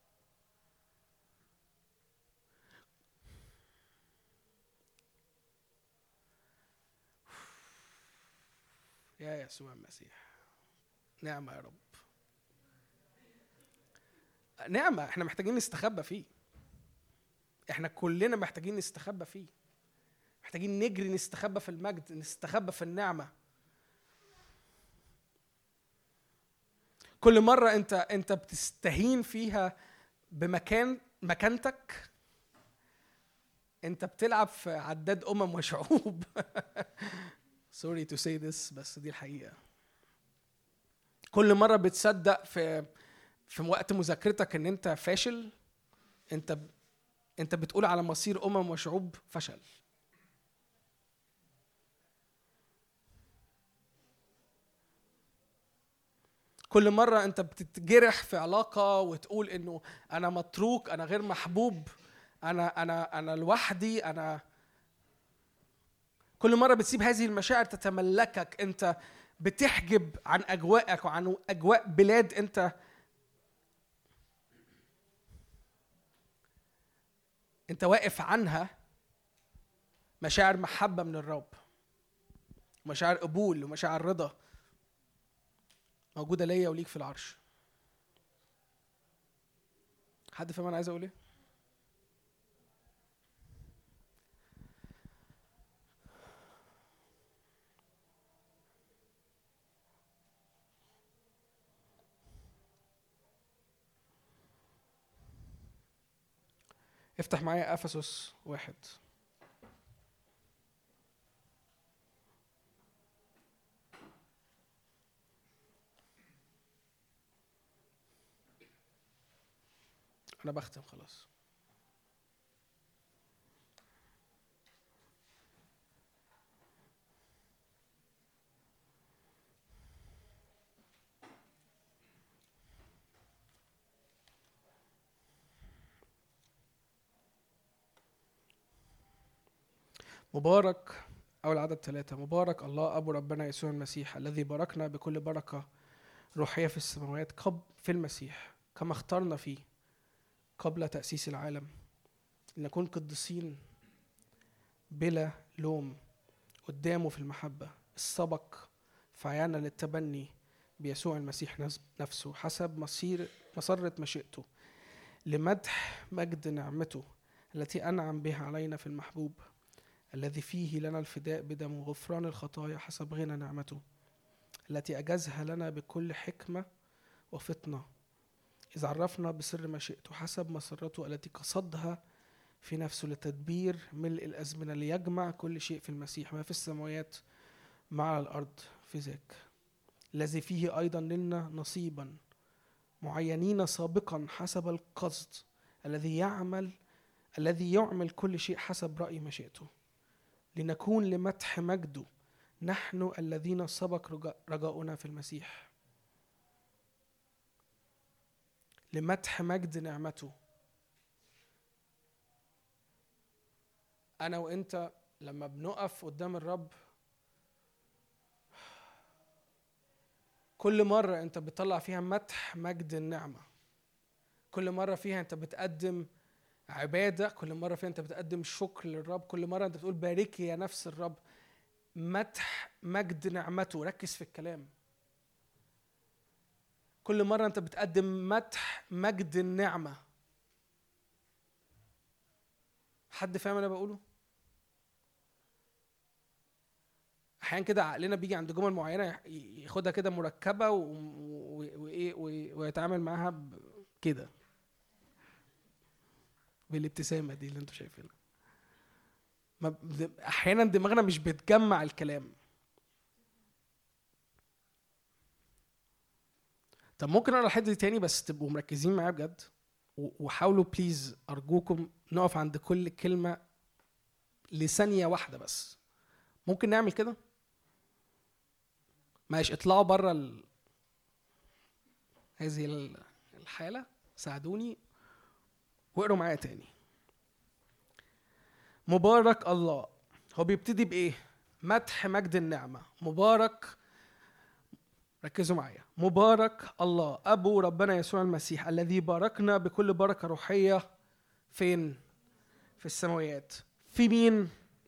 يا يسوع المسيح، نعمة يا رب، نعمة. احنا محتاجين نستخبى فيه، احنا كلنا محتاجين نستخبى فيه، محتاجين نجري نستخبى في المجد، نستخبى في النعمة. كل مرة انت بتستهين فيها مكانتك، انت بتلعب في عداد وشعوب. sorry to say this، بس دي الحقيقة. كل مرة بتصدق في وقت مذاكرتك ان انت فاشل، انت بتقول على مصير وشعوب فشل. كل مرة انت بتتجرح في علاقة وتقول انه انا متروك، انا غير محبوب، انا لوحدي، انا كل مرة بتسيب هذه المشاعر تتملكك، انت بتحجب عن أجواءك وعن أجواء بلاد أنت واقف عنها مشاعر محبة من الرب، مشاعر قبول ومشاعر رضا موجودة ليا وليك في العرش. حد فاهم أنا عايز أقول إيه؟ افتح معايا أفسس 1. أنا بختم خلاص. مبارك أول عدد 3. مبارك الله أبو ربنا يسوع المسيح الذي باركنا بكل بركة روحية في السماوات في المسيح، كما اخترنا فيه قبل تأسيس العالم لنكون قديسين بلا لوم قدامه في المحبة، السبق فعيانا للتبني بيسوع المسيح نفسه حسب مسرة مشيئته لمدح مجد نعمته التي أنعم بها علينا في المحبوب الذي فيه لنا الفداء بدم غفران الخطايا حسب غنى نعمته التي أجازها لنا بكل حكمة وفطنة إذ عرفنا بسر مشيئته حسب مسرته التي قصدها في نفسه لتدبير ملء الأزمنة ليجمع كل شيء في المسيح ما في السماوات مع الأرض في ذاك الذي فيه أيضا لنا نصيبا معينين سابقا حسب القصد الذي يعمل كل شيء حسب رأي مشيئته لنكون لمدح مجده نحن الذين سبق رجاؤنا في المسيح لمدح مجد نعمته. أنا وإنت لما بنقف قدام الرب كل مرة أنت بتطلع فيها مدح مجد النعمة، كل مرة فيها أنت بتقدم عبادة، كل مرة فيها أنت بتقدم شكر للرب، كل مرة أنت بتقول باركي يا نفس الرب، مدح مجد نعمته. ركز في الكلام. كل مرة أنت بتقدم مدح مجد النعمة. حد فاهم أنا بقوله؟ أحيانا كده عقلنا بيجي عند جمل معينة ياخدها كده مركبة ويتعامل معها كده بالابتسامة دي اللي انتوا شايفينها. أحيانا دماغنا مش بتجمع الكلام. طب ممكن أقرأ الحتة دي تاني بس تبقوا مركزين معايا بجد، وحاولوا بليز أرجوكم نقف عند كل كلمة لثانية واحدة بس. ممكن نعمل كده؟ ماشي، اطلعوا برا هذه الحالة، ساعدوني واقروا معايا تاني. مبارك الله، هو بيبتدي بإيه؟ مدح مجد النعمة. مبارك، ركزوا معايا، مبارك الله أبو ربنا يسوع المسيح الذي باركنا بكل بركة روحية فين؟ في السماوات. في مين؟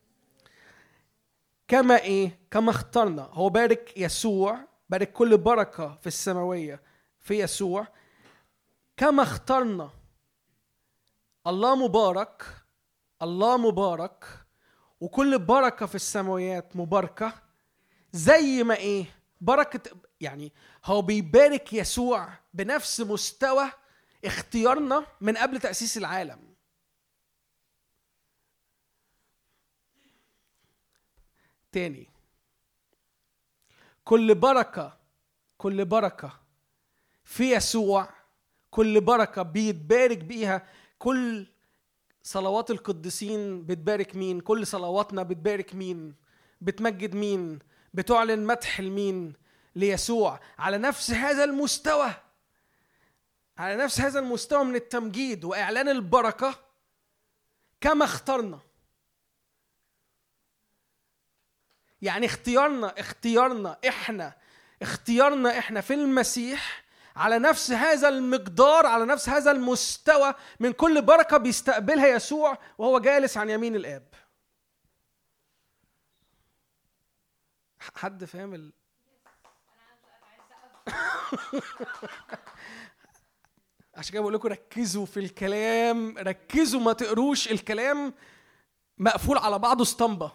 كما إيه؟ كما اخترنا. هو بارك يسوع، بارك كل بركة في السماوية في يسوع كما اخترنا. الله مبارك، الله مبارك، وكل بركة في السماويات مباركة. زي ما إيه؟ بركة، يعني هو بيبارك يسوع بنفس مستوى اختيارنا من قبل تأسيس العالم. تاني، كل بركة في يسوع، كل بركة بيتبارك بيها. كل صلوات القديسين بتبارك مين؟ كل صلواتنا بتبارك مين؟ بتمجد مين؟ بتعلن مدح لمين؟ ليسوع. على نفس هذا المستوى، على نفس هذا المستوى من التمجيد وإعلان البركة كما اخترنا. يعني اختيارنا احنا اختيارنا احنا في المسيح على نفس هذا المقدار، على نفس هذا المستوى من كل بركة بيستقبلها يسوع وهو جالس عن يمين الآب. حد فاهم عشان كده بقول لكم ركزوا في الكلام، ركزوا ما تقروش الكلام مقفول على بعضه اسطمبة.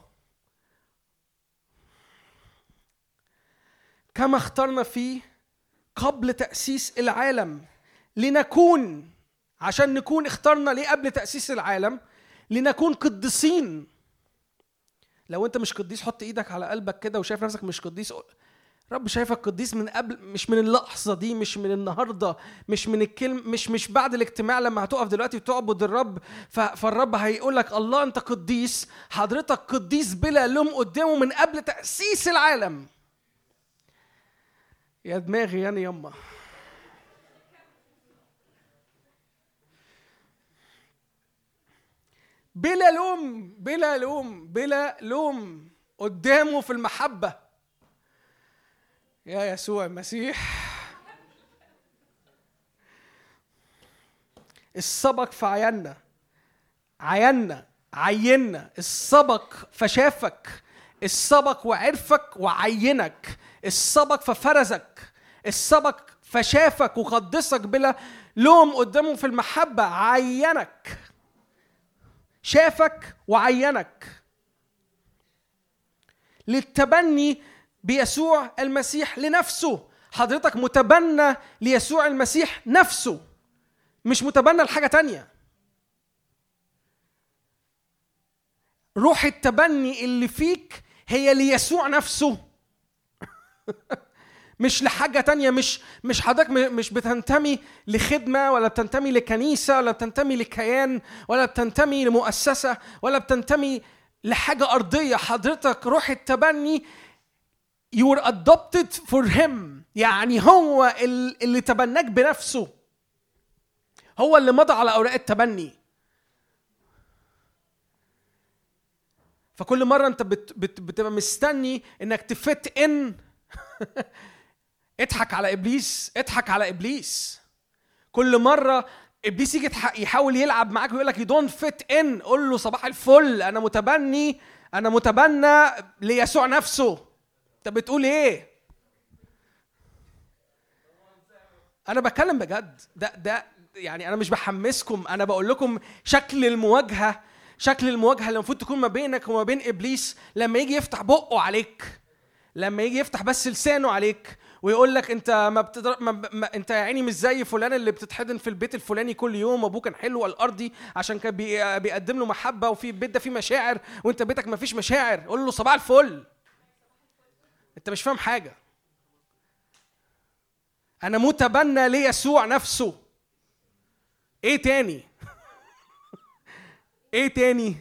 كما اخترنا فيه قبل تأسيس العالم لنكون، عشان نكون اخترنا ليه قبل تأسيس العالم؟ لنكون قديسين. لو انت مش قديس حط ايدك على قلبك كده وشايف نفسك مش قديس، رب شايفك قديس من قبل، مش من اللحظة دي، مش من النهاردة، مش من الكلمة، مش بعد الاجتماع لما هتقف دلوقتي وتعبد الرب فالرب هيقولك الله انت قديس. حضرتك قديس بلا لوم قدامه من قبل تأسيس العالم. يا دماغي يعني يما. بلا لوم بلا لوم بلا لوم قدامه في المحبة. يا يسوع المسيح السبق فعينا، عينا السبق فشافك، السبق وعرفك وعينك، السبق ففرزك، السبق فشافك وقدسك بلا لوم قدامه في المحبة. عينك، شافك وعينك للتبني بيسوع المسيح لنفسه. حضرتك متبنى ليسوع المسيح نفسه، مش متبنى لحاجة تانية. روح التبني اللي فيك هي ليسوع نفسه مش لحاجة تانية. مش حضرتك مش بتنتمي لخدمة، ولا بتنتمي لكنيسة، ولا بتنتمي لكيان، ولا بتنتمي لمؤسسة، ولا بتنتمي لحاجة أرضية. حضرتك روح التبني you were adopted for him، يعني هو اللي تبناك بنفسه، هو اللي مضى على أوراق التبني. فكل مرة أنت بتبقى مستني إنك تفت إن اضحك على إبليس، اضحك على إبليس. كل مرة إبليس يجي يحاول يلعب معاك ويقول لك you don't fit in، قول له صباح الفل، أنا متبنى ليسوع نفسه. أنت بتقول إيه؟ أنا بتكلم بجد. ده يعني أنا مش بحمسكم، أنا بقول لكم شكل المواجهة اللي المفروض تكون ما بينك وما بين إبليس لما يجي يفتح بقه عليك، لما يجي يفتح بس لسانه عليك ويقول لك انت انت يا عيني مش زي فلان اللي بتتحضن في البيت الفلاني كل يوم، ابوه كان حلو الارضي عشان كان بيقدم له محبه، وفي البيت ده فيه مشاعر وانت بيتك ما فيش مشاعر. قول له صباح الفل، انت مش فاهم حاجه. انا متبنى ليسوع نفسه. ايه تاني؟ ايه تاني؟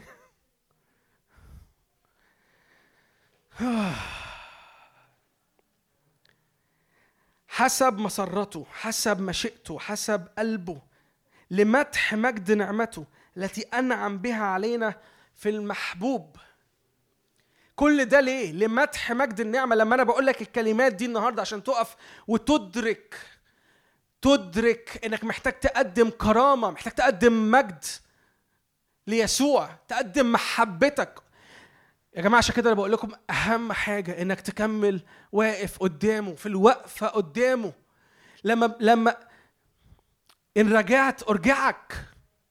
حسب مسرته، حسب مشيئته، حسب قلبه، لمدح مجد نعمته التي أنعم بها علينا في المحبوب. كل ده ليه؟ لمدح مجد النعمة. لما أنا بقول لك الكلمات دي النهاردة عشان تقف وتدرك إنك محتاج تقدم كرامة، محتاج تقدم مجد ليسوع، تقدم محبتك. يا جماعة عشان كده أنا بقول لكم أهم حاجة إنك تكمل واقف قدامه، في الوقفة قدامه. لما إن رجعت أرجعك،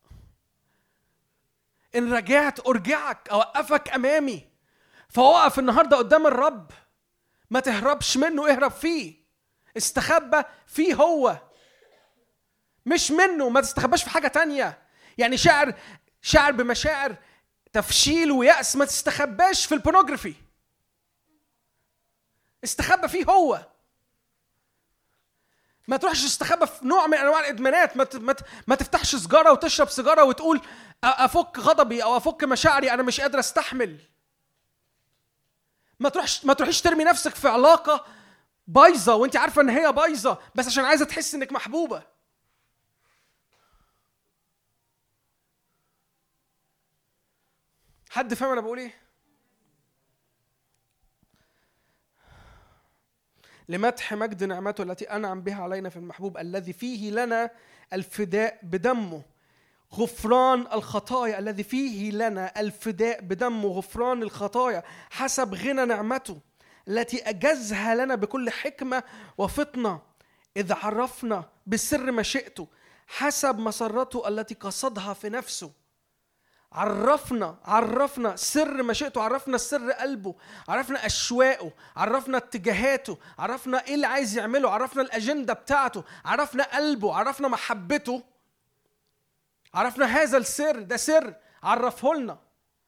إن رجعت أرجعك، أوقفك أمامي. فوقف النهاردة قدام الرب، ما تهربش منه، اهرب فيه، استخبى فيه هو، مش منه. ما تستخباش في حاجة تانية. يعني شاعر بمشاعر تفشيل ويأس، ما تستخباش في البورنوغرافي، استخبى فيه هو. ما تروحش تستخبى في نوع من انواع الادمانات. ما تفتحش سيجاره وتشرب سيجاره وتقول افك غضبي او افك مشاعري، انا مش قادر استحمل. ما تروحيش ترمي نفسك في علاقه بايظه وانت عارفه ان هي بايظه بس عشان عايزه تحس انك محبوبه. حد فاهم انا بقول ايه؟ لمدح مجد نعمته التي أنعم بها علينا في المحبوب الذي فيه لنا الفداء بدمه غفران الخطايا، الذي فيه لنا الفداء بدمه غفران الخطايا حسب غنى نعمته التي أجزها لنا بكل حكمة وفطنة، إذ عرفنا بسر مشيئته حسب مسرته التي قصدها في نفسه. عرفنا سر مشيئته، عرفنا سر قلبه، عرفنا أشواقه، عرفنا اتجاهاته، عرفنا إيه اللي عايز يعمله، عرفنا الأجندة بتاعته، عرفنا قلبه، عرفنا محبته، عرفنا هذا السر. ده سر عرفه لنا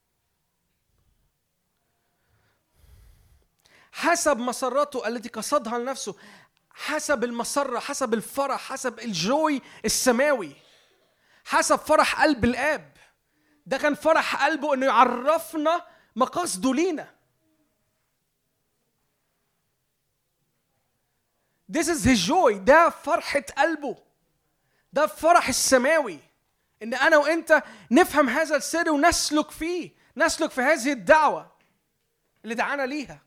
حسب مسرته التي قصدها لنفسه، حسب المسرة، حسب الفرح، حسب الجوي السماوي، حسب فرح قلب الآب. ده كان فرح قلبه انه يعرفنا مقاصده لينا. This is his joy. ده فرحة قلبه، ده فرح السماوي، ان انا وانت نفهم هذا السر ونسلك فيه، نسلك في هذه الدعوة اللي دعانا ليها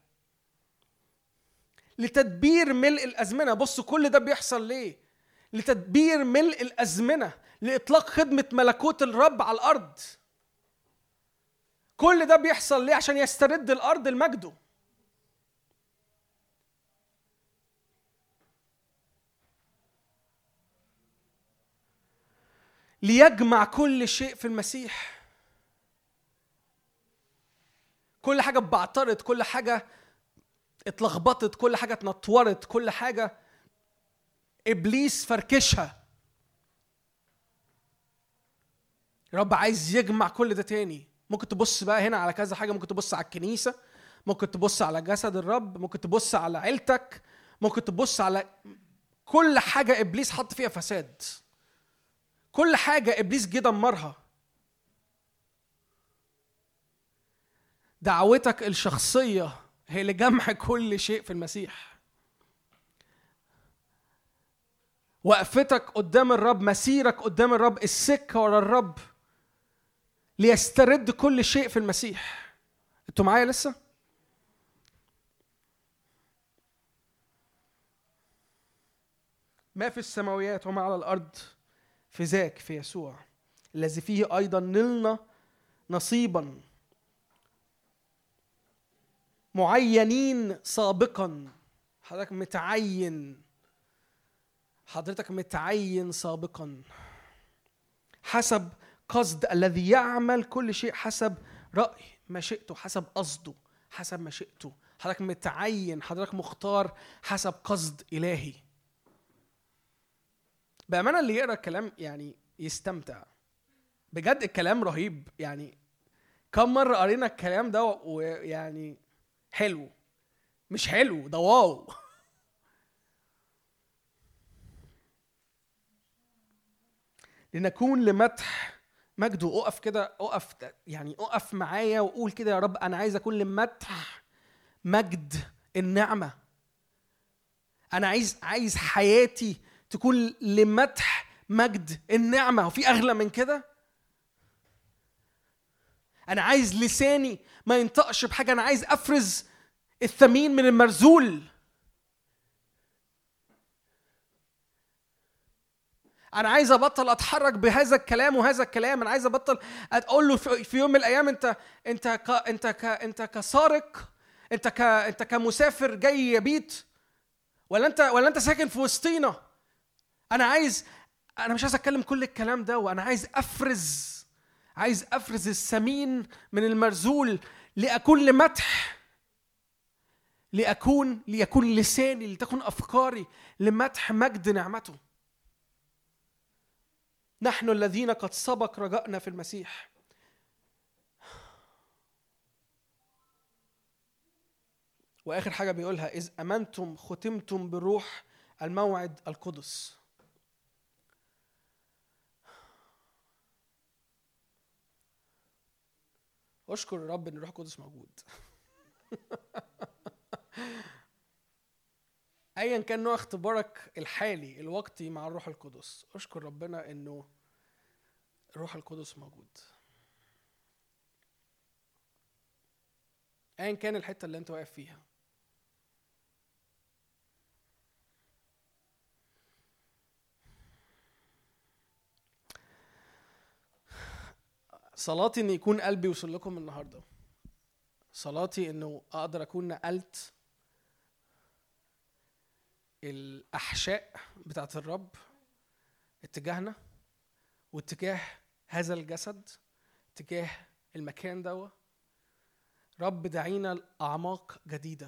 لتدبير ملء الأزمنة. بصوا كل ده بيحصل ليه؟ لتدبير ملء الأزمنة، لإطلاق خدمة ملكوت الرب على الأرض. كل ده بيحصل ليه؟ عشان يسترد الأرض المجد، ليجمع كل شيء في المسيح. كل حاجة بعترض، كل حاجة اتلخبطت، كل حاجة اتنطورت، كل حاجة إبليس فركشها، رب عايز يجمع كل ده تاني. ممكن تبص بقى هنا على كذا حاجة، ممكن تبص على الكنيسة، ممكن تبص على جسد الرب، ممكن تبص على عيلتك، ممكن تبص على كل حاجة إبليس حط فيها فساد، كل حاجة إبليس جه دمرها. دعوتك الشخصية هي لجمع كل شيء في المسيح. وقفتك قدام الرب، مسيرك قدام الرب، السكة ورا الرب ليسترد كل شيء في المسيح. انتوا معايا لسه؟ ما في السماويات وما على الأرض في ذاك، في يسوع الذي فيه أيضا نلنا نصيبا معينين سابقا. حضرتك متعين سابقا حسب قصد الذي يعمل كل شيء حسب رأي مشيئته، حسب قصده، حسب مشيئته. حضرتك متعين، حضرتك مختار حسب قصد إلهي. بأمانة اللي يقرأ الكلام يعني يستمتع بجد. الكلام رهيب يعني. كم مرة قرينا الكلام ده ويعني حلو، مش حلو ده واو. لنكون لمدح مجده. اقف كده، اقف يعني، اقف معايا وقول كده: يا رب أنا عايز أكون لمدح مجد النعمة. أنا عايز حياتي تكون لمدح مجد النعمة. وفي أغلى من كده؟ أنا عايز لساني ما ينطقش بحاجة. أنا عايز أفرز الثمين من المرزول. أنا عايز أبطل أتحرك بهذا الكلام وهذا الكلام. أنا عايز أبطل أقول له في يوم من الأيام أنت كسارق، أنت كمسافر جاي يبيت، ولا أنت ساكن في وسطينا. أنا مش عايز أتكلم كل الكلام ده، وأنا عايز أفرز الثمين من المرزول لأكون لمدح، ليكون لساني، لتكون أفكاري لمدح مجد نعمته. نحن الذين قد سبق رجائنا في المسيح. وآخر حاجة بيقولها: إذ أمنتم ختمتم بالروح الموعد القدس. أشكر الرب إن الروح القدس موجود. أيا كان نوع اختبارك الحالي الوقتي مع الروح القدس، أشكر ربنا إنه الروح القدس موجود. أيا كان الحتة اللي أنت واقف فيها، صلاتي ان يكون قلبي وصل لكم النهارده. صلاتي انه اقدر اكون نقلت الاحشاء بتاعت الرب اتجاهنا واتجاه هذا الجسد، اتجاه المكان ده. رب دعينا لأعماق جديدة.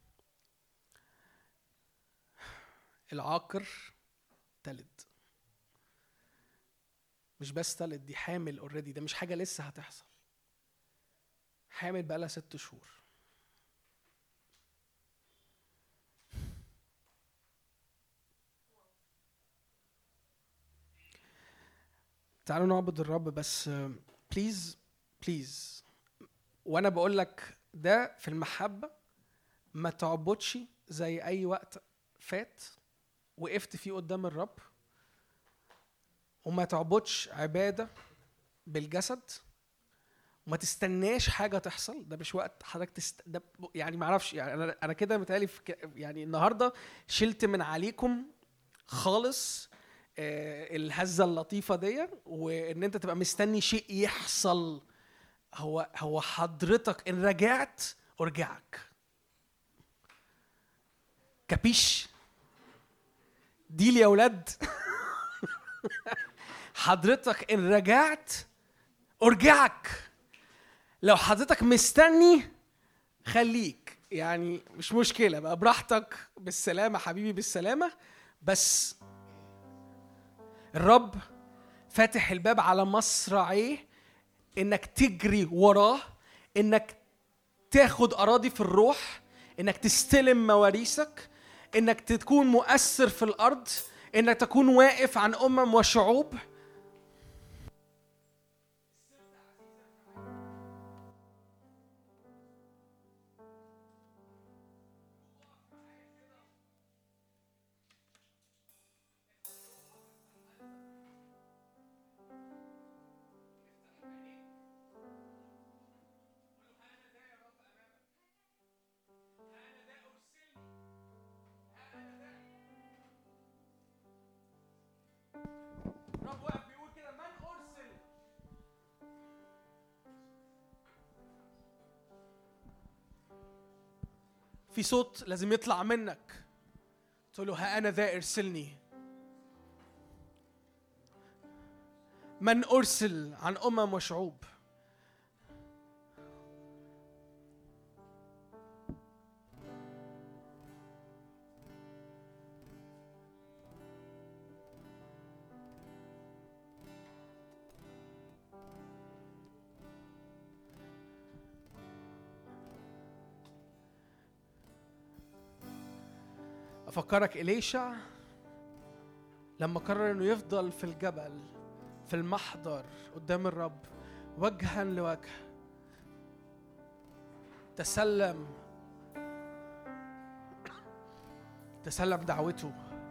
العاقر تلد، مش بس تلد، دي حامل اوريدي، ده مش حاجة لسه هتحصل، حامل بقالها 6 شهور. تعالوا نعبد الرب بس بليز بليز. وانا بقول لك ده في المحبة، ما تعبدش زي اي وقت فات وقفت فيه قدام الرب، وما تعبدش عبادة بالجسد، وما تستناش حاجة تحصل. ده مش وقت حضرتك ده يعني ما اعرفش، يعني انا كده متهيألي يعني النهارده شلت من عليكم خالص الهزة اللطيفة دي، وان انت تبقى مستني شيء يحصل. هو حضرتك ان رجعت ارجعك. كابيش ديل يا ولاد؟ حضرتك ان رجعت ارجعك. لو حضرتك مستني خليك، يعني مش مشكلة بقى، براحتك، بالسلامة حبيبي بالسلامة. بس الرب فاتح الباب على مصراعيه انك تجري وراه، انك تاخد اراضي في الروح، انك تستلم مواريثك، انك تكون مؤثر في الارض، انك تكون واقف عن وشعوب. في صوت لازم يطلع منك تقول له ها أنا ذا ارسلني. من أرسل عن وشعوب. أفكرك إليشع لما قرر إنه يفضل في الجبل في المحضر قدام الرب وجها لوجه، تسلم دعوته.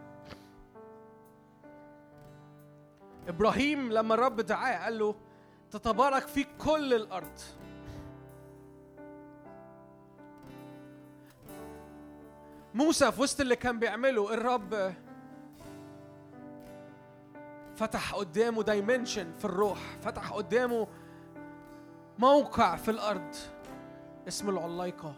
إبراهيم لما الرب دعاه قال له تتبارك فيك كل الأرض. موسى في وسط اللي كان بيعمله الرب فتح قدامه دايمنشن في الروح، فتح قدامه موقع في الأرض اسمه العلايقة.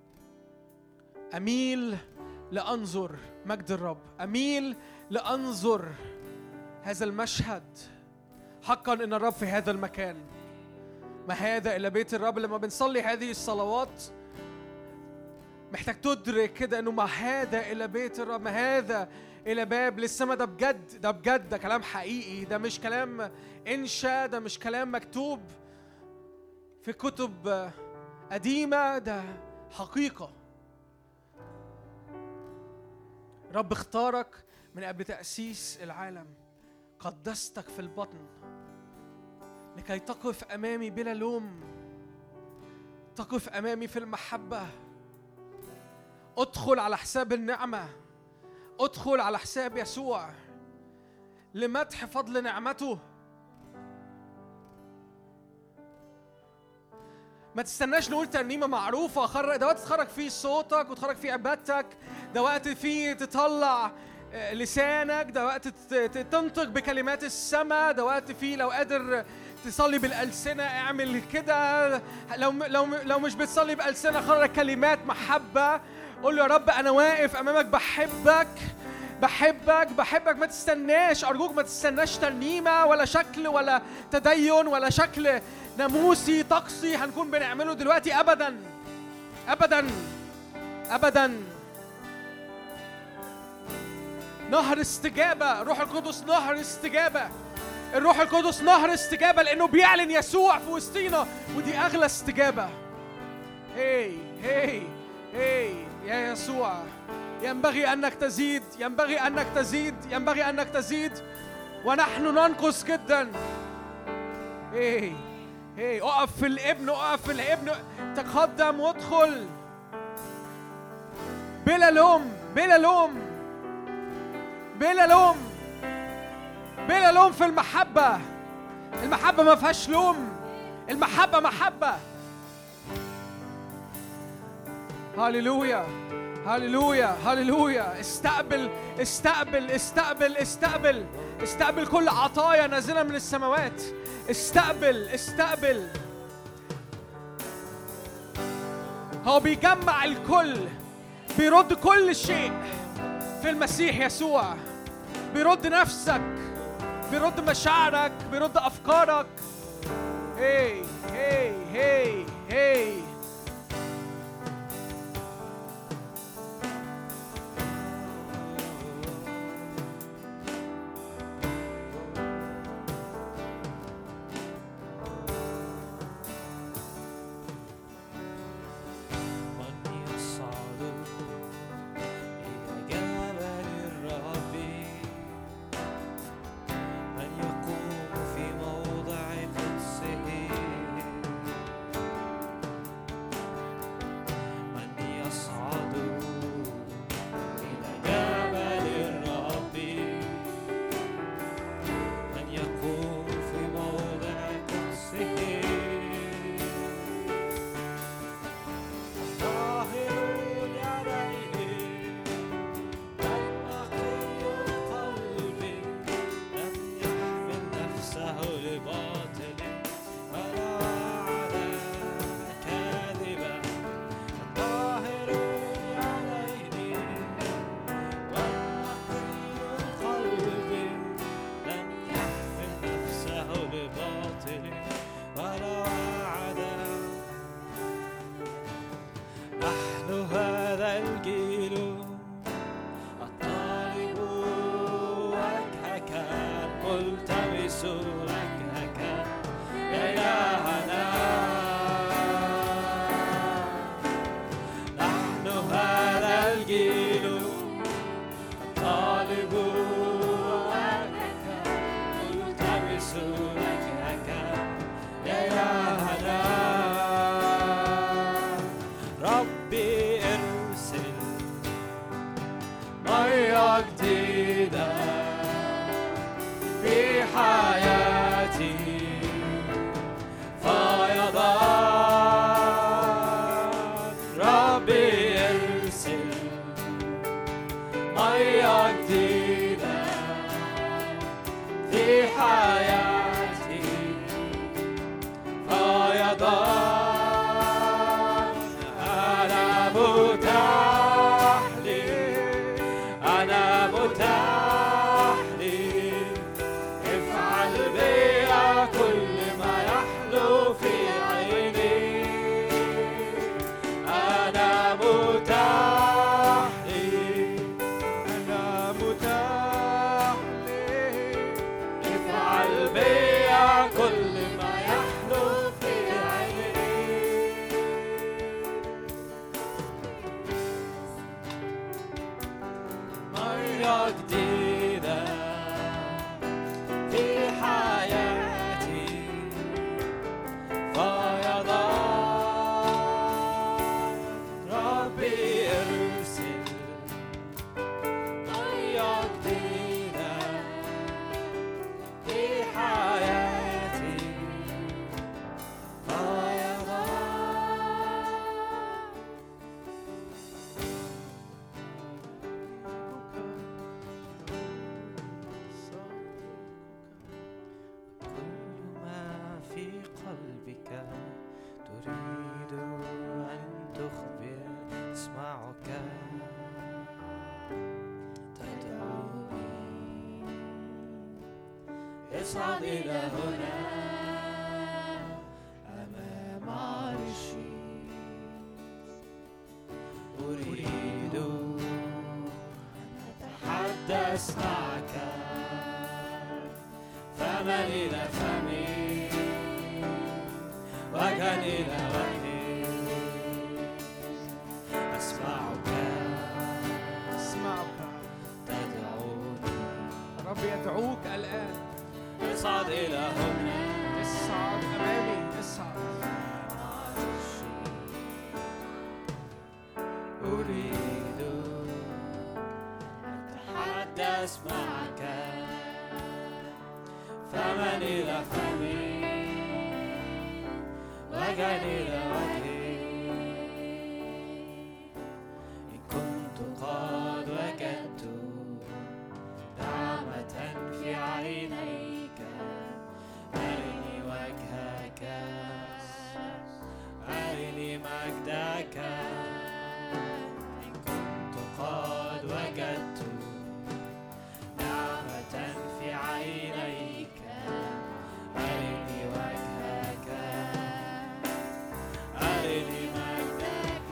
أميل لأنظر مجد الرب، أميل لأنظر هذا المشهد. حقا إن الرب في هذا المكان. ما هذا إلا بيت الرب. لما بنصلي هذه الصلوات محتاج تدرك كده إنه ما هذا إلا بيت الرب، ما هذا إلى باب للسماء. ده بجد، ده بجد، ده كلام حقيقي، ده مش كلام إنشاء، ده مش كلام مكتوب في كتب قديمة، ده حقيقة. رب اختارك من قبل تأسيس العالم، قدستك في البطن لكي تقف أمامي بلا لوم، تقف أمامي في المحبة. ادخل على حساب النعمة، ادخل على حساب يسوع لمدح فضل نعمته. ما تستناش نقول ترنيمة معروفة. ده وقت تخرج فيه صوتك وتخرج فيه عبادتك، ده وقت فيه تطلع لسانك، ده وقت تنطق بكلمات السماء، ده وقت فيه لو قادر تصلي بالألسنة اعمل كده. لو مش بتصلي بألسنة خرج كلمات محبة. قول له يا رب أنا واقف أمامك بحبك بحبك بحبك. ما تستناش، أرجوك ما تستناش ترنيمة ولا شكل ولا تدين ولا شكل ناموسي طقسي هنكون بنعمله دلوقتي. أبدا أبدا أبدا. نهر استجابة. روح القدس نهر استجابة. الروح القدس نهر استجابة لأنه بيعلن يسوع في وسطينا، ودي أغلى استجابة. هي هي هي يا يسوع، ينبغي أنك تزيد، ينبغي أنك تزيد، ينبغي أنك تزيد ونحن ننقص جدا. هي هي اقف في الابن، اقف في الابن، تقدم وادخل بلا لوم بلا لوم بلا لوم بلا لوم. في المحبة، المحبة ما فيهاش لوم، المحبة محبة. هاليلويا هاليلويا هاليلويا. استقبل استقبل استقبل استقبل استقبل كل عطايا نازلة من السماوات. استقبل استقبل. هو بيجمع الكل، بيرد كل شيء في المسيح يسوع. بيرد نفسك، بيرد مشاعرك، بيرد أفكارك. هي هي هي هي. اصعد إلى هنا أمام عرشي، أريد أن أتحدث معك، فما إلى فمي وجها إلى وجهي، أسمعك تدعوني. الرب يدعوك الآن. اصعد إلى هنا، اصعد أمامي، اصعد. أريد أن أتحدث معك، فمن إلى فمي وجها إلى وجهي، إن كنت قد وجدت نعمة في عينيك، أرني وجهك، أرني مجدك. إن كنت قد وجدت نعمة في عينيك، أرني وجهك، أرني مجدك.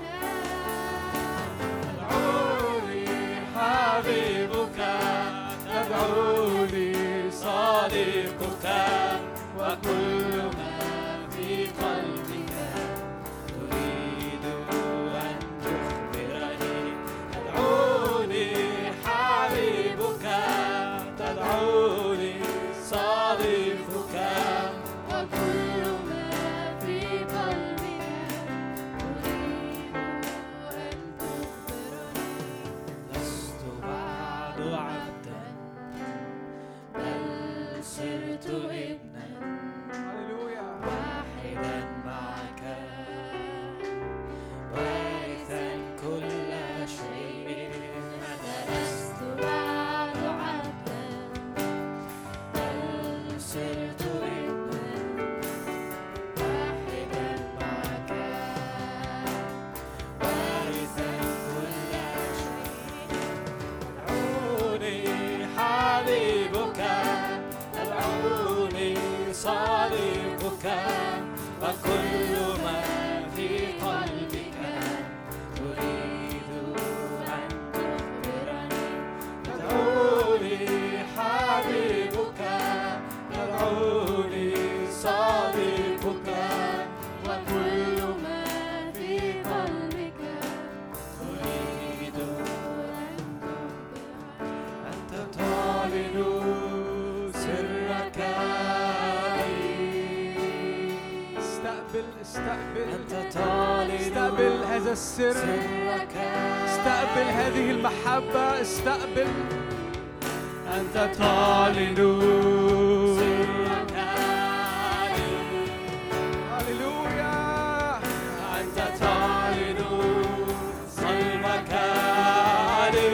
تدعوني حبيبك، تدعوني صديقك، وكل ما في قلبك تريد أن تخبرني. تدعوني حبيبك، تدعوني صديقك، وكل ما في قلبك تريد أن تخبرني. لست بعد عبدا بل صرت ابنا، هللويا. واحدا معك، وارثا كل شيء. أنا لست بعد عبدا بل صرت ابنا، واحدا معك، وارثا كل شيء. تدعوني حبيبك، تدعوني صديقك، وكل ما في قلبك تريد أن تخبرني. تدعوني حبيبك، تدعوني صديقك، وكل ما في قلبك تريد أن تخبرني. أنت تعلن سرك لي. استقبل أنت تعلن استقبل هذا السر، سرك، استقبل هذه المحبة، استقبل. أنت تعلن سرك لي. هللويا. أنت تعلن صلبك لي.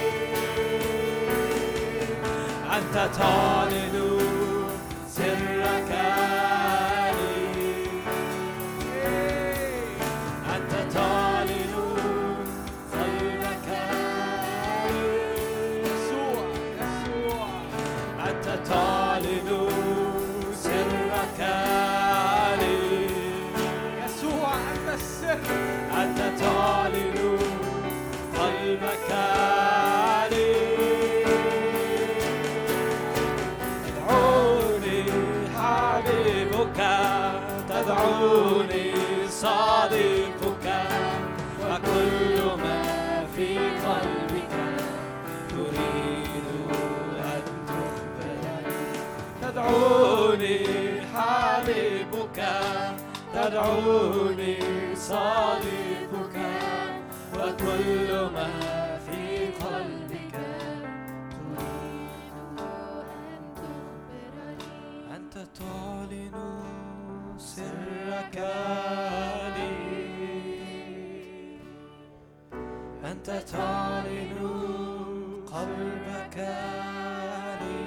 أنت تعلن سرك لي. أنت تعلن صلبك لي. يسوع يسوع. أنت تعلن سرك لي. يسوع أنت السر. أنت تعلن قلبك لي. تدعوني حبيبك، تدعوني صديقك، وكل ما في قلبك تريد أن تخبرني. تدعوني حبيبك، تدعوني صديقك، وكل ما في قلبك تريد أن تخبرني. أنت تعلن سرك لي. أنت تعلن قلبك لي.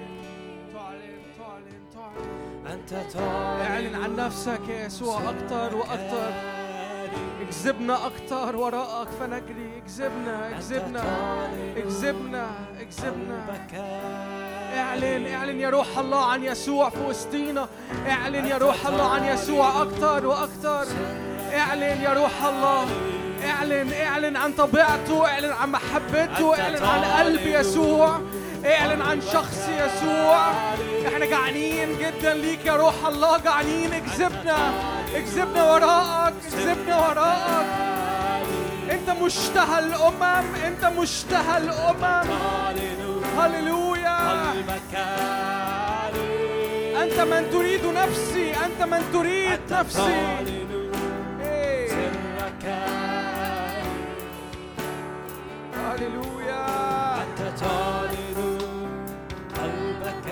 تعلن. أنت تعلن اعلن عن نفسك يا يسوع أكتر وأكتر. اجذبنا أكتر وراءك فنجري. اجذبنا. قلبك اعلن اعلن يا روح الله عن يسوع في وسطينا. اعلن يا روح الله عن يسوع أكتر وأكتر. اعلن يا روح الله، اعلن عن طبيعته، اعلن عن محبته، اعلن عن قلب يسوع، اعلن عن شخص يسوع. احنا جعانين جدا ليك يا روح الله، جعانين. اجذبنا وراءك، اجذبنا وراءك. انت مشتهى الامم، انت مشتهى الامم. هللويا. انت من تريد نفسي، انت من تريد نفسي. هللويا. أنت تعلن قلبك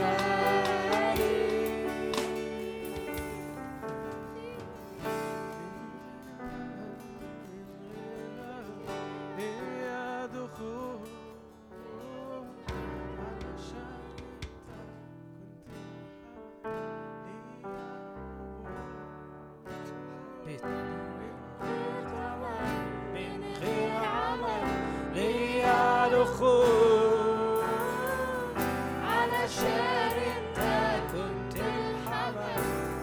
يا دخول علشان انت كنت الحمل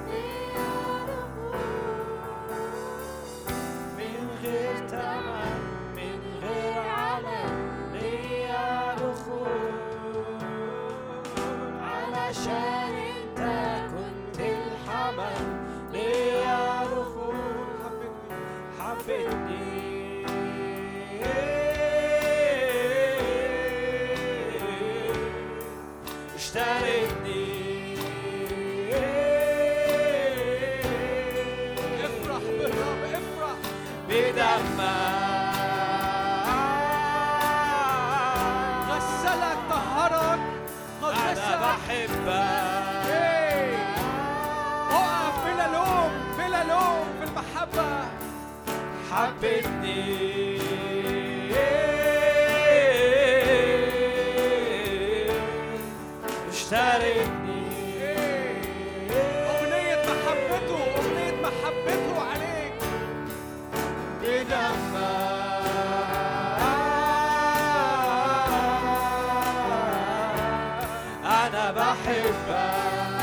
من غير تمن، من غير عمل ليا دخول. علشان انت كنت الحمل ليا دخول. حبتني اشتريتني. افرح بالرب، افرح بدمك. غسلك، طهرك، أنا قدسك. بحبك. اقف بلا لوم، بلا لوم في المحبة. حبتني اشتريتني. أغنية محبته، أغنية محبته عليك. أنا بحبك.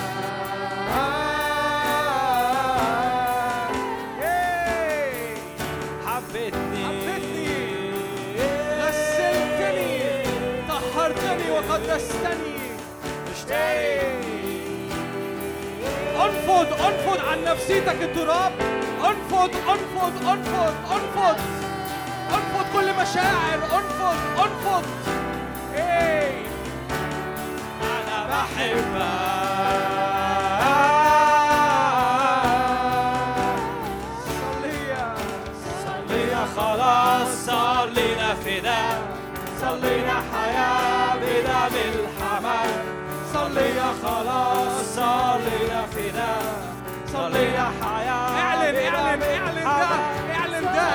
حبتني غسلتني، طهرتني وقدستني. انفض عن نفسيتك التراب. انفض كل مشاعر. انفض. أنا بحبك. صلينا خلاص، صلينا فداء، صلينا حياة بدم الحمل. صلينا خلاص، صلينا فداء، صلينا حياة. اعلن ده.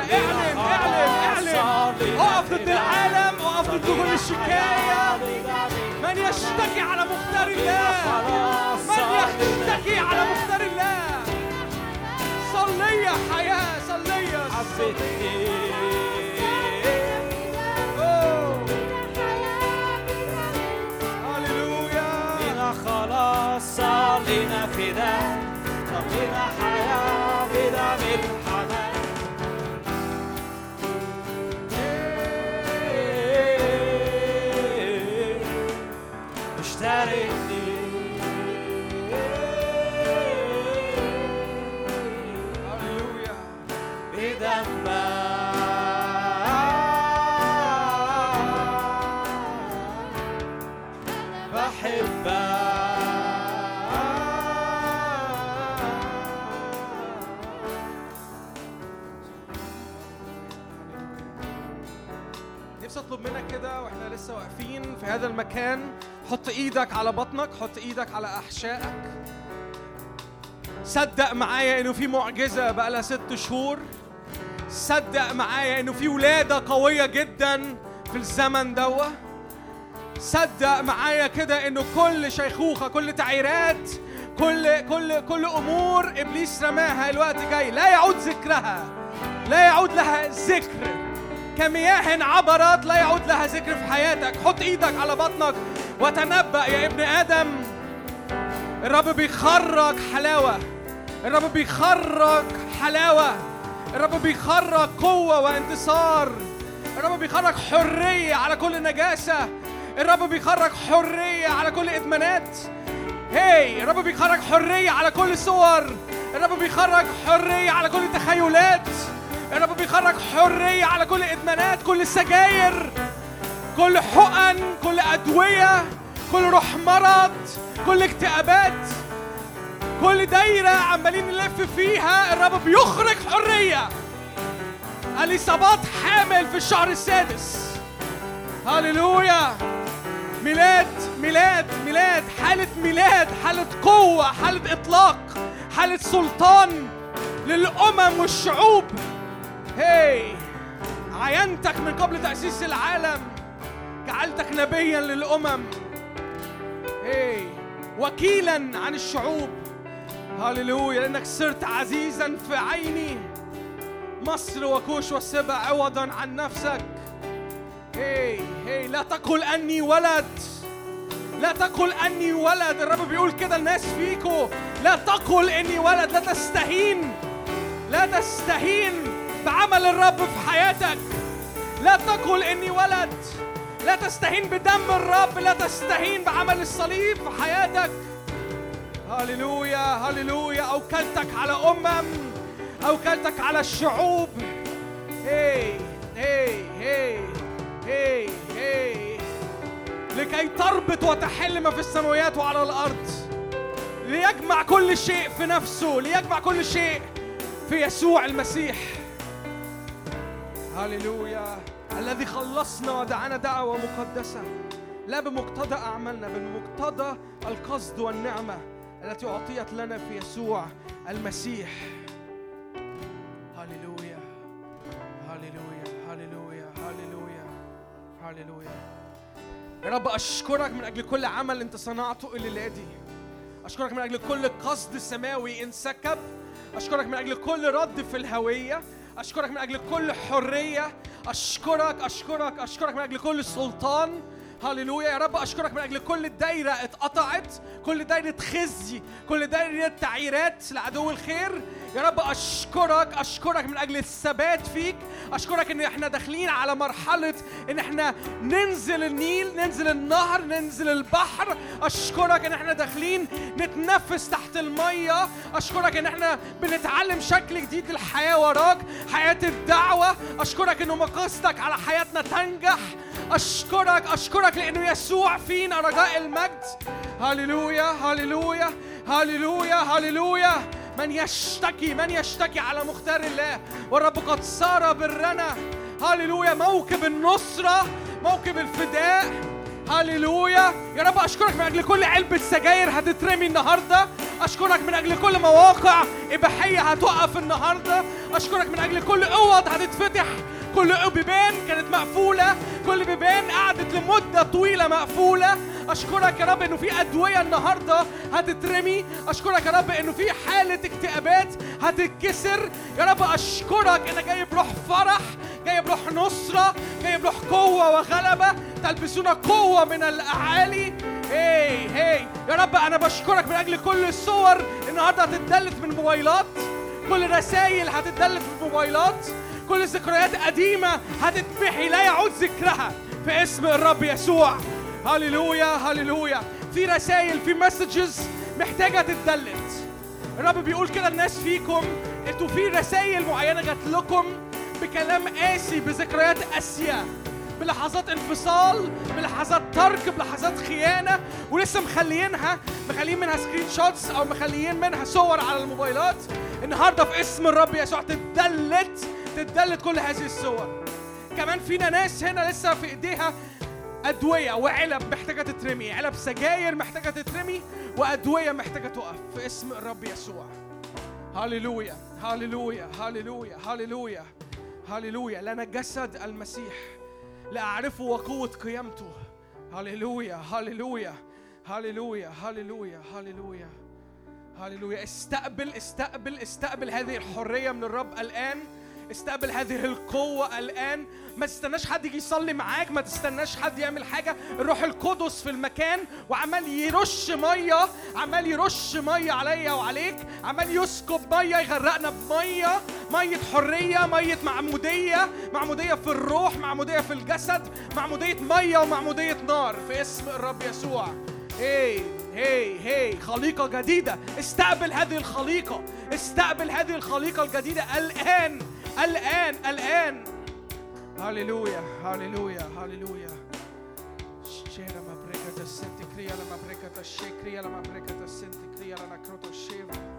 اقف ضد العالم، اقف ضد كل الشكاية. من يشتكي على مختار الله، من يشتكي على مختار الله. صلي يا حياة، صلي. حبتني هللويا. خلاص، صلينا فداء، صلينا حياة بدم الحمل. اشتريتني هللويا. بدمك. بحبك. نفسي اطلب منك كده واحنا لسه واقفين في هذا المكان، حط ايدك على بطنك، حط ايدك على احشائك. صدق معايا انه في معجزة بقالها 6 شهور. صدق معايا انه في ولادة قوية جدا في الزمن دوه. صدق معايا كده انه كل شيخوخة، كل تعييرات، كل امور ابليس رماها الوقت جاي لا يعود ذكرها، لا يعود لها ذكر. كمياه عبرت لا يعود لها ذكر في حياتك. حط ايدك على بطنك وتنبأ يا ابن آدم. الرب بيخرج حلاوة، الرب بيخرج حلاوة، الرب بيخرج قوة وانتصار، الرب بيخرج حرية على كل نجاسة، الرب بيخرج حرية على كل إدمانات. الرب بيخرج حرية على كل صور، الرب بيخرج حرية على كل تخيلات، الرب بيخرج حرية على كل إدمانات، كل سجاير، كل حقن، كل أدوية، كل روح مرض، كل اكتئابات، كل دايرة عمالين نلف فيها الرب بيخرج حرية. اليصابات حامل في الشهر السادس. هاليلويا. ميلاد ميلاد ميلاد، حالة ميلاد، حالة قوة، حالة إطلاق، حالة سلطان للأمم والشعوب. عينتك من قبل تأسيس العالم، جعلتك نبيا للأمم، وكيلا عن الشعوب. هاليلويا. لأنك صرت عزيزا في عيني، مصر وكوش وسبع عوضا عن نفسك. لا تقل أني ولد، لا تقل أني ولد. الرب بيقول كده الناس فيكو، لا تقل إني ولد. لا تستهين، لا تستهين بعمل الرب في حياتك. لا تقل إني ولد، لا تستهين بدم الرب، لا تستهين بعمل الصليب في حياتك. هاليلويا هاليلويا. أوكلتك على أمم، أوكلتك على الشعوب. لكي تربط وتحل ما في السماوات وعلى الأرض، ليجمع كل شيء في نفسه، ليجمع كل شيء في يسوع المسيح. هاليلويا. الذي خلصنا ودعانا دعوة مقدسة، لا بمقتضى أعمالنا، بمقتضى القصد والنعمة التي أعطيت لنا في يسوع المسيح. هاليلويا هاليلويا هاليلويا هاليلويا هاليلويا. يا رب أشكرك من أجل كل عمل أنت صنعته الليلة دي. أشكرك من أجل كل قصد سماوي انسكب. أشكرك من أجل كل رد في الهوية. أشكرك من أجل كل حرية. أشكرك أشكرك أشكرك من أجل كل سلطان. هاليلويا يا رب. أشكرك من أجل كل دايرة اتقطعت، كل دايرة خزي، كل دايرة تعييرات لعدو الخير. يا رب أشكرك أشكرك من أجل الثبات فيك. أشكرك إن إحنا داخلين على مرحلة إن إحنا ننزل النيل، ننزل النهر، ننزل البحر. أشكرك إن إحنا داخلين نتنفس تحت المية. أشكرك إن إحنا بنتعلم شكل جديد للحياة وراك، حياة الدعوة. أشكرك إنه مقاصدك على حياتنا تنجح. أشكرك أشكرك لأنه يسوع فينا رجاء المجد. هاليلويا هاليلويا هاليلويا هاليلويا. من يشتكي على مختار الله، والرب قد صار برنا. هاليلويا. موكب النصرة، موكب الفداء. هاليلويا يا رب. أشكرك من أجل كل علبة سجاير هتترمي النهاردة. أشكرك من أجل كل مواقع إباحية هتوقف النهاردة. أشكرك من أجل كل أوض هتتفتح، كل بيبان كانت مقفولة، كل بيبان قعدت لمدة طويلة مقفولة. أشكرك يا رب إنه في أدوية النهاردة هتترمي. أشكرك يا رب إنه في حالة اكتئابات هتتكسر. يا رب أشكرك إنك جايب روح فرح، جايب روح نصرة، جايب روح قوة وغلبة. تلبسون قوة من الأعالي. يا رب أنا بشكرك من أجل كل الصور النهاردة هتتدلت من موبايلات، كل رسائل هتتدلت من موبايلات، كل ذكريات قديمة هتتمحي لا يعود ذكرها في اسم الرب يسوع. هاليلويا هاليلويا. في رسائل، في مسجز محتاجة تتدلت. الرب بيقول كده الناس فيكم انتوا في رسائل معينة جات لكم بكلام قاسي، بذكريات قاسية، بلحظات انفصال، بلحظات ترك، بلحظات خيانة، ولسه مخليين منها سكرين شوتس أو مخليين منها صور على الموبايلات. النهاردة في اسم الرب يسوع تتدلت كل هذه الصور. كمان فينا ناس هنا لسه في ايديها أدوية وعلب محتاجة تترمي، علب سجاير محتاجة تترمي، وأدوية محتاجة تقف في اسم الرب يسوع. هاليلويا هاليلويا هاليلويا هاليلويا هاليلويا. لنا جسد المسيح لأعرفه وقوة قيامته. هاليلويا هاليلويا هاليلويا هاليلويا هاليلويا هاليلويا. استقبل هذه الحرية من الرب الآن. استقبل هذه القوة الآن. ما تستناش حد يجي يصلي معاك، ما تستناش حد يعمل حاجة. الروح القدس في المكان وعمال يرش مية، عمال يرش مية عليا وعليك، عمال يسكب مية يغرقنا بمية، مية حرية، مية معمودية، معمودية في الروح، معمودية في الجسد، معمودية مية ومعمودية نار في اسم الرب يسوع. هي خليقة جديدة. استقبل هذه الخليقة، استقبل هذه الخليقة الجديدة الآن الآن الآن. هاليلويا هاليلويا هاليلويا. شيرا ما بريكة السنت كريا لما بريكة الشيكريا لما بريكة السنت كريا لنا كروتو الشيفا.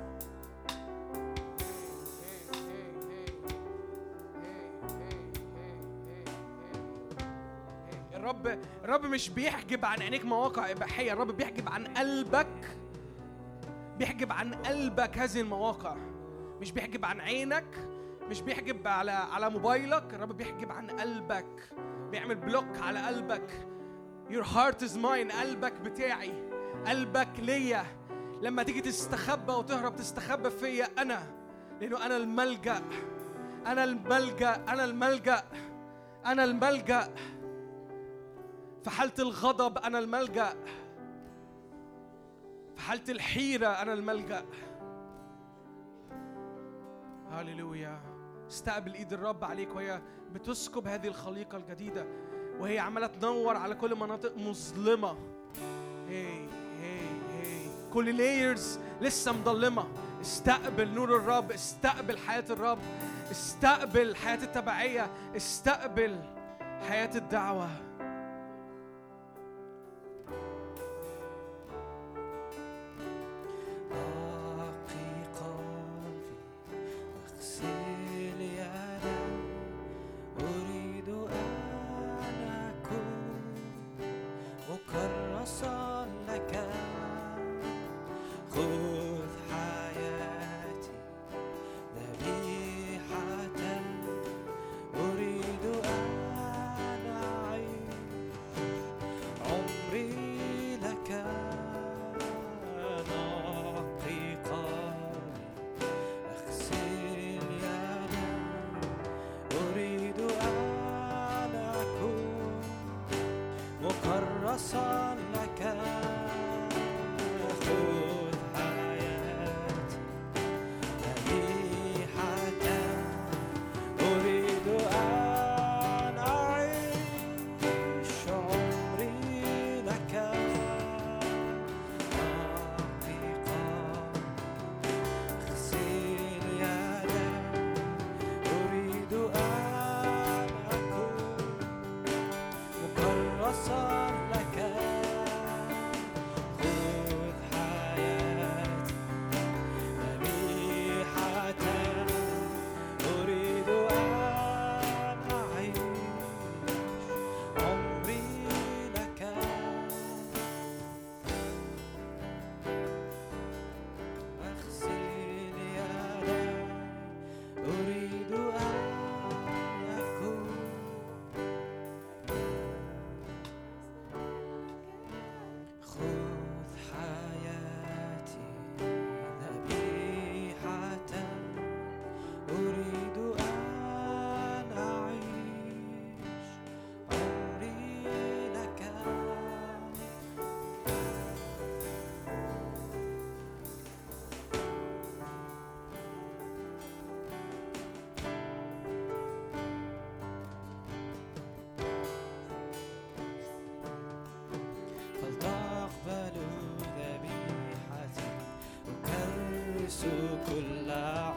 الرب مش بيحجب عن عينيك مواقع إباحية، الرب بيحجب عن قلبك، بيحجب عن قلبك هذه المواقع، مش بيحجب عن عينك، مش بيحجب على موبايلك، الرب بيحجب عن قلبك، بيعمل بلوك على قلبك. Your heart is mine، قلبك بتاعي، قلبك ليا. لما تيجي تستخبى وتهرب تستخبى فيا أنا، لأنه أنا الملجأ، أنا الملجأ، أنا الملجأ، أنا الملجأ. في حالة الغضب أنا الملجأ، في حالة الحيرة أنا الملجأ. هاليلويا. استقبل إيد الرب عليك وهي بتسكب هذه الخليقة الجديدة، وهي عمالة تنور على كل مناطق مظلمة. هي كل لايرز لسه مظلمة. استقبل نور الرب، استقبل حياة الرب، استقبل حياة التبعية، استقبل حياة الدعوة. كل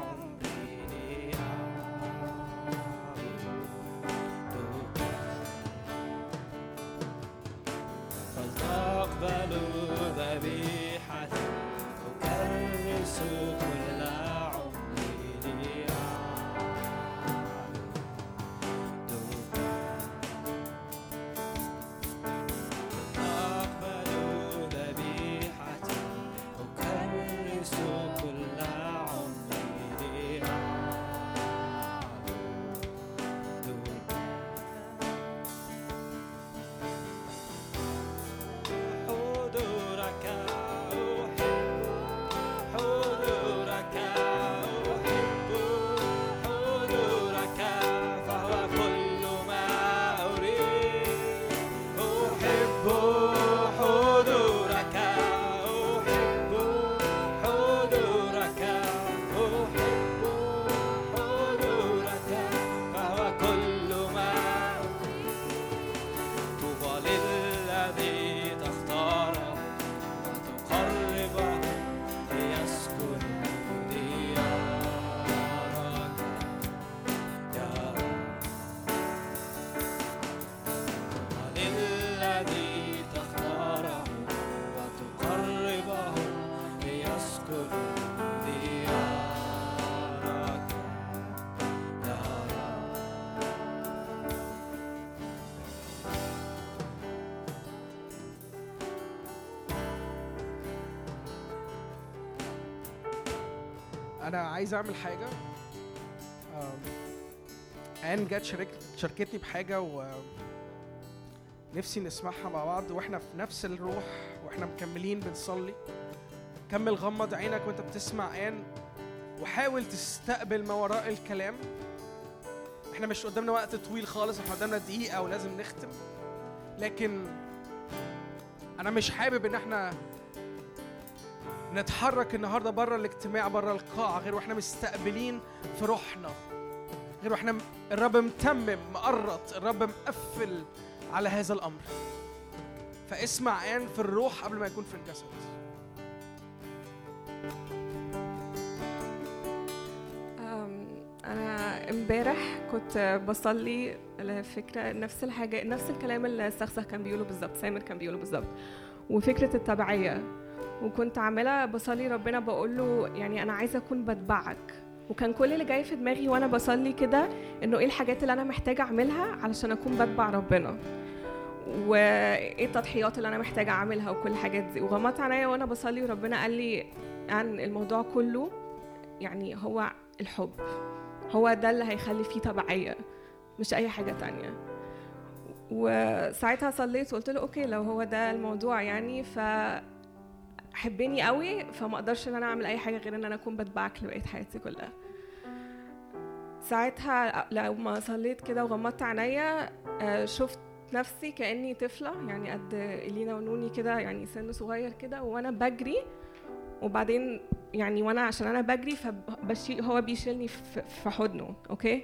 عمري فلتقبل ذبيحتي أكرس كل عمري فلتقبل ذبيحتي أكرس كل حضورك انا عايز اعمل حاجه. ان جت شاركتني بحاجه ونفسي نسمعها مع بعض واحنا في نفس الروح واحنا مكملين بنصلي. كمل غمض عينك وانت بتسمع ان، وحاول تستقبل ما وراء الكلام. احنا مش قدامنا وقت طويل خالص، احنا قدامنا دقيقه ولازم نختم، لكن انا مش حابب ان احنا نتحرك النهارده بره الاجتماع، بره القاعه، غير واحنا مستقبلين في روحنا، غير واحنا الرب متمم مقرط، الرب مقفل على هذا الامر. فاسمع ان في الروح قبل ما يكون في الجسد. أنا امبارح كنت بصلي لفكرة نفس الحاجة، نفس الكلام اللي سخسخ كان بيقوله بالظبط، سامر كان بيقوله بالظبط، وفكرة التبعية. وكنت عمالة بصلي ربنا بقول له يعني أنا عايزة أكون بتبعك. وكان كل اللي جاي في دماغي وأنا بصلي كده إنه إيه الحاجات اللي أنا محتاجة أعملها علشان أكون بتبع ربنا، وإيه التضحيات اللي أنا محتاجة أعملها وكل الحاجات دي. وغمضت عينيا وأنا بصلي وربنا قال لي عن الموضوع كله يعني هو الحب، هو ده اللي هيخلي فيه تبعية مش أي حاجة تانية. وساعتها صليت وقلت له أوكي لو هو ده الموضوع يعني فحبني قوي، فما أقدرش إن أنا أعمل أي حاجة غير إن أنا أكون بتبعك لبقية حياتي كلها. ساعتها لما صليت كده وغمضت عينيا شفت نفسي كأني طفلة يعني قد إلينا ونوني كده، يعني سن صغير كده، وأنا بجري. وبعدين يعني وانا عشان انا بجري هو بيشيلني في حضنه، اوكي.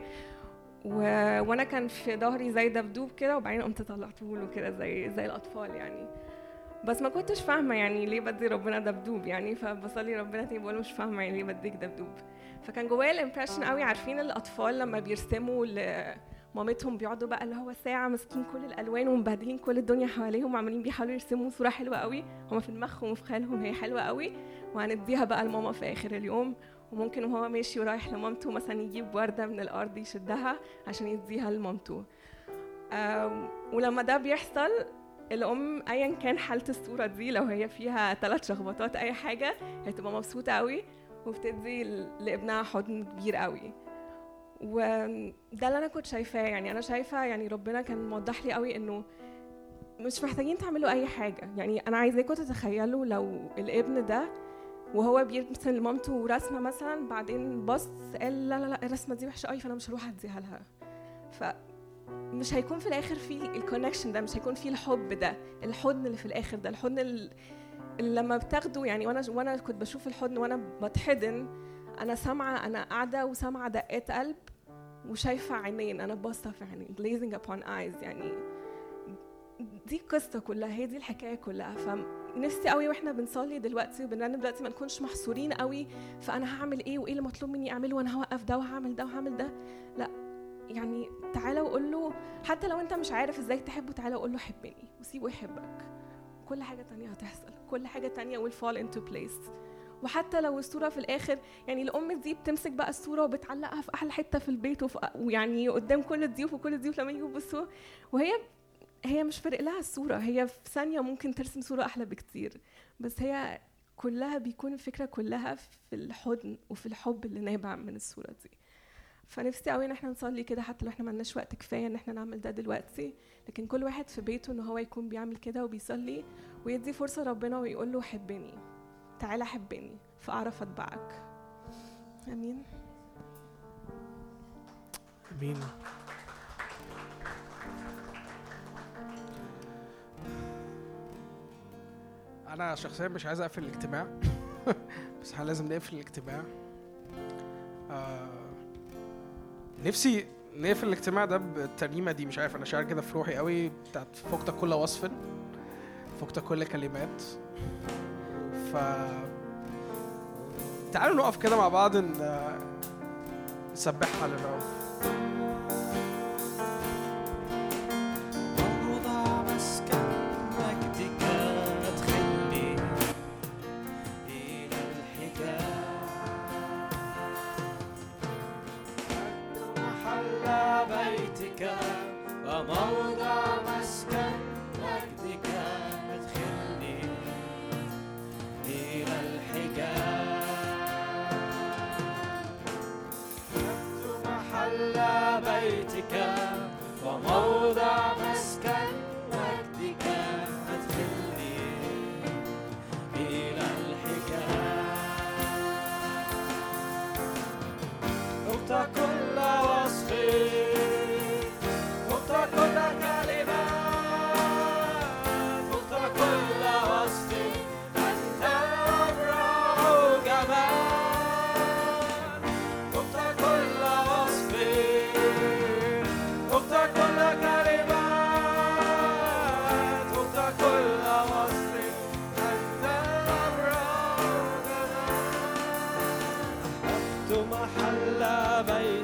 وانا كان في ظهري زي دبدوب كده، وبعدين قمت طلعته له كده زي الاطفال يعني. بس ما كنتش فاهمه يعني ليه بدي ربنا دبدوب يعني، فبصلي ربنا تاني بقول له مش فاهمه يعني ليه بديك دبدوب. فكان جوايا الامبريشن قوي، عارفين الاطفال لما بيرسموا مامتهم بيقعدوا بقى اللي هو ساعة ماسكين كل الألوان ومبهدلين كل الدنيا حواليهم وعمالين بيحاولوا يرسموا صورة حلوة قوي، هما في دماغهم وفي خيالهم هي حلوة قوي وهنديها بقى لماما في آخر اليوم. وممكن وهو ماشي ورايح لمامته مثلا يجيب وردة من الأرض يشدها عشان يديها لمامته. ولما ده بيحصل الأم أيا كان حالة الصورة دي، لو هي فيها 3 شخبطات أي حاجة، هي تبقى مبسوطة قوي وبتدي لابنها حضن كبير قوي. وده اللي انا كنت شايفاه، يعني انا شايفه يعني ربنا كان موضح لي قوي انه مش محتاجين تعملوا اي حاجه. يعني انا عايزاكم تتخيلوا لو الابن ده وهو بيرسم لمامته رسمه مثلا، بعدين بص قال لا لا لا الرسمه دي وحشه قوي فانا مش هروح اديها لها، فمش هيكون في الاخر في الكونكشن ده، مش هيكون في الحب ده، الحضن اللي في الاخر ده، الحضن اللي لما بتاخده. يعني وانا كنت بشوف الحضن وانا بتحضن، انا سامعه، انا قاعده وسامعه دقات قلب وشايفه عينين، انا باصه في عينين glazing upon eyes. يعني دي القصه كلها، هي دي الحكايه كلها. فنفسي قوي واحنا بنصلي دلوقتي وبنرنم دلوقتي ما نكونش محصورين قوي فانا هعمل ايه وايه اللي مطلوب مني اعمله وانا هوقف ده وهعمل ده وهعمل ده. لا يعني تعالى وقول له، حتى لو انت مش عارف ازاي تحبه تعالى وقول له حبني وسيبه يحبك، كل حاجه تانية هتحصل، كل حاجه تانية will fall into place. وحتى لو الصورة في الآخر، يعني الأم دي بتمسك بقى الصورة وبتعلقها في أحلى حتة في البيت ويعني قدام كل الضيوف وكل الضيوف لما يجوا يبصوا، وهي مش فارق لها الصورة، هي في ثانية ممكن ترسم صورة أحلى بكتير، بس هي كلها بيكون الفكرة كلها في الحضن وفي الحب اللي نابع من الصورة دي. فنفسي قوي ان احنا نصلي كده، حتى لو احنا ما لناش وقت كفايه ان احنا نعمل ده دلوقتي، لكن كل واحد في بيته ان هو يكون بيعمل كده وبيصلي ويدي فرصه ربنا ويقول له حبني، تعالى حبني فاعرف اتبعك. امين امين. انا شخصيا مش عايز اقفل الاجتماع بس احنا لازم نقفل الاجتماع. نفسي نقفل الاجتماع ده بالترنيمه دي، مش عارف انا شاعر كده في روحي قوي، بتاعت فقت كل وصف فقت كل كلمات. تعالوا نقف كده مع بعض نسبحها للرب. وموضع مسكن مجدك ادخلني إلى الحجاب.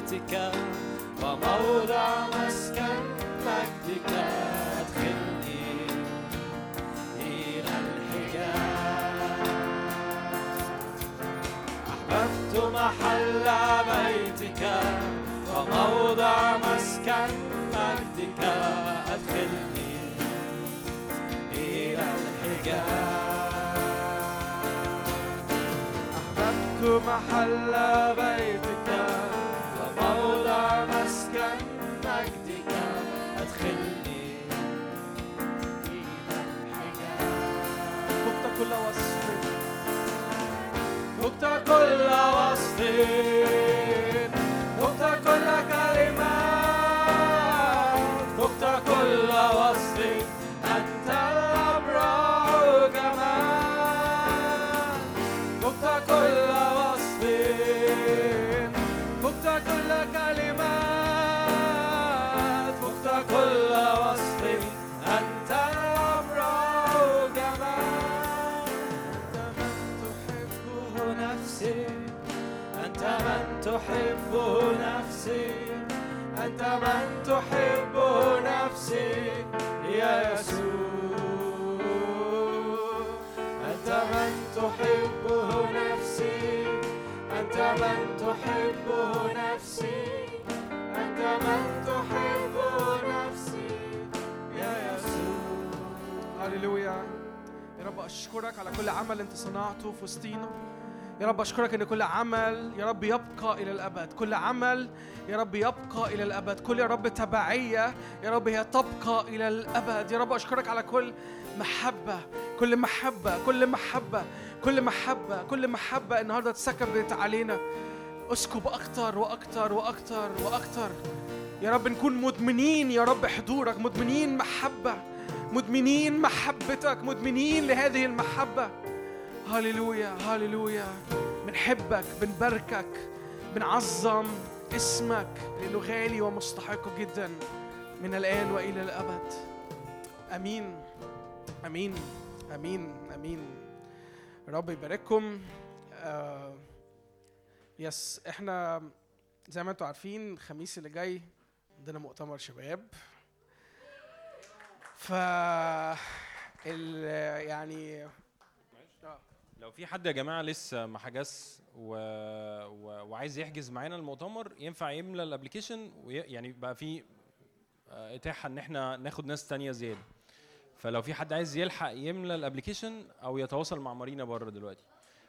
بيتك وموضع مسكن مجدك أدخلني إلى الحجاب أحببت محل بيتك وموضع مسكن مجدك أدخلني إلى الحجاب أحببت محل بيتك وموضع مسكن مجدك أدخلني إلى الحجاب فقت كل وصف فقت كل وصف فقت كل كلمة فقت كل وصف أنت الأبرع جمال فقت كل وصف فقت كل كلمات فقت كل وصف أنت الأبرع جمال أنت من تحبه نفسي أنت من تحبه نفسي يا يسوع أنت من تحبه نفسي أنت من تحبه نفسي أنت من تحبه نفسي يا يسوع هللويا. يا رب أشكرك على كل عمل أنت صنعته في وسطينا. يا رب أشكرك إن كل عمل يا رب يبقى إلى الأبد. كل عمل يا رب يبقى إلى الأبد. كل يا رب تبعية يا رب هي تبقى إلى الأبد. يا رب أشكرك على كل محبة كل محبة كل محبة كل محبة كل محبة النهاردة اتسكبت علينا. اسكب أكتر وأكتر وأكتر وأكتر يا رب. نكون مدمنين يا رب حضورك، مدمنين محبة، مدمنين محبتك، مدمنين لهذه المحبة. هاليلويا هاليلويا. بنحبك، بنباركك، بنعظم اسمك لأنه غالي ومستحق جدا من الآن وإلى الأبد. أمين أمين أمين أمين. رب يبارككم. يس احنا زي ما انتوا عارفين الخميس اللي جاي عندنا مؤتمر شباب. يعني لو في حد يا جماعه لسه ما حجز وعايز يحجز معانا المؤتمر ينفع يملى الابلكيشن، يعني بقى في اتاحه ان احنا ناخد ناس تانية زياده. فلو في حد عايز يلحق يملى الابلكيشن او يتواصل مع مارينا بره دلوقتي.